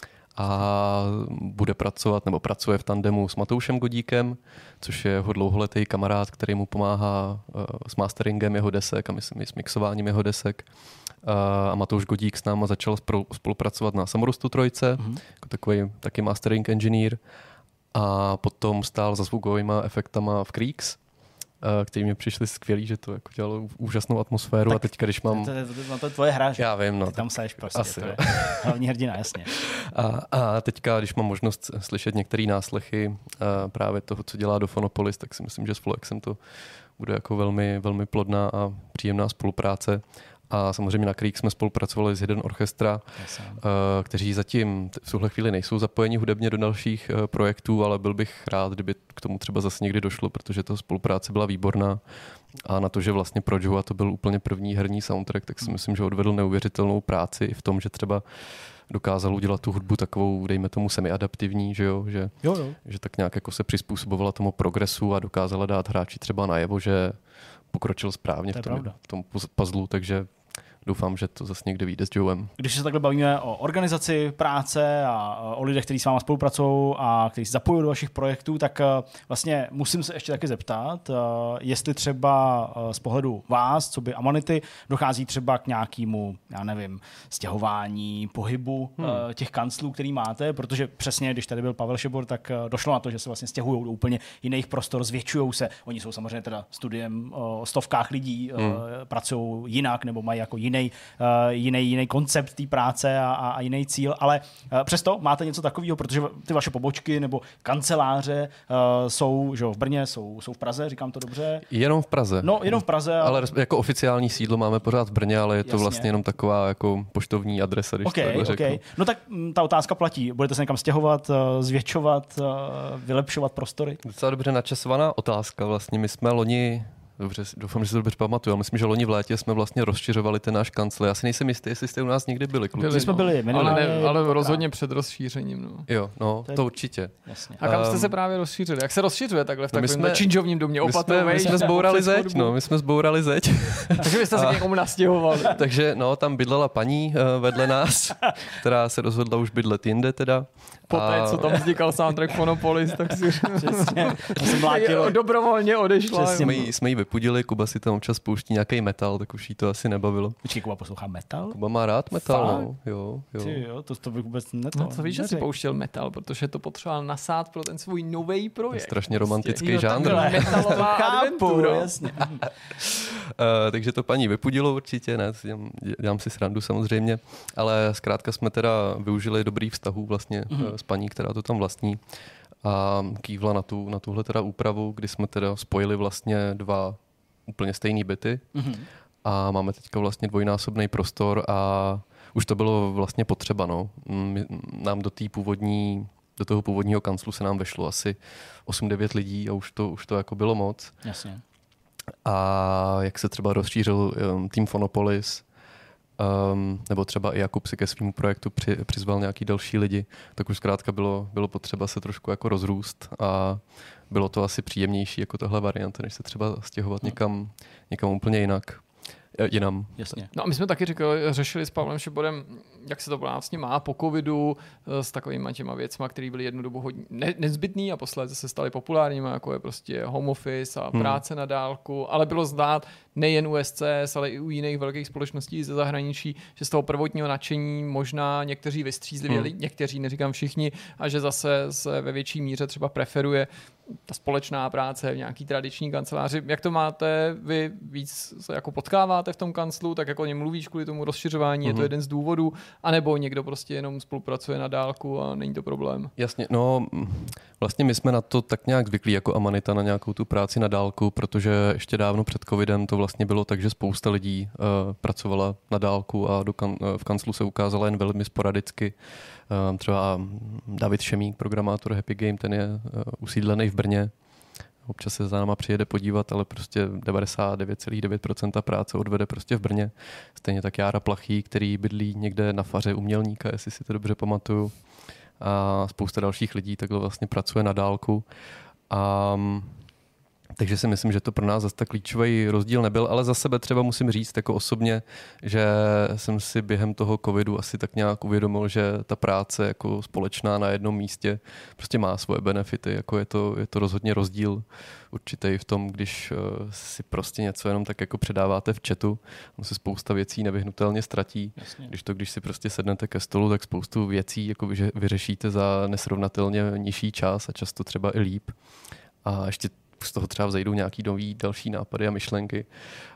A bude pracovat, nebo pracuje v tandemu s Matoušem Godíkem, což je jeho dlouholetý kamarád, který mu pomáhá s masteringem jeho desek a myslím i s mixováním jeho desek. A Matouš Godík s náma začal spolupracovat na Samorostu 3, jako takový taky mastering engineer. A potom stál za zvukovými efektama v Creeks, který mi přišli skvělý, že to jako dělalo úžasnou atmosféru. Tak a teď, když mám... To je tvoje hra, že? Já vím, no. Ty tam seš prostě, asi, to je hlavní hrdina, jasně. A teďka, když mám možnost slyšet některé náslechy právě toho, co dělá do Phonopolis, tak si myslím, že s Floexem to bude jako velmi, velmi plodná a příjemná spolupráce. A samozřejmě na Creek jsme spolupracovali s Hidden Orchestra, kteří zatím v tuhle chvíli nejsou zapojeni hudebně do dalších projektů, ale byl bych rád, kdyby k tomu třeba zase někdy došlo, protože ta spolupráce byla výborná. A na to, že vlastně pro Joe to byl úplně první herní soundtrack, tak si myslím, že odvedl neuvěřitelnou práci i v tom, že třeba dokázal udělat tu hudbu takovou, dejme tomu, semi-adaptivní, že jo? Že tak nějak jako se přizpůsobovala tomu progresu a dokázala dát hráči třeba najevo, že pokročil správně v tom puzzlu, takže doufám, že to zase někde vyjde s Joem. Když se takhle bavíme o organizaci práce a o lidech, kteří s váma spolupracují a kteří se zapojují do vašich projektů, tak vlastně musím se ještě taky zeptat, jestli třeba z pohledu vás, co by Amanity, dochází třeba k nějakému, já nevím, stěhování, pohybu těch kanclů, který máte, protože přesně, když tady byl Pavel Šebor, tak došlo na to, že se vlastně stěhují do úplně jiných prostor, zvětšují se. Oni jsou samozřejmě teda studiem o stovkách lidí, pracují jinak nebo mají jako jiný koncept té práce a jiný cíl, ale přesto máte něco takového, protože ty vaše pobočky nebo kanceláře jsou, že v Brně, jsou v Praze, říkám to dobře? Jenom v Praze. No, jenom v Praze. Ale jako oficiální sídlo máme pořád v Brně, ale je to vlastně jenom taková jako poštovní adresa, když to řeknu. No tak ta otázka platí. Budete se někam stěhovat, zvětšovat, vylepšovat prostory? Docela dobře načasovaná otázka. Vlastně my jsme loni, dobře, doufám, že se dobře pamatuju, ale myslím, že loni v létě jsme vlastně rozšiřovali ten náš kancel. Já si nejsem jistý, jestli jste u nás někdy byli, kluci. My jsme byli, ale rozhodně před rozšířením. No. Jo, no, to určitě. Jasně. A kam jste se právě rozšířili? Jak se rozšiřuje takhle v takovém činžovním domě? My jsme zbourali zeď. Takže vy jste se k někomu nastěhovali. Takže no, tam bydlela paní vedle nás, která se rozhodla už bydlet jinde teda. Poté, co tam vznikal soundtrack Phonopolis, tak si mlátilo. Dobrovolně odešla. Jsme jí vypudili, Kuba si tam občas pouští nějaký metal, tak už jí to asi nebavilo. Počkej, Kuba poslouchá metal? Kuba má rád metal, no. Jo. Ty jo, to bych vůbec No to víš, že si pouštěl metal, protože to potřeboval nasát pro ten svůj nový projekt. Strašně romantický žánr. Metalová adventura. Jasně. Takže to paní vypudilo určitě, ne, dělám si srandu samozřejmě, ale zkrátka jsme teda využili dobrý vztahů vlastně s paní, která to tam vlastní a kývla na tuhle teda úpravu, kdy jsme teda spojili vlastně dva úplně stejný byty a máme teďka vlastně dvojnásobný prostor a už to bylo vlastně potřeba, no. Nám do toho původního kanclu se nám vešlo asi 8-9 lidí a už to jako bylo moc. Jasně. A jak se třeba rozšířil tým Phonopolis, nebo třeba i Jakub si ke svému projektu přizval nějaký další lidi, tak už zkrátka bylo potřeba se trošku jako rozrůst a bylo to asi příjemnější jako tahle varianta, než se třeba stěhovat někam úplně jinam. Jasně. No a my jsme taky řešili s Pavlem Šeborem jak se to vlastně má po covidu s takovými těma věcma, které byly jednu dobu hodně nezbytný a posléze se staly populárníma, jako je prostě home office a práce na dálku, ale bylo znát nejen u SCS, ale i u jiných velkých společností ze zahraničí, že z toho prvotního nadšení možná někteří vystřízlivěli, někteří, neříkám všichni, a že zase se ve větší míře třeba preferuje ta společná práce v nějaký tradiční kanceláři. Jak to máte? Vy víc se jako potkáváte v tom kanclu, tak jako o něm mluvíš kvůli tomu rozšiřování, je to jeden z důvodů, anebo někdo prostě jenom spolupracuje na dálku a není to problém? Jasně, no vlastně my jsme na to tak nějak zvyklí jako Amanita na nějakou tu práci na dálku, protože ještě dávno před covidem to vlastně bylo tak, že spousta lidí pracovala na dálku a v kanclu se ukázala jen velmi sporadicky. Třeba David Šemík, programátor Happy Game, ten je usídlený v Brně. Občas se za náma přijede podívat, ale prostě 99,9% práce odvede prostě v Brně. Stejně tak Jára Plachý, který bydlí někde na faře u Mělníka, jestli si to dobře pamatuju. A spousta dalších lidí takhle vlastně pracuje na dálku. Takže si myslím, že to pro nás zase tak klíčový rozdíl nebyl, ale za sebe třeba musím říct jako osobně, že jsem si během toho covidu asi tak nějak uvědomil, že ta práce jako společná na jednom místě prostě má svoje benefity, jako je to rozhodně rozdíl určitý v tom, když si prostě něco jenom tak jako předáváte v chatu, on se spousta věcí nevyhnutelně ztratí. Jasně. Když si prostě sednete ke stolu, tak spoustu věcí jako vyřešíte za nesrovnatelně nižší čas a často třeba i líp. A ještě z toho třeba vzejdou nějaký nový další nápady a myšlenky.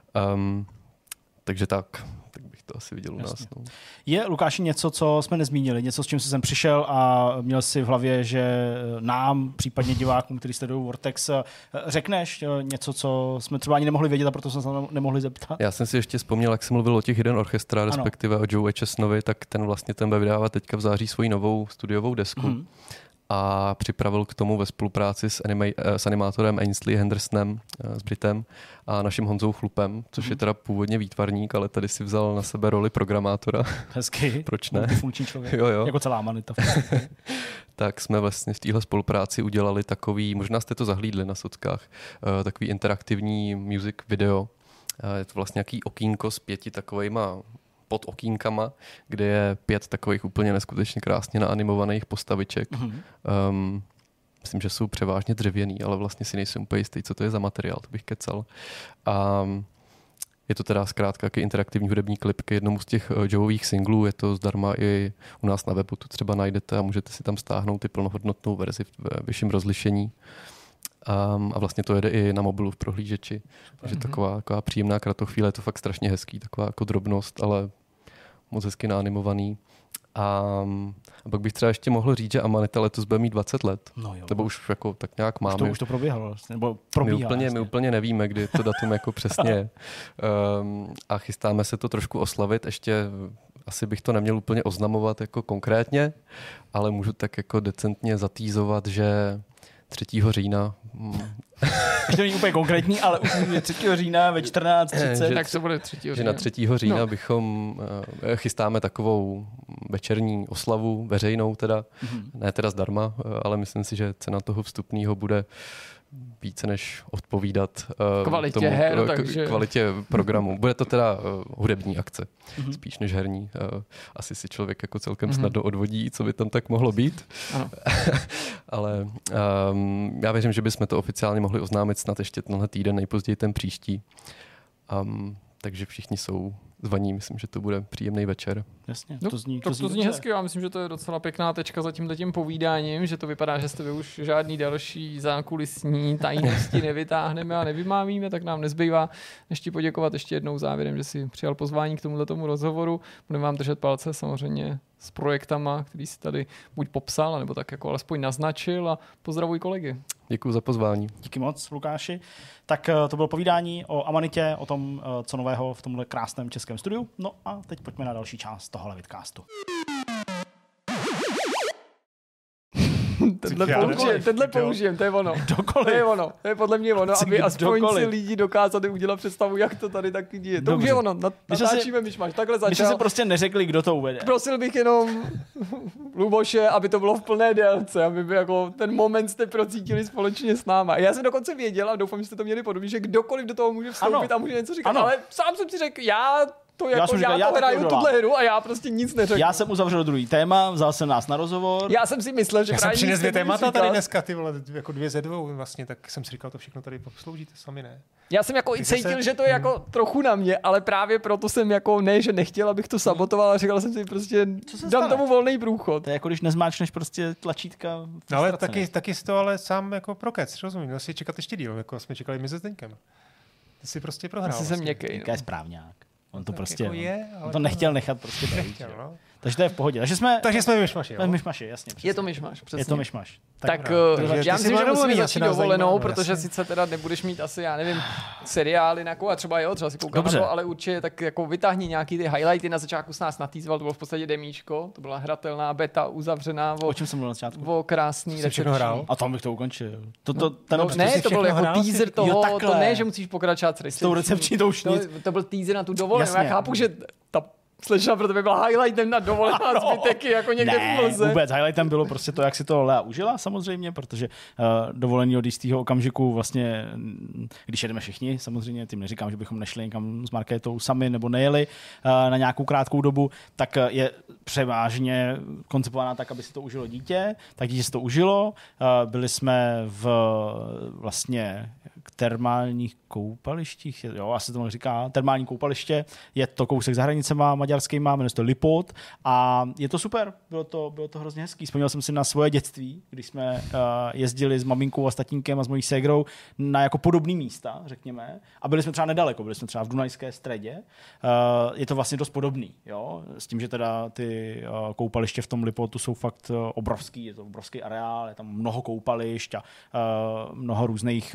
Takže tak bych to asi viděl u nás. No. Je, Lukáši, něco, co jsme nezmínili, něco, s čím jsi sem přišel a měl si v hlavě, že nám, případně divákům, kteří sledují Vortex, řekneš něco, co jsme třeba ani nemohli vědět a proto jsme se nemohli zeptat? Já jsem si ještě vzpomněl, jak jsem mluvil o těch Hidden Orchestra, respektive o Joe Chesnovi, tak ten vlastně bude vydávat teďka v září svoji novou studiovou desku. A připravil k tomu ve spolupráci s animátorem Ainsley Hendersonem, s Britem, a naším Honzou Chlupem, což je teda původně výtvarník, ale tady si vzal na sebe roli programátora. Hezky. Proč ne? Multifunkční člověk. Jo. Jako celá Amanita. Tak jsme vlastně v téhle spolupráci udělali takový, možná jste to zahlídli na sockách, takový interaktivní music video. Je to vlastně nějaký okýnko s 5 takovejma pod okýnkama, kde je 5 takových úplně neskutečně krásně naanimovaných postaviček. Myslím, že jsou převážně dřevěný, ale vlastně si nejsem úplně jistý, co to je za materiál, to bych kecal. A je to teda zkrátka jaký interaktivní hudební klip k jednomu z těch Joeových singlů, je to zdarma i u nás na webu, to třeba najdete a můžete si tam stáhnout ty plnohodnotnou verzi v vyšším rozlišení. A vlastně to jede i na mobilu v prohlížeči. Takže taková příjemná kratochvíle, je to fakt strašně hezký, taková jako drobnost, ale moc hezky naanimovaný. A pak bych třeba ještě mohl říct, že Amanita letos bude mít 20 let. No jo. Nebo už jako tak nějak máme. Už to probíhalo vlastně, nebo probíhá. My úplně nevíme, kdy to datum jako přesně je. A chystáme se to trošku oslavit. Ještě asi bych to neměl úplně oznamovat jako konkrétně, ale můžu tak jako decentně zatýzovat, že 3. října. To není úplně konkrétní, ale už 3. října ve 14:30. Tak to bude 3. října. Že na 3. října bychom chystáme takovou večerní oslavu, veřejnou teda, ne teda zdarma, ale myslím si, že cena toho vstupného bude více než odpovídat kvalitě programu. Bude to teda hudební akce, spíš než herní. Asi si člověk jako celkem snadno odvodí, co by tam tak mohlo být. Ano. Ale já věřím, že bychom to oficiálně mohli oznámit snad ještě tenhle týden, nejpozději ten příští. Takže všichni jsou zvaní, myslím, že to bude příjemný večer. Jasně, to zní hezky, já myslím, že to je docela pěkná tečka za tímhletím povídáním, že to vypadá, že jste vy už žádný další zákulisní tajnosti nevytáhneme a nevymámíme, tak nám nezbývá než ti poděkovat ještě jednou závěrem, že si přijal pozvání k tomuto rozhovoru. Budeme vám držet palce samozřejmě s projektama, který si tady buď popsal, nebo tak jako alespoň naznačil, a pozdravuj kolegy. Děkuji za pozvání. Díky moc, Lukáši. Tak to bylo povídání o Amanitě, o tom, co nového v tomhle krásném českém studiu. No a teď pojďme na další část tohohle vidcastu. Tenhle použijem, to je ono. Dokoliv. To je ono, to je podle mě ono, aby aspoň si lidi dokázali udělat představu, jak to tady taky děje. To už je ono, natáčíme myšmaš, takhle začal. My jsme si prostě neřekli, kdo to uvede. Prosil bych jenom Luboše, aby to bylo v plné délce, aby by jako ten moment jste procítili společně s náma. Já jsem dokonce věděl, a doufám, že jste to měli podobně, že kdokoliv do toho může vstoupit a může něco říkat, ale sám jsem si řekl, já to jako já to hraju tuhle hru a já prostě nic neřeknu. Já jsem uzavřel druhý téma, vzal jsem nás na rozhovor. Já jsem si myslel, že já jsem přines 2 témata tady dneska, ty vole, jako 2 ze 2 vlastně, tak jsem si říkal, to všechno tady posloužíte sami, ne? Já jsem jako i cítil, že to je jako trochu na mě, ale právě proto jsem jako že nechtěl, abych to sabotoval, a říkal jsem si prostě, dám tomu volný průchod. To je jako když nezmáčneš prostě tlačítka. No ale taky jsi to ale sám jako prokec, rozumím, měl si čekat ještě díl, jako jsme čekali my se Zdeňkem. Ty jsi prostě prohrál. Asi jsem měkkej. Je správňák. On to prostě jako je, ale on to nechtěl nechat prostě nechtěl, no. Takže to je v pohodě. Takže jsme myšmaši, jo? Myšmaši, jasně. Přesně. Je to myšmaš, přesně. Je to myšmaš. Tak já myslím, že musíme začít dovolenou, protože sice teda nebudeš mít asi, já nevím, seriály a třeba třeba si koukám na to, ale určitě tak jako vytáhni nějaký ty highlighty. Na začátku s nás natýzval, to bylo v podstatě demíčko, to byla hratelná beta uzavřená o čem jsem byl na začátku? O krásný rečerší. A tam bych to ukončil. To byl jako teaser toho, to ne, že musíš pokračovat s tou recepční, to už nic. To byl teaser na tu dovolenou. Já chápu, že ta slečna pro tebe byla highlightem na dovolená zbyteky, jako někde v Mlze. Vůbec highlightem bylo prostě to, jak si to Lea užila samozřejmě, protože dovolený od jistého okamžiku vlastně, když jedeme všichni, samozřejmě, tím neříkám, že bychom nešli někam s Markétou sami nebo nejeli na nějakou krátkou dobu, tak je převážně koncipovaná tak, aby si to užilo dítě, tak dítě si to užilo. Byli jsme v vlastně termálních koupalištích, jo, asi to říká, termální koupaliště, je to kousek za hranicema maďarskýma, jmenuje se to Lipot a je to super, bylo to hrozně hezký. Vzpomněl jsem si na svoje dětství, když jsme jezdili s maminkou a s tatínkem a s mojí ségrou na jako podobný místa, řekněme, a byli jsme třeba nedaleko, byli jsme třeba v Dunajské Středě. Je to vlastně dost podobný, jo, s tím, že teda ty koupaliště v tom Lipotu jsou fakt obrovský, je to obrovský areál, je tam mnoho koupališť a mnoho různých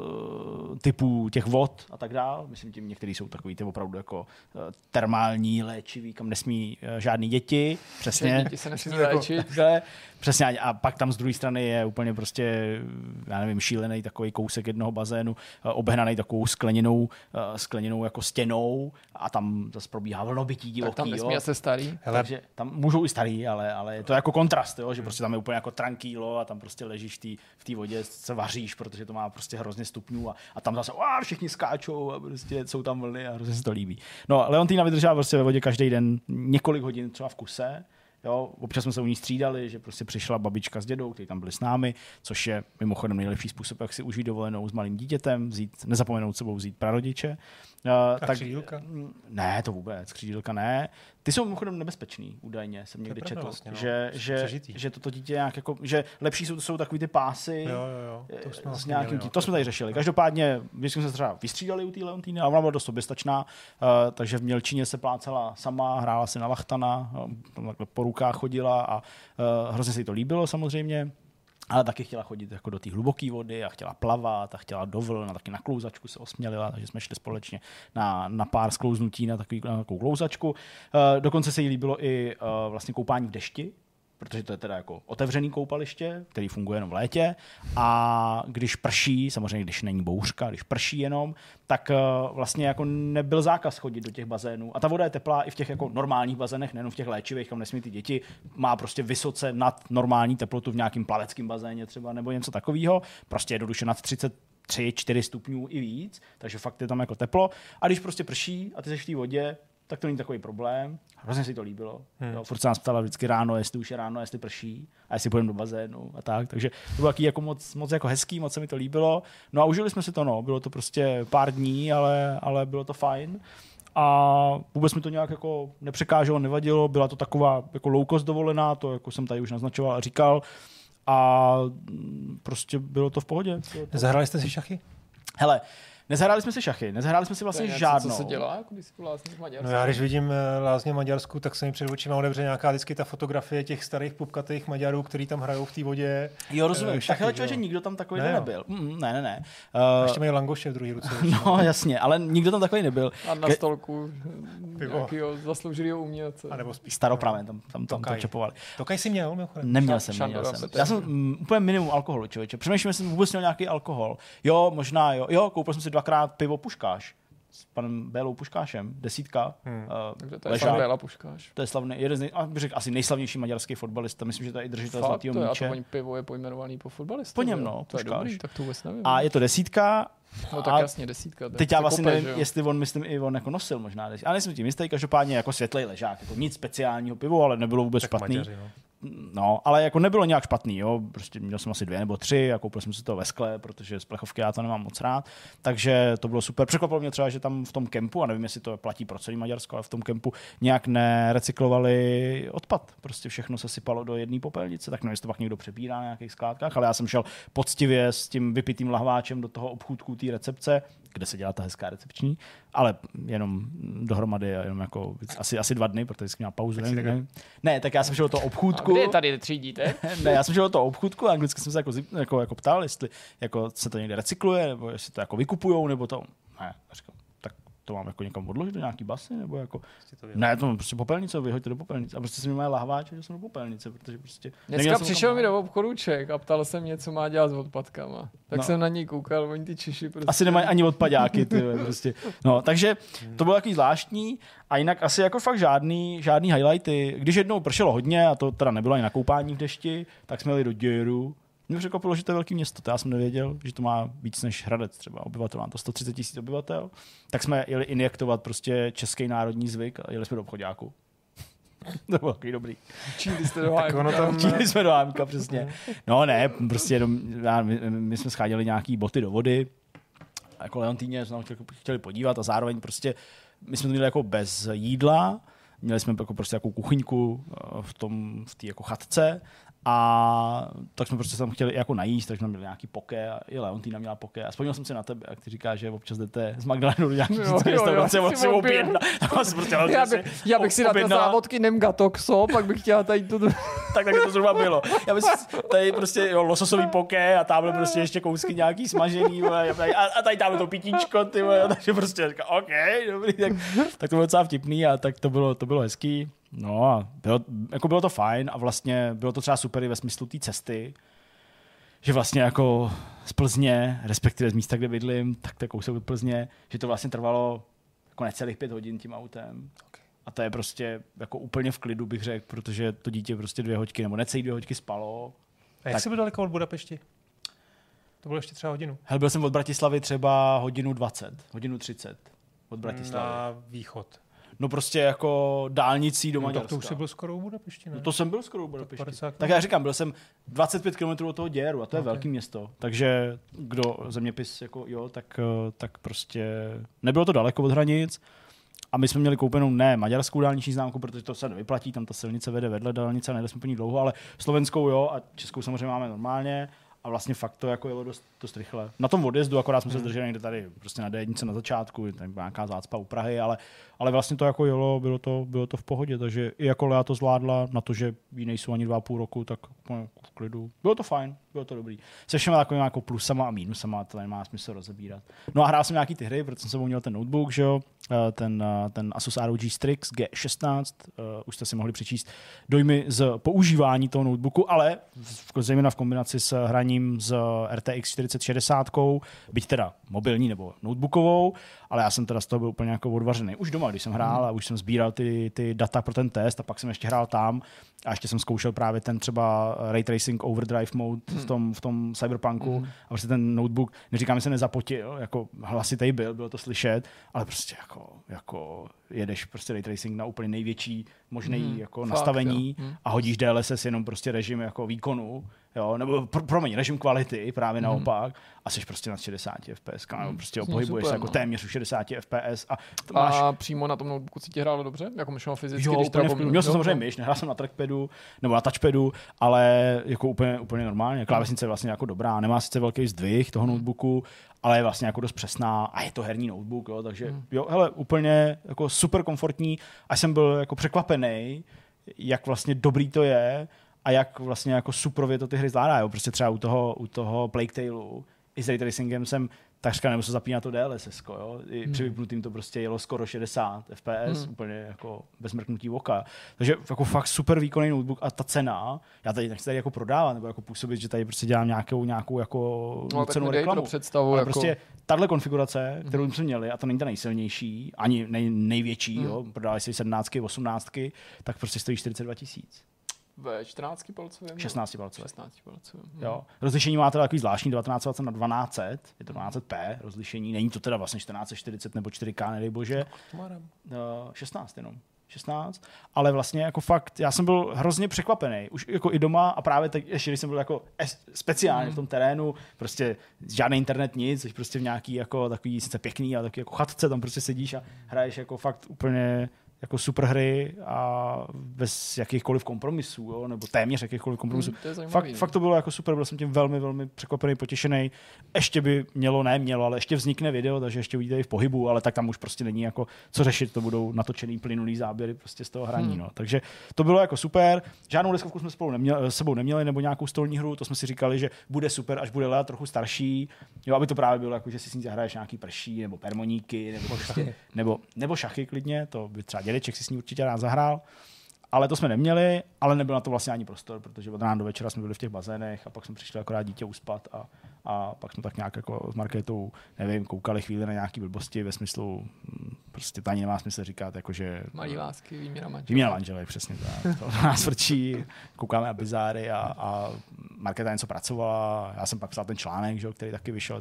typů těch vod a tak dále. Myslím, že některý jsou takový ty opravdu jako termální, léčivý, kam nesmí žádný děti. Přesně. Děti se nesmí léčit. Přesně. A pak tam z druhé strany je úplně prostě, já nevím, šílený takový kousek jednoho bazénu, obehnaný takovou skleněnou jako stěnou a tam zase probíhá vlnobytí divoký. Tak tam nesmí se starý. Takže tam můžou i starý, ale je to jako kontrast, jo, že prostě tam je úplně jako tranquilo a tam prostě ležíš v té vodě, se vaříš, protože to má prostě hrozně stupňů a tam zase všichni skáčou a prostě jsou tam vlny a hrozně se to líbí. No, Leontýna vydržela prostě ve vodě každý den několik hodin třeba v kuse. Jo, občas jsme se u ní střídali, že prostě přišla babička s dědou, kteří tam byli s námi, což je mimochodem nejlepší způsob, jak si užít dovolenou s malým dítětem, nezapomenout sebou vzít prarodiče. Tak křídílka? Ne, to vůbec, křídílka ne. Ty jsou mimochodem nebezpečný, údajně jsem někdy četl, vlastně, no. že toto dítě nějak jako, že lepší jsou takový ty pásy. Jo. S nějakým to jsme tady řešili. Každopádně, když jsme se třeba vystřídali u té Leontýny a ona byla dost soběstačná, takže v mělčině se plácala sama, hrála si na lachtana, po rukách chodila a hrozně se jí to líbilo samozřejmě. Ale taky chtěla chodit jako do té hluboké vody a chtěla plavat a chtěla do vln a taky na klouzačku se osmělila, takže jsme šli společně na pár sklouznutí na takovou klouzačku. Dokonce se jí líbilo i vlastně koupání v dešti, protože to je teda jako otevřený koupaliště, který funguje jenom v létě a když prší, samozřejmě když není bouřka, když prší jenom, tak vlastně jako nebyl zákaz chodit do těch bazénů. A ta voda je teplá i v těch jako normálních bazénech, nejenom v těch léčivých, kam nesmí ty děti, má prostě vysoce nad normální teplotu v nějakém plaveckém bazéně třeba nebo něco takového, prostě jednoduše nad 33-4 stupňů i víc, takže fakt je tam jako teplo. A když prostě prší a ty seš v té vodě, tak to není takový problém. Hrozně si to líbilo. Jo, furt se nás ptala vždycky ráno, jestli už je ráno, jestli prší a jestli půjdeme do bazénu a tak. Takže to bylo taky jako moc jako hezký, moc se mi to líbilo. No a užili jsme si to, no. Bylo to prostě pár dní, ale bylo to fajn. A vůbec mi to nějak jako nepřekáželo, nevadilo. Byla to taková jako low cost dovolená, to jako jsem tady už naznačoval a říkal. A prostě bylo to v pohodě. Zahrali jste si šachy? Hele, nezahráli jsme si šachy, nezahráli jsme si vlastně žádnou. Co se dělá, když si lázně v Maďarsku? No já když vidím lázně v Maďarsku, tak se mi před očima odebře nějaká vždycky ta fotografie těch starých pupkatých Maďarů, kteří tam hrajou v té vodě. Jo, rozumím. Takhle člověk, že nikdo tam takový nebyl. Ne. Ještě mají langoše v druhé ruce. No jasně, ale nikdo tam takový nebyl. A na stolku nějakého zasloužilého umělce. A nebo spíš staropramen, tam to čepovali. Tokaj jsi měl? Neměl jsem. Já jsem úplně minimum alkoholu, člověče. Přemýšlím, jestli jsem vůbec měl nějaký alkohol. Jo, možná jo. Jo, koupil jsem si 2krát pivo Puškáš. s panem Bélou Puškášem, 10. To je slavný Béla Puškáš. To je slavný, jeden z asi nejslavnější maďarský fotbalista. Myslím, že to je i držitel zlatého míče. A to pivo je pojmenovaný po fotbalistu. Po něm, no, to je dobrý, tak to vůbec nevím. A je to 10. No tak jasně, 10. Teď já vlastně nevím, jestli on, myslím, i on jako nosil možná. Ale nejsem tím jistý, každopádně jako světlej ležák. Jako nic speciálního pivo, ale nebylo vůbec špatný. Maďaři, no, ale jako nebylo nějak špatný, jo. Prostě měl jsem asi 2 nebo 3 a koupil jsem si to ve skle, protože z plechovky já to nemám moc rád. Takže to bylo super. Překvapilo mě třeba, že tam v tom kempu, a nevím, jestli to platí pro celý Maďarsko, ale v tom kempu nějak nerecyklovali odpad. Prostě všechno se sypalo do jedné popelnice, tak nevím, jestli to pak někdo přebírá na nějakých skládkách, ale já jsem šel poctivě s tím vypitým lahváčem do toho obchůdku té recepce, kde se dělá ta hezká recepční, ale jenom dohromady, jenom jako asi 2 dny, protože jsem měl pauzu. Ne, tak já jsem šel do toho obchůdku. A kde tady třídíte? Ne, já jsem šel do toho obchůdku a anglicky jsem se jako ptal, jestli jako se to někde recykluje, nebo jestli to jako vykupujou, nebo to. Ne, říkám, tak to mám jako někam odložit do nějaký basy, nebo jako. Ne, to mám prostě popelnice, vyhoďte do popelnice. A prostě jsem měl lahváč, že jsem do popelnice, protože prostě. Dneska přišel mi do obchodu Čech a ptal se mě, co má dělat s odpadkama. Tak jsem na něj koukal, oni ty Češi prostě. Asi nemají ani odpadáky, ty prostě. No, takže to bylo takový zvláštní a jinak asi jako fakt žádný highlighty. Když jednou pršelo hodně, a to teda nebylo ani na koupání v dešti, tak jsme jeli do Děru. Mě překvapilo, že to je velké město, to já jsem nevěděl, že to má víc než Hradec třeba obyvatel, má to 130 000 obyvatel, tak jsme jeli injektovat prostě český národní zvyk a jeli jsme do obchoďáku. To bylo takový dobrý. Čili jste do hájemka. Čili jsme do hájemka, přesně. No ne, prostě jenom, my jsme scháděli nějaký boty do vody, jako Leontýně jsme chtěli podívat a zároveň prostě my jsme to měli jako bez jídla, měli jsme jako prostě jako kuchyňku v té jako chatce. A tak jsme prostě tam chtěli jako najíst, takže jsme měli nějaký poké a i Leontýna měla poké. A vzpomněl jsem si na tebe, jak ty říkáš, že občas jdete z Magdalenu do nějaké restaurace, si objedná. Já bych si na té závodky Nemgatoxo, pak bych chtěla tady to. Tak to zhruba bylo. Já bych tady prostě lososový poké a tam byly prostě ještě kousky nějaký smažený a tady tam to pitíčko, ty vole, takže prostě říkám, OK, dobrý, tak to bylo docela vtipný a tak to bylo hezký. No a bylo to fajn a vlastně bylo to třeba super i ve smyslu té cesty, že vlastně jako z Plzně, respektive z místa, kde bydlím, tak to je kousek od Plzně, že to vlastně trvalo jako necelých 5 hodin tím autem. Okay. A to je prostě jako úplně v klidu, bych řekl, protože to dítě prostě 2 hodiny nebo necelý 2 hodiny spalo. A jak jsi byl daleko od Budapešti? To bylo ještě třeba hodinu. Hele, byl jsem od Bratislavy třeba hodinu 20, hodinu 30 od Bratislavy. Na východ. No prostě jako dálnicí do Maďarska. Tak to už jsi byl skoro u Budapešti, ne? No to jsem byl skoro u Budapešti. Tak já říkám, byl jsem 25 km od toho Děru a to je velký město. Takže kdo zeměpis jako jo, tak prostě nebylo to daleko od hranic. A my jsme měli koupenou ne maďarskou dálniční známku, protože to se nevyplatí, tam ta silnice vede vedle dálnice a nejde jsme po ní dlouho, ale slovenskou jo a českou samozřejmě máme normálně. A vlastně fakt to jako jelo dost rychle. Na tom odjezdu akorát jsme se zdrželi někde tady prostě na D1 na začátku, tam byla nějaká zácpa u Prahy, ale vlastně to jako jelo, bylo to v pohodě, takže i jako Lea to zvládla, na to, že jí nejsou ani 2,5 roku, tak v klidu. Bylo to fajn, bylo to dobrý. Se všema takovými jako plusama a mínusama, to nemá smysl rozebírat. No a hrál jsem nějaký ty hry, protože jsem sebou měl ten notebook, že jo, ten Asus ROG Strix G16, už jste si mohli přečíst dojmy z používání toho notebooku, ale zejména v kombinaci s hraním z RTX 4060, byť teda mobilní nebo notebookovou, ale já jsem teda z toho byl úplně jako odvařený. Už doma, když jsem hrál a už jsem sbíral ty data pro ten test a pak jsem ještě hrál tam a ještě jsem zkoušel právě ten třeba Ray Tracing Overdrive mode v tom Cyberpunku a prostě ten notebook, neříkám, že se nezapotil, jako hlasitej bylo to slyšet, ale prostě jako jedeš prostě Ray Tracing na úplně největší možný jako nastavení a hodíš DLSS jenom prostě režim jako výkonu, jo, nebo promiň, režim kvality, právě naopak, a jsi prostě na 60 FPS, nebo prostě pohybuješ se jako téměř u 60 FPS. A přímo na tom notebooku si ti hrálo dobře? Jako myšlo fyzicky? Jo, měl jsem samozřejmě myš, nehrál jsem na trackpadu nebo na touchpadu, ale jako úplně normálně. Klávesnice je vlastně jako dobrá, nemá sice velký zdvih toho notebooku, ale je vlastně jako dost přesná a je to herní notebook, jo, takže jo, hele, úplně jako super komfortní a jsem byl jako překvapený, jak vlastně dobrý to je a jak vlastně jako suprově to ty hry zvládá, jo. Prostě třeba u toho Plague Tale i s ray tracingem jsem takřka nemusel zapínat to DLSS, jo. I při vypnutým to prostě jelo skoro 60 FPS, úplně jako bez mrknutí oka. Takže jako fakt super výkonný notebook a ta cena, já tady nechci tady jako prodávat nebo jako působit, že tady prostě dělám nějakou jako cenou reklamu. Představu, ale jako... prostě tahle konfigurace, kterou jsme měli, a to není ta nejsilnější, ani největší, jo, prodávali si 17, 18, tak prostě stojí 42 000. Ve 14 palcovém? 16 palcovém. 16 palcovém. Jo. Rozlišení má teda takový zvláštní 1920 na 1200, je to 1200p rozlišení, není to teda vlastně 1440 nebo 4K, nedej bože. 16 jenom. 16, ale vlastně jako fakt, já jsem byl hrozně překvapený, už jako i doma a právě tak, ještě když jsem byl jako speciálně v tom terénu, prostě žádný internet nic, jsi prostě v nějaký jako takový sice pěkný, ale taky jako chatce, tam prostě sedíš a hraješ jako fakt úplně jako super hry a bez jakýchkoliv kompromisů, jo? Nebo téměř jakýchkoliv kompromisů. Fakt to bylo jako super, byl jsem tím velmi, velmi překvapený, potěšený. Ještě by mělo, ale ještě vznikne video, takže ještě uvidíte i v pohybu, ale tak tam už prostě není jako co řešit, to budou natočený plynulý záběry prostě z toho hraní. No. Takže to bylo jako super. Žádnou deskovku jsme sebou neměli, nebo nějakou stolní hru, to jsme si říkali, že bude super, až bude Lea trochu starší, jo, aby to právě bylo jako, že si s ní zahraješ nějaký prší nebo permoníky, nebo prostě, nebo šachy klidně, to by třeba dědeček si s ní určitě rád zahrál, ale to jsme neměli, ale nebyl na to vlastně ani prostor, protože od rána do večera jsme byli v těch bazénech a pak jsme přišli akorát dítě uspat a pak jsme tak nějak jako s Markétou, nevím, koukali chvíli na nějaký blbosti ve smyslu, prostě to ani nemá smysl říkat, jakože... Malý lásky, výměna manželek. Výměna manželek, přesně tak. To nás vrčí, koukáme na bizáry a Markéta něco pracovala, já jsem pak psal ten článek, že, který taky vyšel.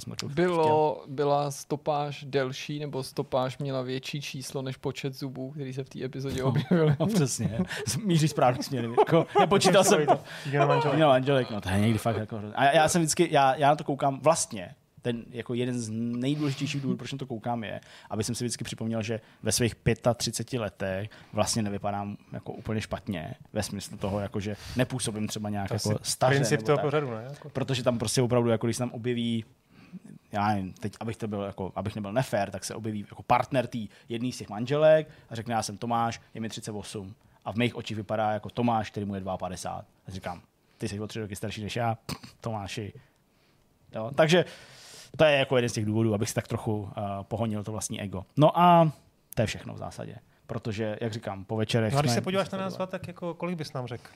Byla stopáž delší, nebo stopáž měla větší číslo než počet zubů, který se v té epizodě objevil. No, přesně. Míří správně směrem. Jako, nepočítal jsem to. Výměna manželek. No to je někdy fakt jako... A já jsem vždycky, já na to koukám vlastně, ten jako jeden z nejdůležitějších důvodů, proč na to koukám, je, aby jsem si vždycky připomněl, že ve svých 35 letech vlastně nevypadám jako úplně špatně, ve smyslu toho, jako, že nepůsobím třeba nějak to jako staře. Princip toho pořadu, ne? Jako... Protože tam prostě opravdu, jako když se tam objeví, já nevím, teď, abych nebyl nefér, tak se objeví jako partner tý jedný z těch manželek a řekne, já jsem Tomáš, je mi 38 a v mých očích vypadá jako Tomáš, který mu je 52. A říkám, ty jsi o 3 roky starší než já, Tomáši. Jo? Takže to je jako jeden z těch důvodů, abych si tak trochu pohonil to vlastní ego. No a to je všechno v zásadě. Protože, jak říkám, po večerech... No a když se podíváš na nás, tak jako kolik bys nám řekl?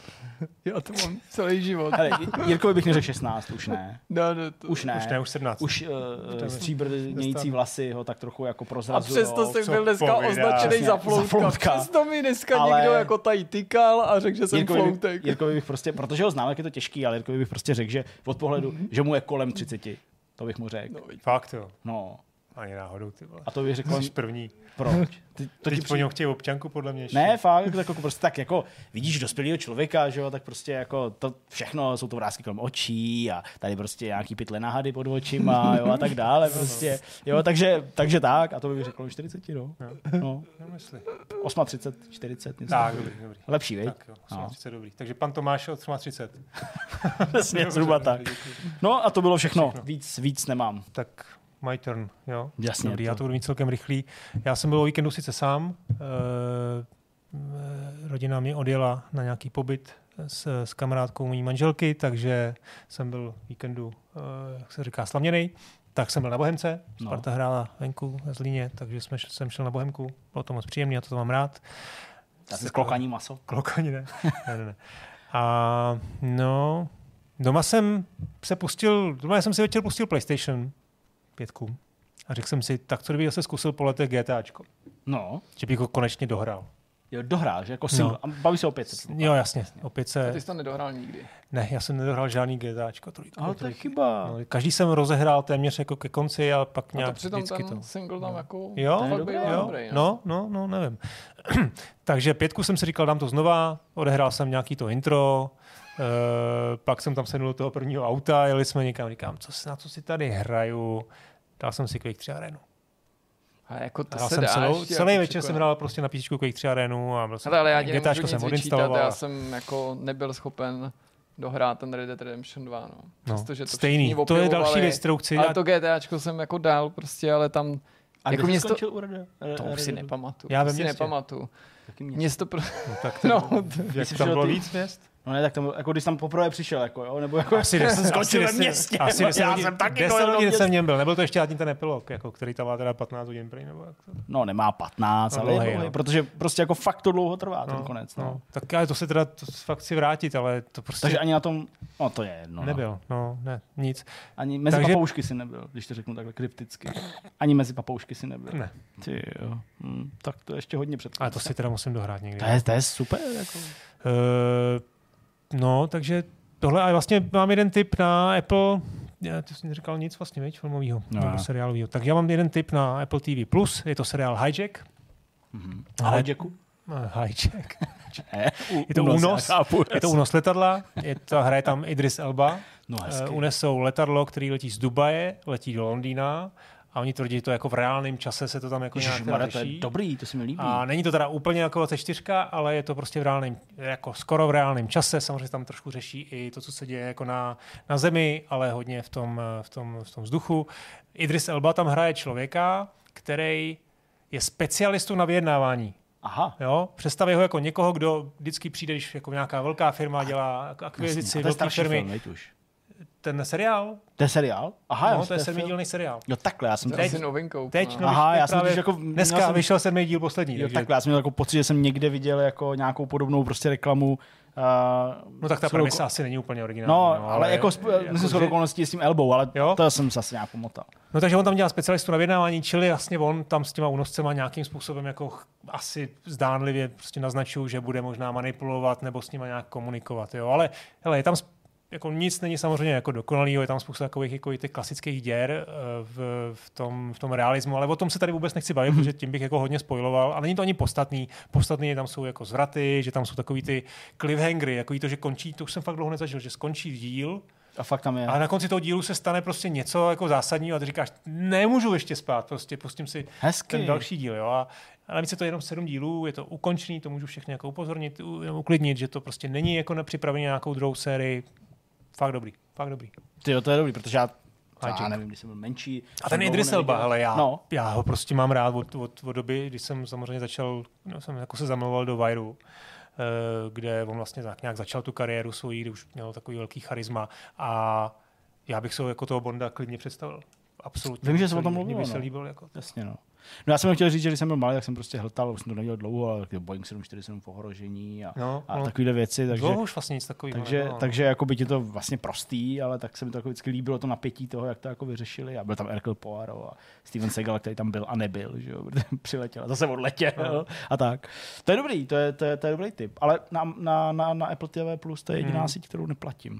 Já to mám celý život. Hele, Jirkovi bych neřekl 16, už ne. No, už ne, už 17. Už stříbrnějící vlasy ho tak trochu jako prozrazují. A přesto jsem byl dneska označený za floutka. Přesto mi dneska někdo jako tady tykal a řekl, že jsem floutek. Jirkovi bych prostě, protože ho znám, jak je to těžký, ale Jirkovi bych prostě řekl, že od pohledu, že mu je kolem 30. To bych mu řekl. No, fakt jo. No. Ani náhodou, ty vole. A to bych řekl... Jsi první. Proč? Teď po něm chtějí občanku, podle mě. Ne, fakt, jako prostě tak jako vidíš dospělého člověka, že jo, tak prostě jako to všechno, jsou to vrásky kolem očí a tady prostě nějaký pytle na hady pod očima, jo, a tak dále prostě. Jo, takže tak, a to bych řekl 40, no. No. 38, 40, něco. Tak, dobrý. Lepší, viď? Tak jo, 38, dobrý. Takže pan Tomáš od 38. Přesně, zhruba tak. No a to bylo všechno. Víc nemám. Tak my turn, jo? Jasně. Dobrý, já to budu mít celkem rychlý. Já jsem byl o víkendu sice sám. Rodina mě odjela na nějaký pobyt s kamarádkou mý manželky, takže jsem byl víkendu, jak se říká, slaměnej. Tak jsem byl na Bohemce, Sparta hrála venku ve Zlíně, takže jsem šel na Bohemku. Bylo to moc příjemné, já to mám rád. Zase klokaní maso? Klokaní, ne. ne. A no, doma jsem si večer pustil PlayStation 5 a řekl jsem si, tak co kdybych se zkusil po letech GTAčko. No. Že bych ho konečně dohrál. Jo, dohrál, že jako single. No. A baví se o 500. Jo, jasně, o 500. A ty jsi to nedohrál nikdy? Ne, já jsem nedohrál žádný GTAčko. Ale to je chyba. No, každý jsem rozehrál téměř jako ke konci, ale pak nějak přitom vždycky ten to. single tam jako... Jo, dobrý, no, nevím. Takže 5 jsem si říkal, dám to znova, odehrál jsem nějaký to intro, pak jsem tam sednul do toho prvního auta, jeli jsme někam, říkám, na co si tady hraju, dal jsem si Quake 3 Arenu. A jako to já se jsem dáš, celý večer jsem hrál prostě na písečku Quake 3 Arenu a byl jsem ale já GTAčko jsem odinstaloval. Já jsem jako nebyl schopen dohrát ten Red Dead Redemption 2, no. Přestože to stejný, to je další věc, kterou chci. Ale to GTAčko jsem jako dal prostě, ale tam... A jako kdo skončil u to už si nepamatuju. Já si nepamatuju. No, tak jak tam bylo víc měst? No ne, tak tam, jako když tam poprvé přišel, jako jo, nebo jako Asi 10 skočil ve městě. Asi já 10 jsem taky 10 dojel do hodin města. jsem v něm byl. Nebyl to ještě ani ten epilog, jako, který tam má teda 15 hodin prý, nebo jak to? No nemá 15, No, ale dlouhej, je dlouhej, no. protože prostě jako fakt to dlouho trvá ten konec. No. Tak ale to se teda to fakt chci vrátit, ale to prostě Takže ani na tom, no to je jedno. No. nebyl. No, ne, nic. Ani mezi Takže- papoušky si nebyl, když to řeknu takhle krypticky. Ani mezi papoušky si nebyl. Ne. Ty jo. Tak to ještě hodně před. Ale to si teda musím dohrát někdy. To je super. Jako. No, takže tohle, a vlastně mám jeden tip na Apple, já to jsem neříkal nic vlastně, viď, filmovýho, nebo seriálovýho. Tak já mám jeden tip na Apple TV+, je to seriál Hijack. Ale Jacku? Hijack. Je to únos letadla, hraje tam Idris Elba. No, hezky. Unesou letadlo, který letí z Dubaje, letí do Londýna a oni tvrdí, že to jako v reálném čase se to tam jako nějak Ježišmarja, řeší. to je dobrý, to se mi líbí. A není to teda úplně jako 24, ale je to prostě v reálném, jako skoro v reálném čase. Samozřejmě tam trošku řeší i to, co se děje jako na zemi, ale hodně v tom vzduchu. Idris Elba tam hraje člověka, který je specialistou na vyjednávání. Aha. Jo? Představí ho jako někoho, kdo vždycky přijde, když jako nějaká velká firma dělá akvizici velké firmy. Film, Ten seriál? To je seriál? Aha, No, to je 7dílný seriál. Jo, takhle, já jsem To je asi novinkou. Teď, no. Aha, já jsem právě jako dneska vyšel 7. díl poslední. Jo, Takže... takhle, já jsem měl jako pocit, že jsem někde viděl jako nějakou podobnou prostě reklamu. No tak ta premisa asi není úplně originální. No, ale jako myslím shodou okolností s tím Elbou, ale jo? to jsem se asi nějak pomotal. No takže on tam dělá specialistu na vyjednávání, čili jasně on tam s těma únoscema nějakým způsobem jako asi zdánlivě prostě naznačují, že bude možná manipulovat nebo s nima nějak komunikovat. Jo? Ale hele, je tam jako nic není samozřejmě jako dokonalýho, je tam spousta takových jako těch klasických děr v tom realismu, ale o tom se tady vůbec nechci bavit, protože tím bych jako hodně spoiloval. A není to ani podstatný. Podstatný tam jsou jako zvraty, že tam jsou takový ty cliffhangery, jako to, že končí, to už jsem fakt dlouho nezažil, že skončí díl. A fakt tam je. A na konci toho dílu se stane prostě něco jako zásadního a ty říkáš, nemůžu ještě spát, prostě pustím si Hezky. ten další díl. Jo? A navíc je to jenom 7 dílů, je to ukončený, to můžu všechny jako upozornit, uklidnit, že to prostě není jako nepřipravený nějakou druhou sérii. Fakt dobrý, fakt dobrý. Tyjo, to je dobrý, protože já nevím, když jsem byl menší. A ten Idris Elba, hele, já ho prostě mám rád od doby, když jsem samozřejmě začal, jsem jako se zamlouval do Wireu, kde on vlastně nějak začal tu kariéru svoji, kdy už měl takový velký charisma a já bych se jako toho Bonda klidně představil. Absolutně. Vím, že jsem o tom mluvil. Mně by se líbil. Jako jasně, no. No já jsem chtěl říct, že když jsem byl malý, tak jsem prostě hltal, už jsem to nedělal dlouho, ale Boeing 747 v ohrožení a takovéhle věci. Takže, dlouho už vlastně nic takového. Takže jako by ti to vlastně prostý, ale tak se mi to jako vždycky líbilo to napětí toho, jak to jako vyřešili. A byl tam Hercule Poirot a Steven Seagal, který tam byl a nebyl, že jo, přiletěl a zase odletěl a tak. To je dobrý, to je dobrý tip. Ale na Apple TV Plus to je jediná síť, kterou neplatím.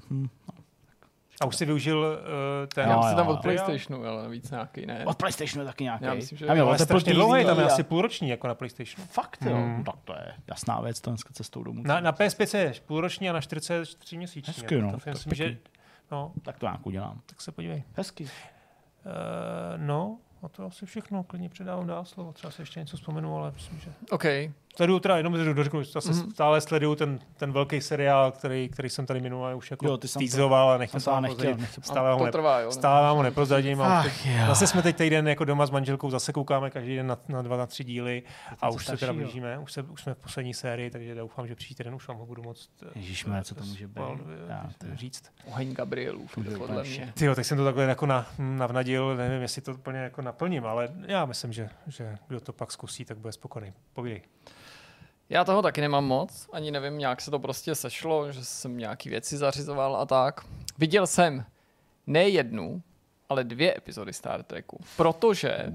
A už si využil ten... Já myslím tam od PlayStationu, ale víc nějaký, ne? Od PlayStationu je taky nějaký. Já myslím, že ale strašně dlouhý, tam je asi půlroční jako na PlayStationu. Fakt jo, tak to je jasná věc, to dneska cestou domů. Na PS5 je půlroční a na 43 měsíční. Hezky, no. To myslím, že... No, tak to nějak udělám. Tak se podívej. Hezky. No, a to asi všechno, klidně předávám dál slovo. Třeba se ještě něco vzpomenu, ale myslím, že... OK. Sleduju teda, jenom dořeknu, stále sleduju ten velký seriál, který jsem tady minule už jako týzoval a nechtěl jsem ho prozradit. Stále vám ho neprozradím. Zase jsme teď týden jako doma s manželkou, zase koukáme každý den na 2, na 3 díly a už se teda blížíme. Už jsme v poslední sérii, takže doufám, že příští den už vám ho budu moct co to může být? říct. Oheň Gabrielův, podle mě. Tyjo, tak jsem to takhle jako navnadil, nevím, jestli to úplně jako naplním, ale já myslím, že kdo to pak zkusí, tak bude spokojený. Povídej. Já toho taky nemám moc, ani nevím, nějak se to prostě sešlo, že jsem nějaký věci zařizoval a tak. Viděl jsem ne jednu, ale 2 epizody Star Treku, protože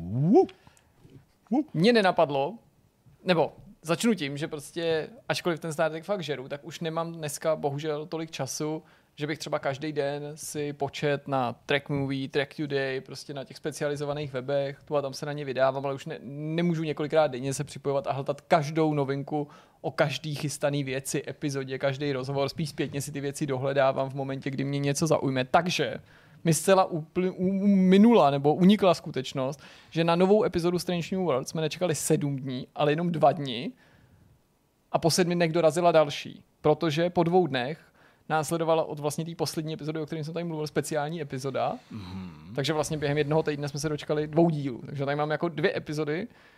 mě nenapadlo, nebo začnu tím, že prostě, ačkoliv ten Star Trek fakt žeru, tak už nemám dneska bohužel tolik času, že bych třeba každý den si počet na Trek Movie, Trek Today, prostě na těch specializovaných webech, tu a tam se na ně vydávám, ale už nemůžu několikrát denně se připojovat a hltat každou novinku o každý chystaný věci, epizodě, každý rozhovor, spíš zpětně si ty věci dohledávám v momentě, kdy mě něco zaujme. Takže mi zcela minula nebo unikla skutečnost, že na novou epizodu Strange New World jsme nečekali 7 dní, ale jenom 2 dny a po 7 dnech dorazila další, protože po 2 dnech následovala od vlastně té poslední epizody, o kterém jsem tady mluvil, speciální epizoda. Takže vlastně během jednoho týdne jsme se dočkali 2 dílů. Takže tady mám jako 2 epizody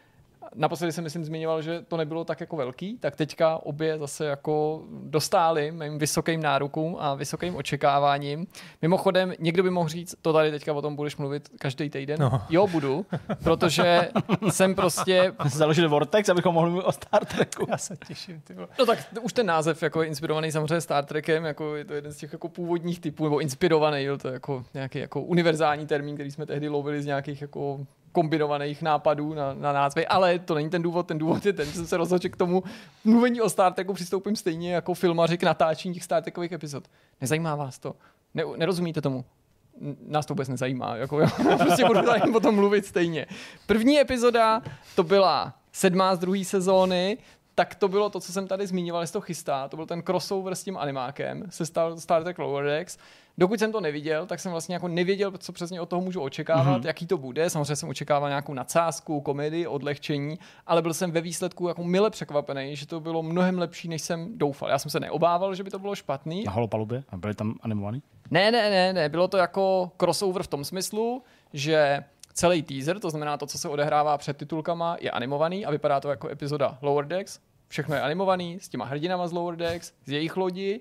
naposledy jsem myslím zmiňoval, že to nebylo tak jako velký, tak teďka obě zase jako dostály mým vysokým nárokům a vysokým očekáváním. Mimochodem, někdo by mohl říct, to tady teďka o tom budeš mluvit každý týden. No. Jo, budu, protože jsem prostě... Založili Vortex, abychom mohli mluvit o Star Treku. Já se těším, ty vole. No tak už ten název jako je inspirovaný samozřejmě Star Trekem, jako je to jeden z těch jako původních typů, nebo inspirovaný, to je jako nějaký jako univerzální termín, který jsme tehdy lovili z nějakých jako kombinovaných nápadů na názvy, ale to není ten důvod je ten, že jsem se rozhodl, že k tomu mluvení o Star Treku přistoupím stejně jako filmaři k natáčení těch Star Trekových epizod. Nezajímá vás to? Nerozumíte tomu? Nás to vůbec nezajímá. Jako, prostě budu tady o tom mluvit stejně. První epizoda, to byla 7. z 2. sezóny, tak to bylo to, co jsem tady zmiňoval, jestli to chystá. To byl ten crossover s tím animákem, se Star Trek Lower Decks. Dokud jsem to neviděl, tak jsem vlastně jako nevěděl, co přesně od toho můžu očekávat, jaký to bude. Samozřejmě jsem očekával nějakou nadsázku, komedii, odlehčení, ale byl jsem ve výsledku jako mile překvapený, že to bylo mnohem lepší, než jsem doufal. Já jsem se neobával, že by to bylo špatný. Na holopalubě? A byli tam animovaný? Ne. Bylo to jako crossover v tom smyslu, že celý teaser, to znamená to, co se odehrává před titulkama, je animovaný a vypadá to jako epizoda Lower Decks. Všechno je animovaný s těma hrdinama z Lower Decks, z jejich lodi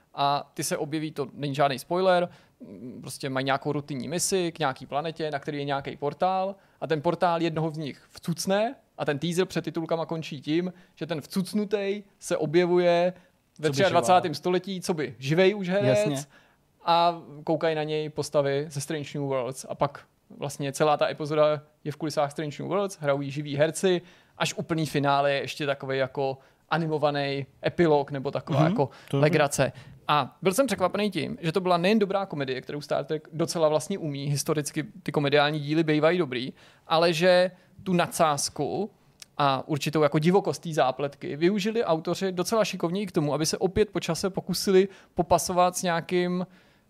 a ty se objeví, to není žádný spoiler, prostě mají nějakou rutinní misi k nějaký planetě, na který je nějaký portál a ten portál jednoho z nich vcucne a ten teaser před titulkama končí tím, že ten vcucnutej se objevuje ve 23. století, co by živej už herec. Jasně. A koukají na něj postavy ze Strange New Worlds a pak vlastně celá ta epizoda je v kulisách Strange New Worlds, hrají živí herci, až úplný finále je ještě takový jako animovaný epilog nebo taková jako legrace. A byl jsem překvapený tím, že to byla nejen dobrá komedie, kterou Star Trek docela vlastně umí, historicky ty komediální díly bývají dobrý, ale že tu nadsázku a určitou jako divokost té zápletky využili autoři docela šikovně i k tomu, aby se opět po čase pokusili popasovat s nějakým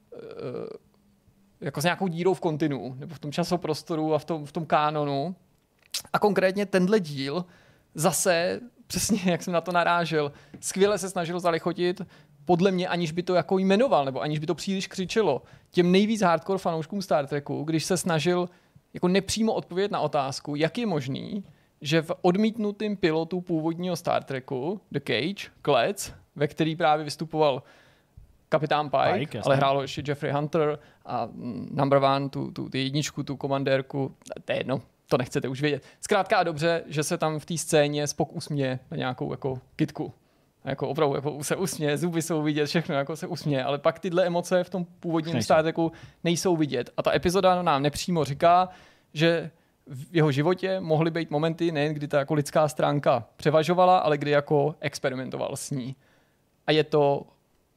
jako s nějakou dírou v kontinu, nebo v tom časoprostoru a v tom kánonu. A konkrétně tenhle díl zase, přesně jak jsem na to narážel, skvěle se snažil zalichotit, podle mě, aniž by to jako jmenoval, nebo aniž by to příliš křičelo, těm nejvíc hardcore fanouškům Star Treku, když se snažil jako nepřímo odpovědět na otázku, jak je možný, že v odmítnutém pilotu původního Star Treku, The Cage, Klec, ve který právě vystupoval kapitán Pike, ale hrálo ještě Jeffrey Hunter a Number One, tu jedničku, tu komandérku, to je jedno, to nechcete už vědět. Zkrátka a dobře, že se tam v té scéně Spock usměje na nějakou jako kytku. Jako opravdu jako se usměje, zuby jsou vidět, všechno jako se usměje, ale pak tyhle emoce v tom původním Star Treku nejsou vidět. A ta epizoda nám nepřímo říká, že v jeho životě mohly být momenty, nejen kdy ta jako lidská stránka převažovala, ale kdy jako experimentoval s ní. A je to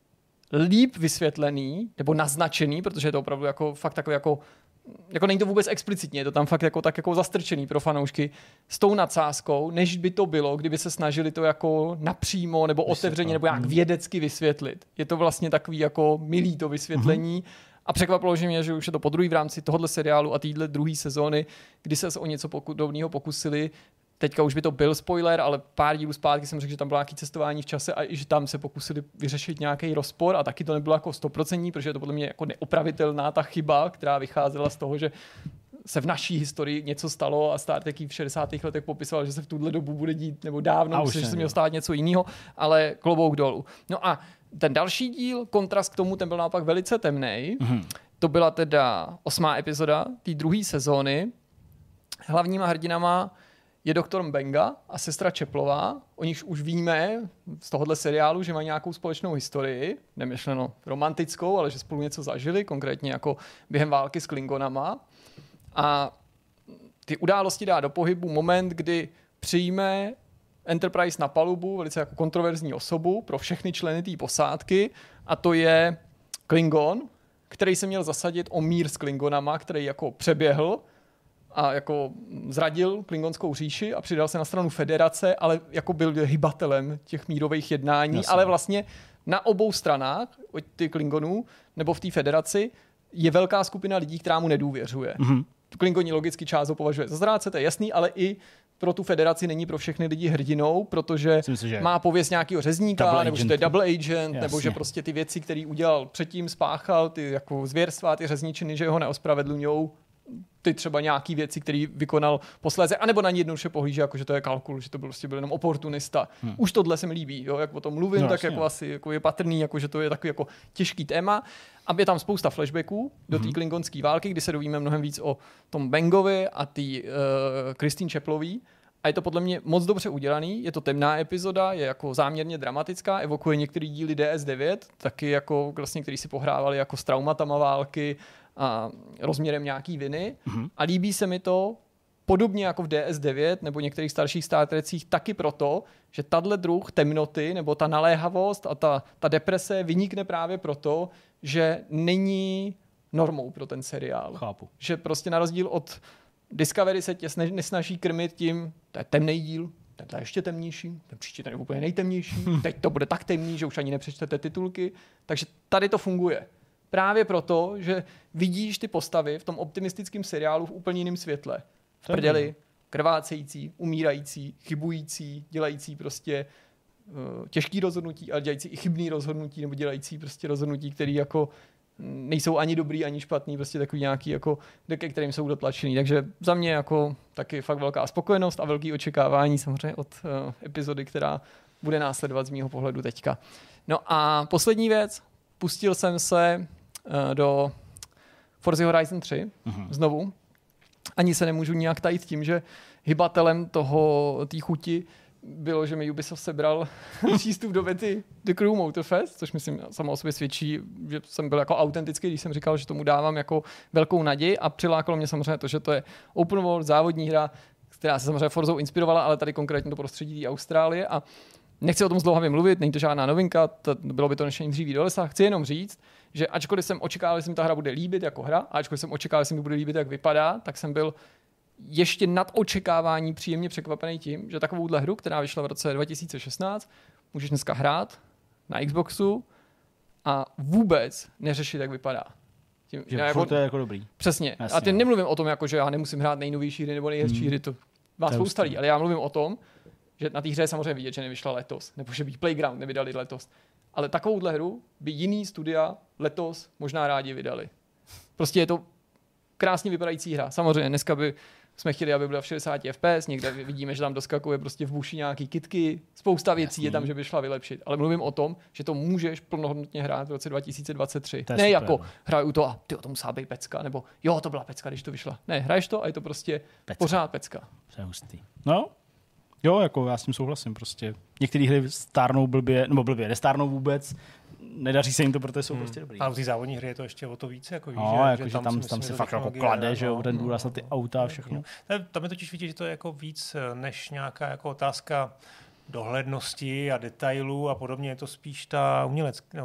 líp vysvětlený, nebo naznačený, protože je to opravdu jako fakt takový jako není to vůbec explicitně, je to tam fakt jako tak jako zastrčený pro fanoušky s tou nadsázkou, než by to bylo, kdyby se snažili to jako napřímo nebo otevřeně nebo nějak vědecky vysvětlit. Je to vlastně takový jako milý to vysvětlení a překvapilo mě, že už je to podruhý v rámci tohohle seriálu a téhle druhé sezóny, kdy se o něco podobného pokusili. Teďka už by to byl spoiler, ale pár dílů zpátky jsem řekl, že tam bylo nějaké cestování v čase a i že tam se pokusili vyřešit nějaký rozpor a taky to nebylo jako 100%, protože je to podle mě jako neopravitelná ta chyba, která vycházela z toho, že se v naší historii něco stalo a Star Trek v 60. letech popisoval, že se v tuhle dobu bude dít, nebo dávno, že se mělo stát něco jiného, ale klobouk dolů. No a ten další díl, kontrast k tomu, ten byl naopak velice temnej. To byla teda 8. epizoda té druhé sezóny. Hlavníma hrdinama je doktor Mbenga a sestra Čeplová. O nich už víme z tohohle seriálu, že mají nějakou společnou historii, nemyšleno romantickou, ale že spolu něco zažili, konkrétně jako během války s Klingonama. A ty události dá do pohybu moment, kdy přijme Enterprise na palubu velice jako kontroverzní osobu pro všechny členy té posádky a to je Klingon, který se měl zasadit o mír s Klingonama, který jako přeběhl a jako zradil klingonskou říši a přidal se na stranu federace, ale jako byl hybatelem těch mírových jednání, jasně. Ale vlastně na obou stranách od těch Klingonů nebo v té federaci je velká skupina lidí, která mu nedůvěřuje. Klingoni logicky část ho považuje za zrádce, to je jasný, ale i pro tu federaci není pro všechny lidi hrdinou, protože má pověst nějakého řezníka, nebo že to je double agent, jasně. Nebo že prostě ty věci, které udělal předtím, spáchal, ty jako zvěrstva, ty řezničiny, že ho neospravedlňujou ty třeba nějaký věci, které vykonal posléze, anebo na ně jednoduše pohlíží, jako že to je kalkul, že to byl jenom oportunista. Už tohle se mi líbí, jo, jak o tom mluvím, tak jako asi jako je patrný, jako že to je takový jako těžký téma. A je tam spousta flashbacků do té klingonské války, kdy se dovíme mnohem víc o tom Bengovi a té Christine Chaplový. A je to podle mě moc dobře udělaný, je to temná epizoda, je jako záměrně dramatická, evokuje některý díly DS9, taky jako vlastně, který si pohrávali jako s traumatama války a rozměrem nějaký viny. A líbí se mi to podobně jako v DS9 nebo některých starších Star Trekcích taky proto, že tahle druh temnoty nebo ta naléhavost a ta deprese vynikne právě proto, že není normou pro ten seriál. Chápu. Že prostě na rozdíl od Discovery se tě nesnaží krmit tím, to je temný díl, ten je ještě temnější, ten příště ten je úplně nejtemnější, teď to bude tak temný, že už ani nepřečtete titulky, takže tady to funguje. Právě proto, že vidíš ty postavy v tom optimistickém seriálu v úplně jiném světle. V prdeli, krvácející, umírající, chybující, dělající prostě těžký rozhodnutí, ale dělající i chybný rozhodnutí, nebo dělající prostě rozhodnutí, které jako nejsou ani dobrý, ani špatný, prostě takový nějaký jako ke kterým jsou dotlačený. Takže za mě jako taky fakt velká spokojenost a velký očekávání samozřejmě od epizody, která bude následovat z mýho pohledu teďka. No a poslední věc, pustil jsem se do Forza Horizon 3 znovu. Ani se nemůžu nijak tajit tím, že hybatelem té chuti bylo, že mi Ubisoft sebral přístup do bety The Crew Motorfest, což myslím samo o sobě svědčí, že jsem byl jako autentický, když jsem říkal, že tomu dávám jako velkou naději a přilákalo mě samozřejmě to, že to je open world, závodní hra, která se samozřejmě Forzou inspirovala, ale tady konkrétně to prostředí té Austrálie a nechci o tom zdlouhavě mluvit, není to žádná novinka, bylo by to než dříví do lesa, chci jenom říct, že ačkoliv jsem očekával, že se mi ta hra bude líbit jako hra, a ačkoliv jsem očekával, že se mi bude líbit, jak vypadá, tak jsem byl ještě nad očekávání příjemně překvapený tím, že takovouhle hru, která vyšla v roce 2016, můžeš dneska hrát na Xboxu a vůbec neřešit, jak vypadá. Tím, jako, to je jako dobrý. Přesně. Jasně, a teď nemluvím o tom, jako, že já nemusím hrát nejnovější hry nebo nejhezčí hry, to má spousta lidí, ale já mluvím o tom, že na té hře je samozřejmě vidět, že nevyšla letos, nebo že by Playground nevydali letos. Ale takovouhle hru by jiný studia letos možná rádi vydali. Prostě je to krásně vypadající hra. Samozřejmě dneska by jsme chtěli, aby byla v 60 FPS, někde vidíme, že tam doskakuje prostě v buši nějaký kitky, spousta věcí je tam, že by šla vylepšit. Ale mluvím o tom, že to můžeš plnohodnotně hrát v roce 2023. Ne super, jako hraju to a to musela být pecka, nebo jo, to byla pecka, když to vyšla. Ne, hraješ to a je to prostě pořád pecka. To je hustý. No, jo, jako já s tím souhlasím prostě. Některé hry stárnou blbě, nebo blbě nestárnou vůbec, nedaří se jim to, protože jsou prostě dobrý. Ale v té závodní hře je to ještě o to více, jako víš, že tam se fakt jako klade, že jo, ten důraz na ty auta a všechno. Tam je totiž vidět, že to je jako víc než nějaká jako otázka dohlednosti a detailů a podobně, je to spíš ta umělecká,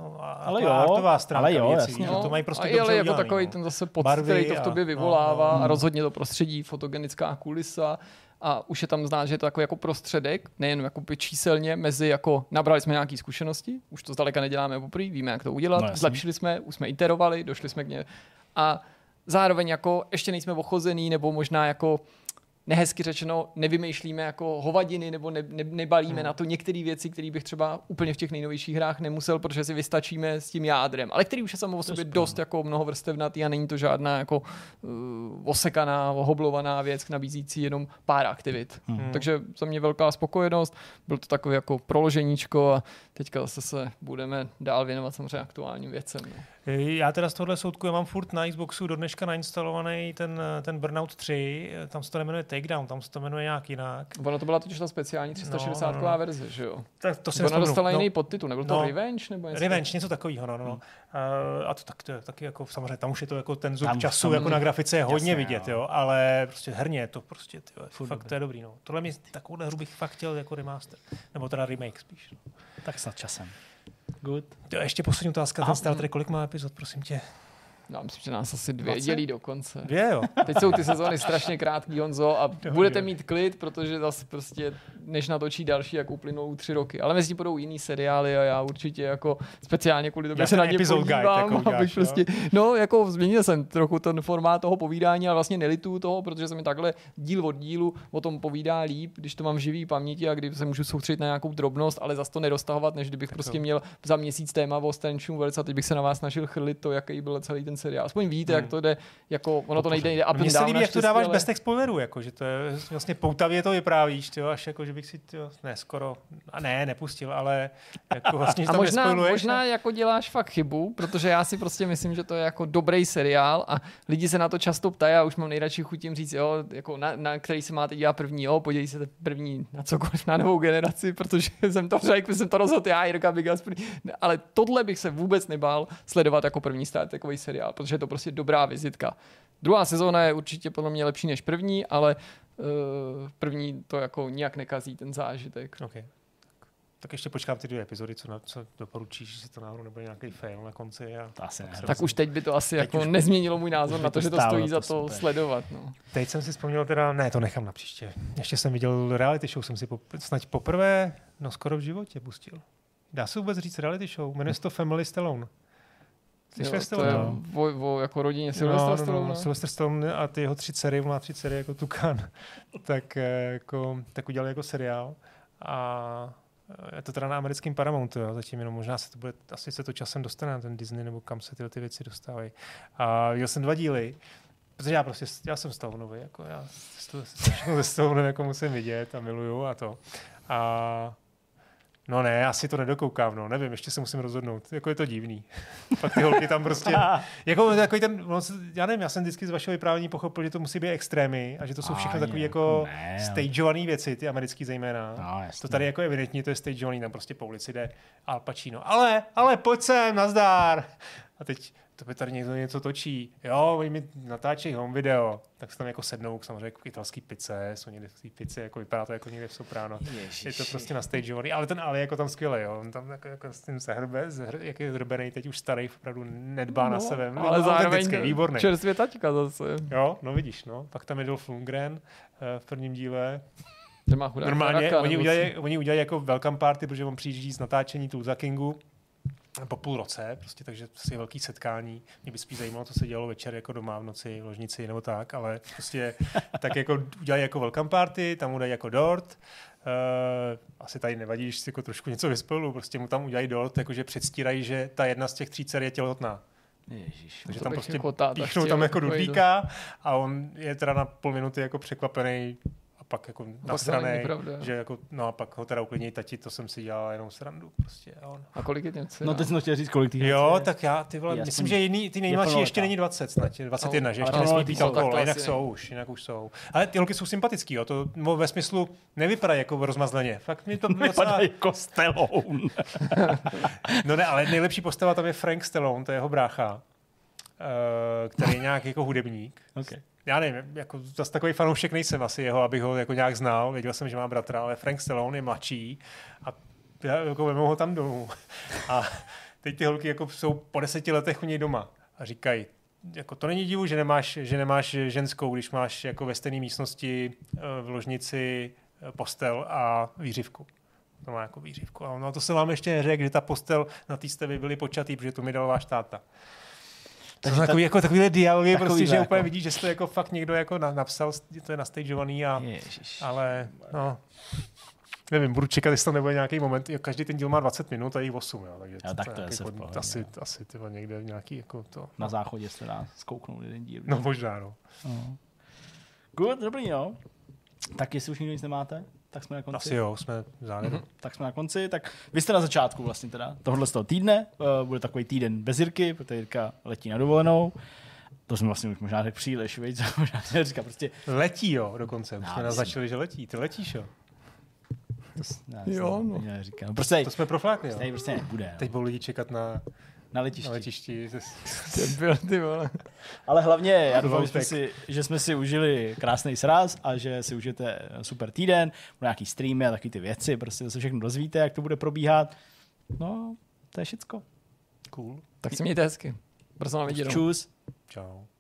artová stránka věcí. Jasně, to mají prostě dobře udělaný. Jako takový ten zase pocit, který to v tobě vyvolává a rozhodně to prostředí, fotogenická kulisa. A už je tam znát, že je to takový jako prostředek, nejen jako číselně, mezi jako nabrali jsme nějaké zkušenosti, už to zdaleka neděláme poprvé, víme, jak to udělat, zlepšili jsme, už jsme iterovali, došli jsme k ně. A zároveň jako ještě nejsme ochozený, nebo možná jako nehezky řečeno nevymýšlíme jako hovadiny, nebo nebalíme na to některé věci, které bych třeba úplně v těch nejnovějších hrách nemusel, protože si vystačíme s tím jádrem, ale který už je samo o sobě dost jako mnohovrstevnatý a není to žádná jako osekaná, ohoblovaná věc, nabízící jenom pár aktivit. Takže za mě velká spokojenost, byl to takový jako proloženíčko a teďka zase se budeme dál věnovat samozřejmě aktuálním věcem. Já teda z tohohle soudku, já mám furt na Xboxu do dneška nainstalovaný ten Burnout 3, tam se to nemenuje Takedown, tam se to jmenuje nějak jinak. Ono to byla totiž ta speciální 360 verze, že jo? Tak to si ona dostala jiný podtitul, nebyl to Revenge? Nebo něco takového, A to taky jako samozřejmě, tam už je to jako ten zub času jako na grafice je hodně vidět, jo, ale prostě herně je to prostě, fakt to je dobrý, no. Tohle mi takovouhle hru bych fakt chtěl jako remaster, nebo teda remake spíš. No. Tak snad časem. Good. Jo, ještě poslední otázka, ten Star Trek, kolik má epizod, prosím tě? No, myslím, že nás asi 2 dělí dokonce. 2, jo. Teď jsou ty sezóny strašně krátký, Honzo, a budete mít klid, protože zase prostě než natočí další, jak uplynou 3 roky. Ale mezi tím budou jiný seriály a já určitě jako speciálně kvůli tomu se na ně podívám, abych prostě, no jako změnil jsem trochu ten formát toho povídání, ale vlastně nelituju toho, protože se mi takhle díl od dílu o tom povídá líp, když to mám v živý paměti a kdy se můžu soustředit na nějakou drobnost, ale zas to nedostahovat, než kdybych prostě měl za měsíc téma o Stranger Worlds a teď bych se na vás snažil chrlit to, jaký byl celý ten seriál. Aspoň víte, jak to jde, jako ono to nejde up and down. Mně se líbí, jak to dáváš bez těch spoilerů, jako, že to je vlastně poutavě to vyprávíš, tyjo, až jako, že bych si skoro, a ne, nepustil, ale jako vlastně, že a možná jako děláš fakt chybu, protože já si prostě myslím, že to je jako dobrý seriál a lidi se na to často ptají a už mám nejradši chutím říct, jo, jako na který se máte dělat první, jo, podívej se první na cokoliv na novou generaci, protože jsem to řekl, jsem to rozhodl já, Jirka Bigas, ale tohle bych se vůbec nebál sledovat jako první Star Trekový seriál, protože je to prostě dobrá vizitka. Druhá sezóna je určitě podle mě lepší než první, ale první to jako nijak nekazí ten zážitek. Okay. Tak ještě počkám ty 2 epizody, co doporučíš, že si to náhodou nebude nějaký fail na konci. A tak už teď by to asi jako nezměnilo můj názor na to, že to stojí za to sledovat. No. Teď jsem si vzpomněl teda, ne, to nechám na příště. Ještě jsem viděl reality show, jsem si snad poprvé, skoro v životě pustil. Dá se vůbec říct reality show? Jmenuje se to Family Stallone. To je jako rodině Sylvestra Stallone. Sylvester Stallone a ty jeho 3 dcery, má 3 dcery jako Tukan, tak udělali jako seriál a je to teda na americkém Paramountu, jo, zatím jenom možná asi se to časem dostane na ten Disney, nebo kam se ty věci dostávají. A viděl jsem 2 díly, protože já jsem Stallonový, jako já ze Stallone jako musím vidět a miluju a to. A no ne, asi to nedokoukám, no, nevím, ještě se musím rozhodnout, jako je to divný. Pak ty holky tam prostě, jako takový ten, já nevím, já jsem vždycky z vašeho vyprávění pochopil, že to musí být extrémy a že to jsou všechno takové jako stageované věci, ty americký zejména. No, to tady jako evidentně to je stageovaný, tam prostě po ulici jde Al Pacino, ale pojď sem, nazdar. A teď to by tady někdo něco točí. Jo, oni mi natáčejí home video, tak se tam jako sednou, samozřejmě jako italský pice, jsou někde v té pici, jako vypadá to jako někde v Soprano. Je to prostě nastageovaný, ale ten Ali jako tam skvělý, jo. On tam jako s tím jak je zhrbený, teď už starý, opravdu nedbá na sebe. Ale zároveň výborný. Čerstvě taťka zase. Jo, no vidíš, no. Pak tam je Dolph Lundgren v prvním díle. Normálně, oni udělají jako welcome party, protože on přijíždí z natáčení Tulsa Kingu po půl roce, prostě, takže to je velký setkání. Mě by spíš zajímalo, co se dělalo večer jako doma v noci, v ložnici nebo tak, ale prostě tak jako udělají jako welcome party, tam mu dají jako dort. Asi tady nevadí, když si jako trošku něco vyspolu, prostě mu tam udělají dort, jakože předstírají, že ta jedna z těch 3 dcer je těhotná. Ježiš, takže tam prostě píchnou tam jako dudlíka a on je teda na půl minuty jako překvapený pak jako nasranej, že jako, no a pak ho teda uklidněj tati, to jsem si dělal jenom srandu prostě. A kolik je těm? No teď jsem chtěl říct, kolik těch jo, tak já, ty vole, myslím, že ty nejmladší ještě není 20 snad, 21, že ještě nesmí pít alkohol, jinak už jsou. Ale ty holky jsou sympatický, jo, to ve smyslu nevypadají jako rozmazleně. Fakt mi to vypadají jako Stallone. No ne, ale nejlepší postava tam je Frank Stallone, to je jeho brácha, který je nějak jako hudebník. Okay. Já nevím, jako zase takový fanoušek nejsem asi jeho, abych ho jako nějak znal. Věděl jsem, že má bratra, ale Frank Stallone je mladší a já jako vemu ho tam domů. A teď ty holky jako jsou po 10 letech u něj doma a říkají, jako to není divu, že nemáš ženskou, když máš jako ve stejné místnosti v ložnici postel a výřivku. To má jako výřivku. A no, to se vám ještě neřekl, že ta postel na té jste vy byli počatý, protože to mi dal váš táta. To jsou takovýhle dialogy, prostě, že úplně vidíš, že to jako fakt někdo jako napsal, to je nastageovaný, ale no, nevím, budu čekat, jestli to nebude nějaký moment, každý ten díl má 20 minut a jich 8, jo, takže tak to je asi tyhle někde nějaký jako to. Na záchodě se dá zkouknout jeden díl. No možná, no. Good, dobrý, jo. Tak jestli už nikdo nic nemáte, tak jsme na konci. Asi jo, jsme v závěru. Tak jsme na konci, tak vy jste na začátku vlastně teda tohohle z toho týdne, bude takový týden bez Jirky, protože Jirka letí na dovolenou. To jsme vlastně už možná řekl příliš, víc, možná říká prostě. Letí, jo, dokonce. Už jsme naznačili, že letí. Ty letíš, jo. Jo, no. Prostě, to jsme proflákli, jo. Tady prostě nebude. Teď budou lidi čekat na letišti. Ty vole. Ale hlavně, já doufám, že jsme si užili krásný sraz a že si užijete super týden, nějaký streamy a taky ty věci, prostě to se všechno dozvíte, jak to bude probíhat. No, to je všecko. Cool. Tak si mějte hezky. Brzo na viděnou. Čus. Čau.